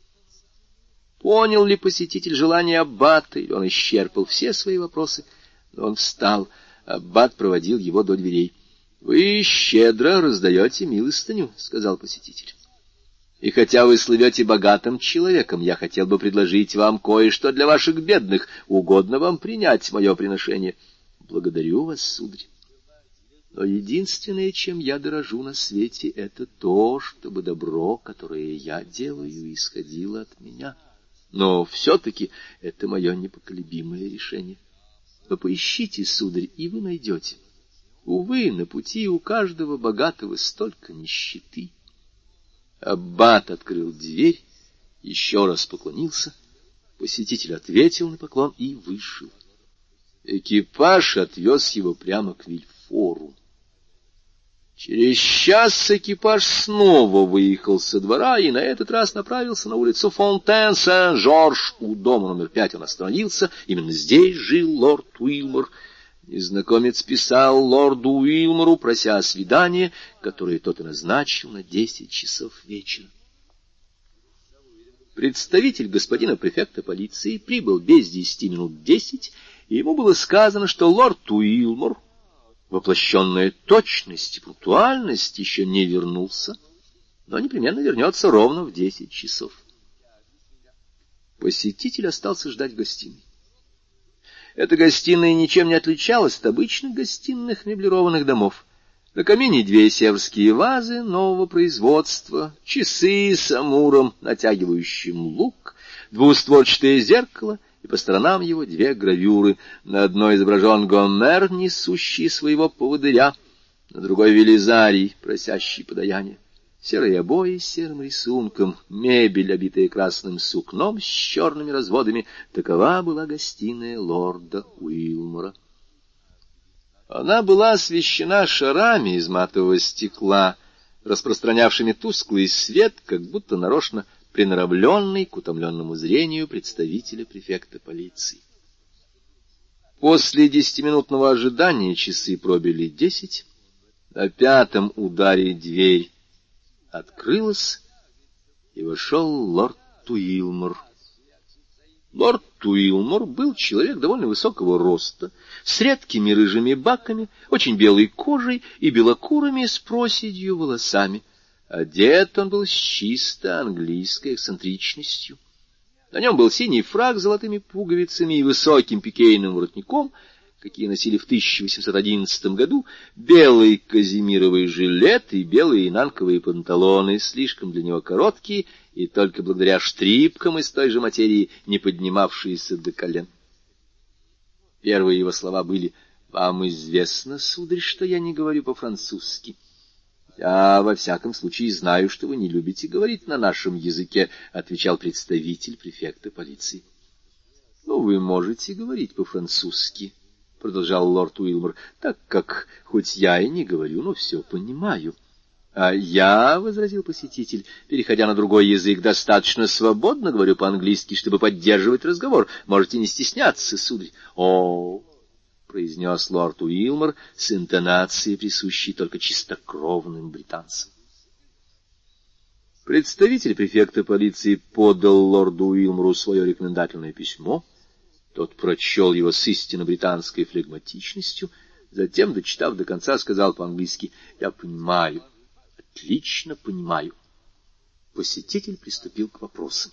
Понял ли посетитель желание аббата, или он исчерпал все свои вопросы? Но он встал. Аббат проводил его до дверей. — Вы щедро раздаете милостыню, — сказал посетитель. — И хотя вы слывете богатым человеком, я хотел бы предложить вам кое-что для ваших бедных. Угодно вам принять мое приношение? — Благодарю вас, сударь. Но единственное, чем я дорожу на свете, — это то, чтобы добро, которое я делаю, исходило от меня. Но все-таки это мое непоколебимое решение. Но поищите, сударь, и вы найдете. Увы, на пути у каждого богатого столько нищеты. Аббат открыл дверь, еще раз поклонился. Посетитель ответил на поклон и вышел. Экипаж отвез его прямо к Вильфору. Через час экипаж снова выехал со двора и на этот раз направился на улицу Фонтен-Сен-Жорж. У дома номер пять он остановился. Именно здесь жил лорд Уилмор. Незнакомец писал лорду Уилмору, прося о свидании, которое тот и назначил на десять часов вечера. Представитель господина префекта полиции прибыл без десяти минут десять, и ему было сказано, что лорд Уилмор, воплощенная точность и пунктуальность, еще не вернулся, но непременно вернется ровно в десять часов. Посетитель остался ждать в гостиной. Эта гостиная ничем не отличалась от обычных гостиных меблированных домов. На камине две северские вазы нового производства, часы с амуром, натягивающим лук, двустворчатое зеркало, и по сторонам его две гравюры. На одной изображен Гомер, несущий своего поводыря, на другой — Велизарий, просящий подаяние. Серые обои с серым рисунком, мебель, обитая красным сукном с черными разводами — такова была гостиная лорда Уилмора. Она была освещена шарами из матового стекла, распространявшими тусклый свет, как будто нарочно приноровленный к утомленному зрению представителя префекта полиции. После десятиминутного ожидания часы пробили десять. На пятом ударе дверь открылась, и вошел лорд Уилмор. Лорд Уилмор был человек довольно высокого роста, с редкими рыжими баками, очень белой кожей и белокурыми с проседью волосами. Одет он был с чисто английской эксцентричностью. На нем был синий фрак с золотыми пуговицами и высоким пикейным воротником, какие носили в тысяча восемьсот одиннадцатом году, белый казимировый жилет и белые нанковые панталоны, слишком для него короткие и только благодаря штрипкам из той же материи, не поднимавшиеся до колен. Первые его слова были: «Вам известно, сударь, что я не говорю по-французски». «Я, во всяком случае, знаю, что вы не любите говорить на нашем языке», — отвечал представитель префекта полиции. «Ну, вы можете говорить по-французски», — продолжал лорд Уилмор, — «так как, хоть я и не говорю, но все понимаю». «А я, — возразил посетитель, переходя на другой язык, — достаточно свободно говорю по-английски, чтобы поддерживать разговор. Можете не стесняться, сударь». «О, — произнес лорд Уилмор с интонацией, присущей только чистокровным британцам. Представитель префекта полиции подал лорду Уилмору свое рекомендательное письмо. Тот прочел его с истинно британской флегматичностью, затем, дочитав до конца, сказал по-английски: «Я понимаю, отлично понимаю». Посетитель приступил к вопросам.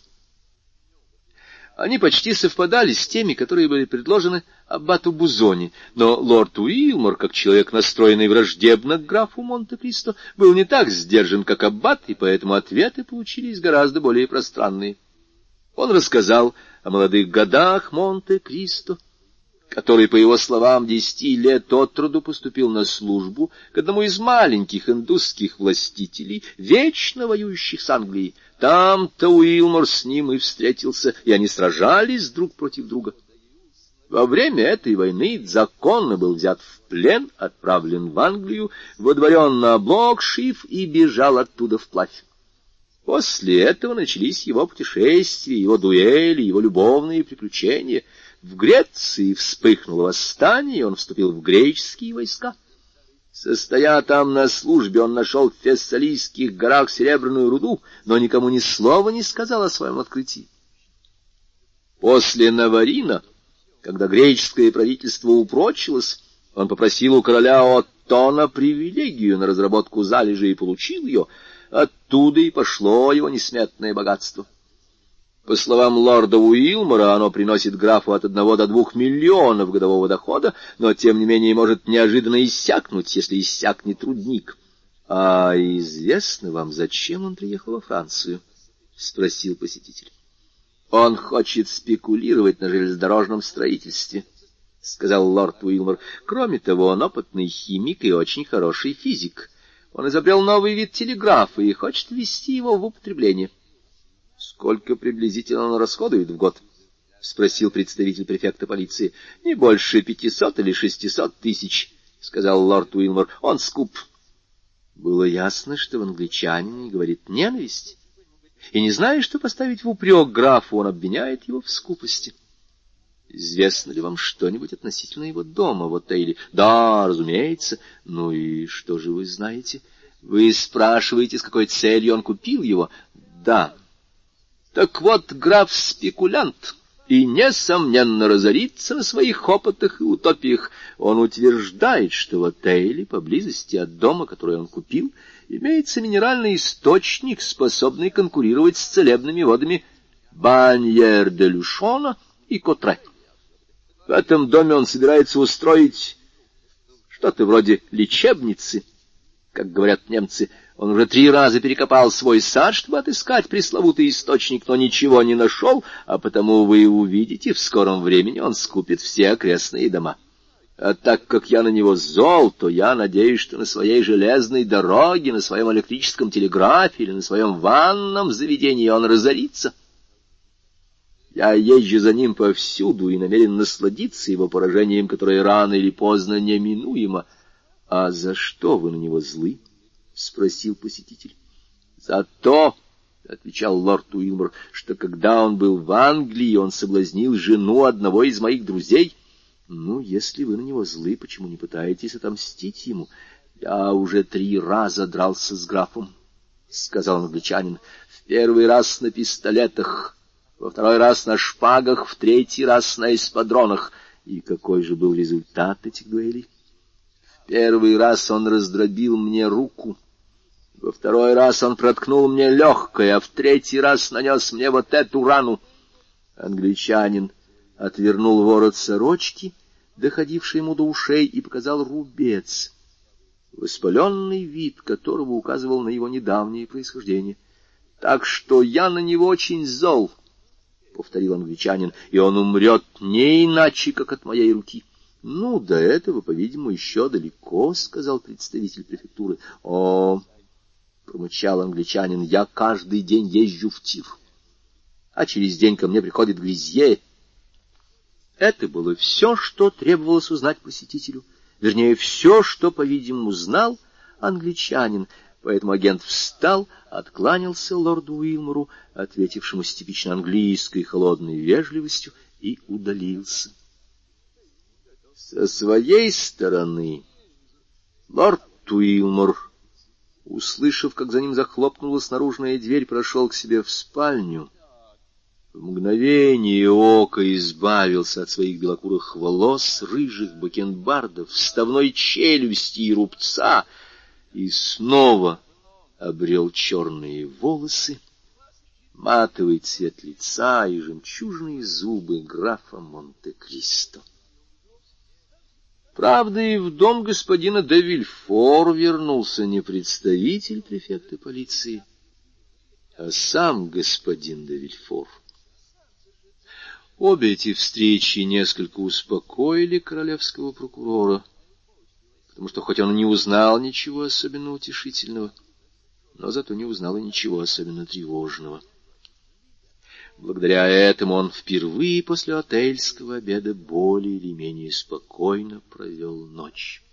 Они почти совпадали с теми, которые были предложены аббату Бузони, но лорд Уилмор, как человек, настроенный враждебно к графу Монте-Кристо, был не так сдержан, как аббат, и поэтому ответы получились гораздо более пространные. Он рассказал о молодых годах Монте-Кристо, который, по его словам, десяти лет от роду поступил на службу к одному из маленьких индусских властителей, вечно воюющих с Англией. Там-то Уилмор с ним и встретился, и они сражались друг против друга. Во время этой войны законно был взят в плен, отправлен в Англию, водворен на Блокшиф и бежал оттуда вплавь. После этого начались его путешествия, его дуэли, его любовные приключения. В Греции вспыхнуло восстание, и он вступил в греческие войска. Состоя там на службе, он нашел в Фессалийских горах серебряную руду, но никому ни слова не сказал о своем открытии. После Наварина, когда греческое правительство упрочилось, он попросил у короля Оттона привилегию на разработку залежи и получил ее. Оттуда и пошло его несметное богатство. По словам лорда Уилмора, оно приносит графу от одного до двух миллионов годового дохода, но, тем не менее, может неожиданно иссякнуть, если иссякнет рудник. — А известно вам, зачем он приехал во Францию? — спросил посетитель. — Он хочет спекулировать на железнодорожном строительстве, — сказал лорд Уилмор. — Кроме того, он опытный химик и очень хороший физик. Он изобрел новый вид телеграфа и хочет ввести его в употребление. — Сколько приблизительно он расходует в год? — спросил представитель префекта полиции. — Не больше пятисот или шестисот тысяч, — сказал лорд Уилмор. — Он скуп. Было ясно, что в англичанине говорит ненависть, и, не зная, что поставить в упрек графу, он обвиняет его в скупости. — Известно ли вам что-нибудь относительно его дома в отеле? — Да, разумеется. — Ну и что же вы знаете? — Вы спрашиваете, с какой целью он купил его? — Да. Так вот, граф спекулянт и, несомненно, разорится на своих опытах и утопиях. Он утверждает, что в отеле, поблизости от дома, который он купил, имеется минеральный источник, способный конкурировать с целебными водами Баньер-де-Люшона и Котре. В этом доме он собирается устроить что-то вроде лечебницы, как говорят немцы. Он уже три раза перекопал свой сад, чтобы отыскать пресловутый источник, но ничего не нашел, а потому вы увидите, в скором времени он скупит все окрестные дома. А так как я на него зол, то я надеюсь, что на своей железной дороге, на своем электрическом телеграфе или на своем ванном заведении он разорится. Я езжу за ним повсюду и намерен насладиться его поражением, которое рано или поздно неминуемо. — А за что вы на него злы? — спросил посетитель. — За то, — отвечал лорд Уилмор, — что когда он был в Англии, он соблазнил жену одного из моих друзей. — Ну, если вы на него злы, почему не пытаетесь отомстить ему? — Я уже три раза дрался с графом, — сказал англичанин. — В первый раз на пистолетах, во второй раз на шпагах, в третий раз на эспадронах. И какой же был результат этих дуэлей? В первый раз он раздробил мне руку, во второй раз он проткнул мне легкое, а в третий раз нанес мне вот эту рану. Англичанин отвернул ворот сорочки, доходивший ему до ушей, и показал рубец, воспаленный вид которого указывал на его недавнее происхождение. — Так что я на него очень зол, — повторил англичанин, — и он умрет не иначе, как от моей руки. — Ну, до этого, по-видимому, еще далеко, — сказал представитель префектуры. — О, — промычал англичанин, — я каждый день езжу в тир, а через день ко мне приходит Гризье. Это было все, что требовалось узнать посетителю, вернее, все, что, по-видимому, знал англичанин. Поэтому агент встал, откланялся лорду Уилмору, ответившему с типично английской холодной вежливостью, и удалился. Со своей стороны лорд Уилмор, услышав, как за ним захлопнулась наружная дверь, прошел к себе в спальню. В мгновение ока избавился от своих белокурых волос, рыжих бакенбардов, вставной челюсти и рубца, и снова обрел черные волосы, матовый цвет лица и жемчужные зубы графа Монте-Кристо. Правда, и в дом господина де Вильфор вернулся не представитель префекта полиции, а сам господин де Вильфор. Обе эти встречи несколько успокоили королевского прокурора, потому что хоть он и не узнал ничего особенно утешительного, но зато не узнал и ничего особенно тревожного. Благодаря этому он впервые после отельского обеда более или менее спокойно провел ночь.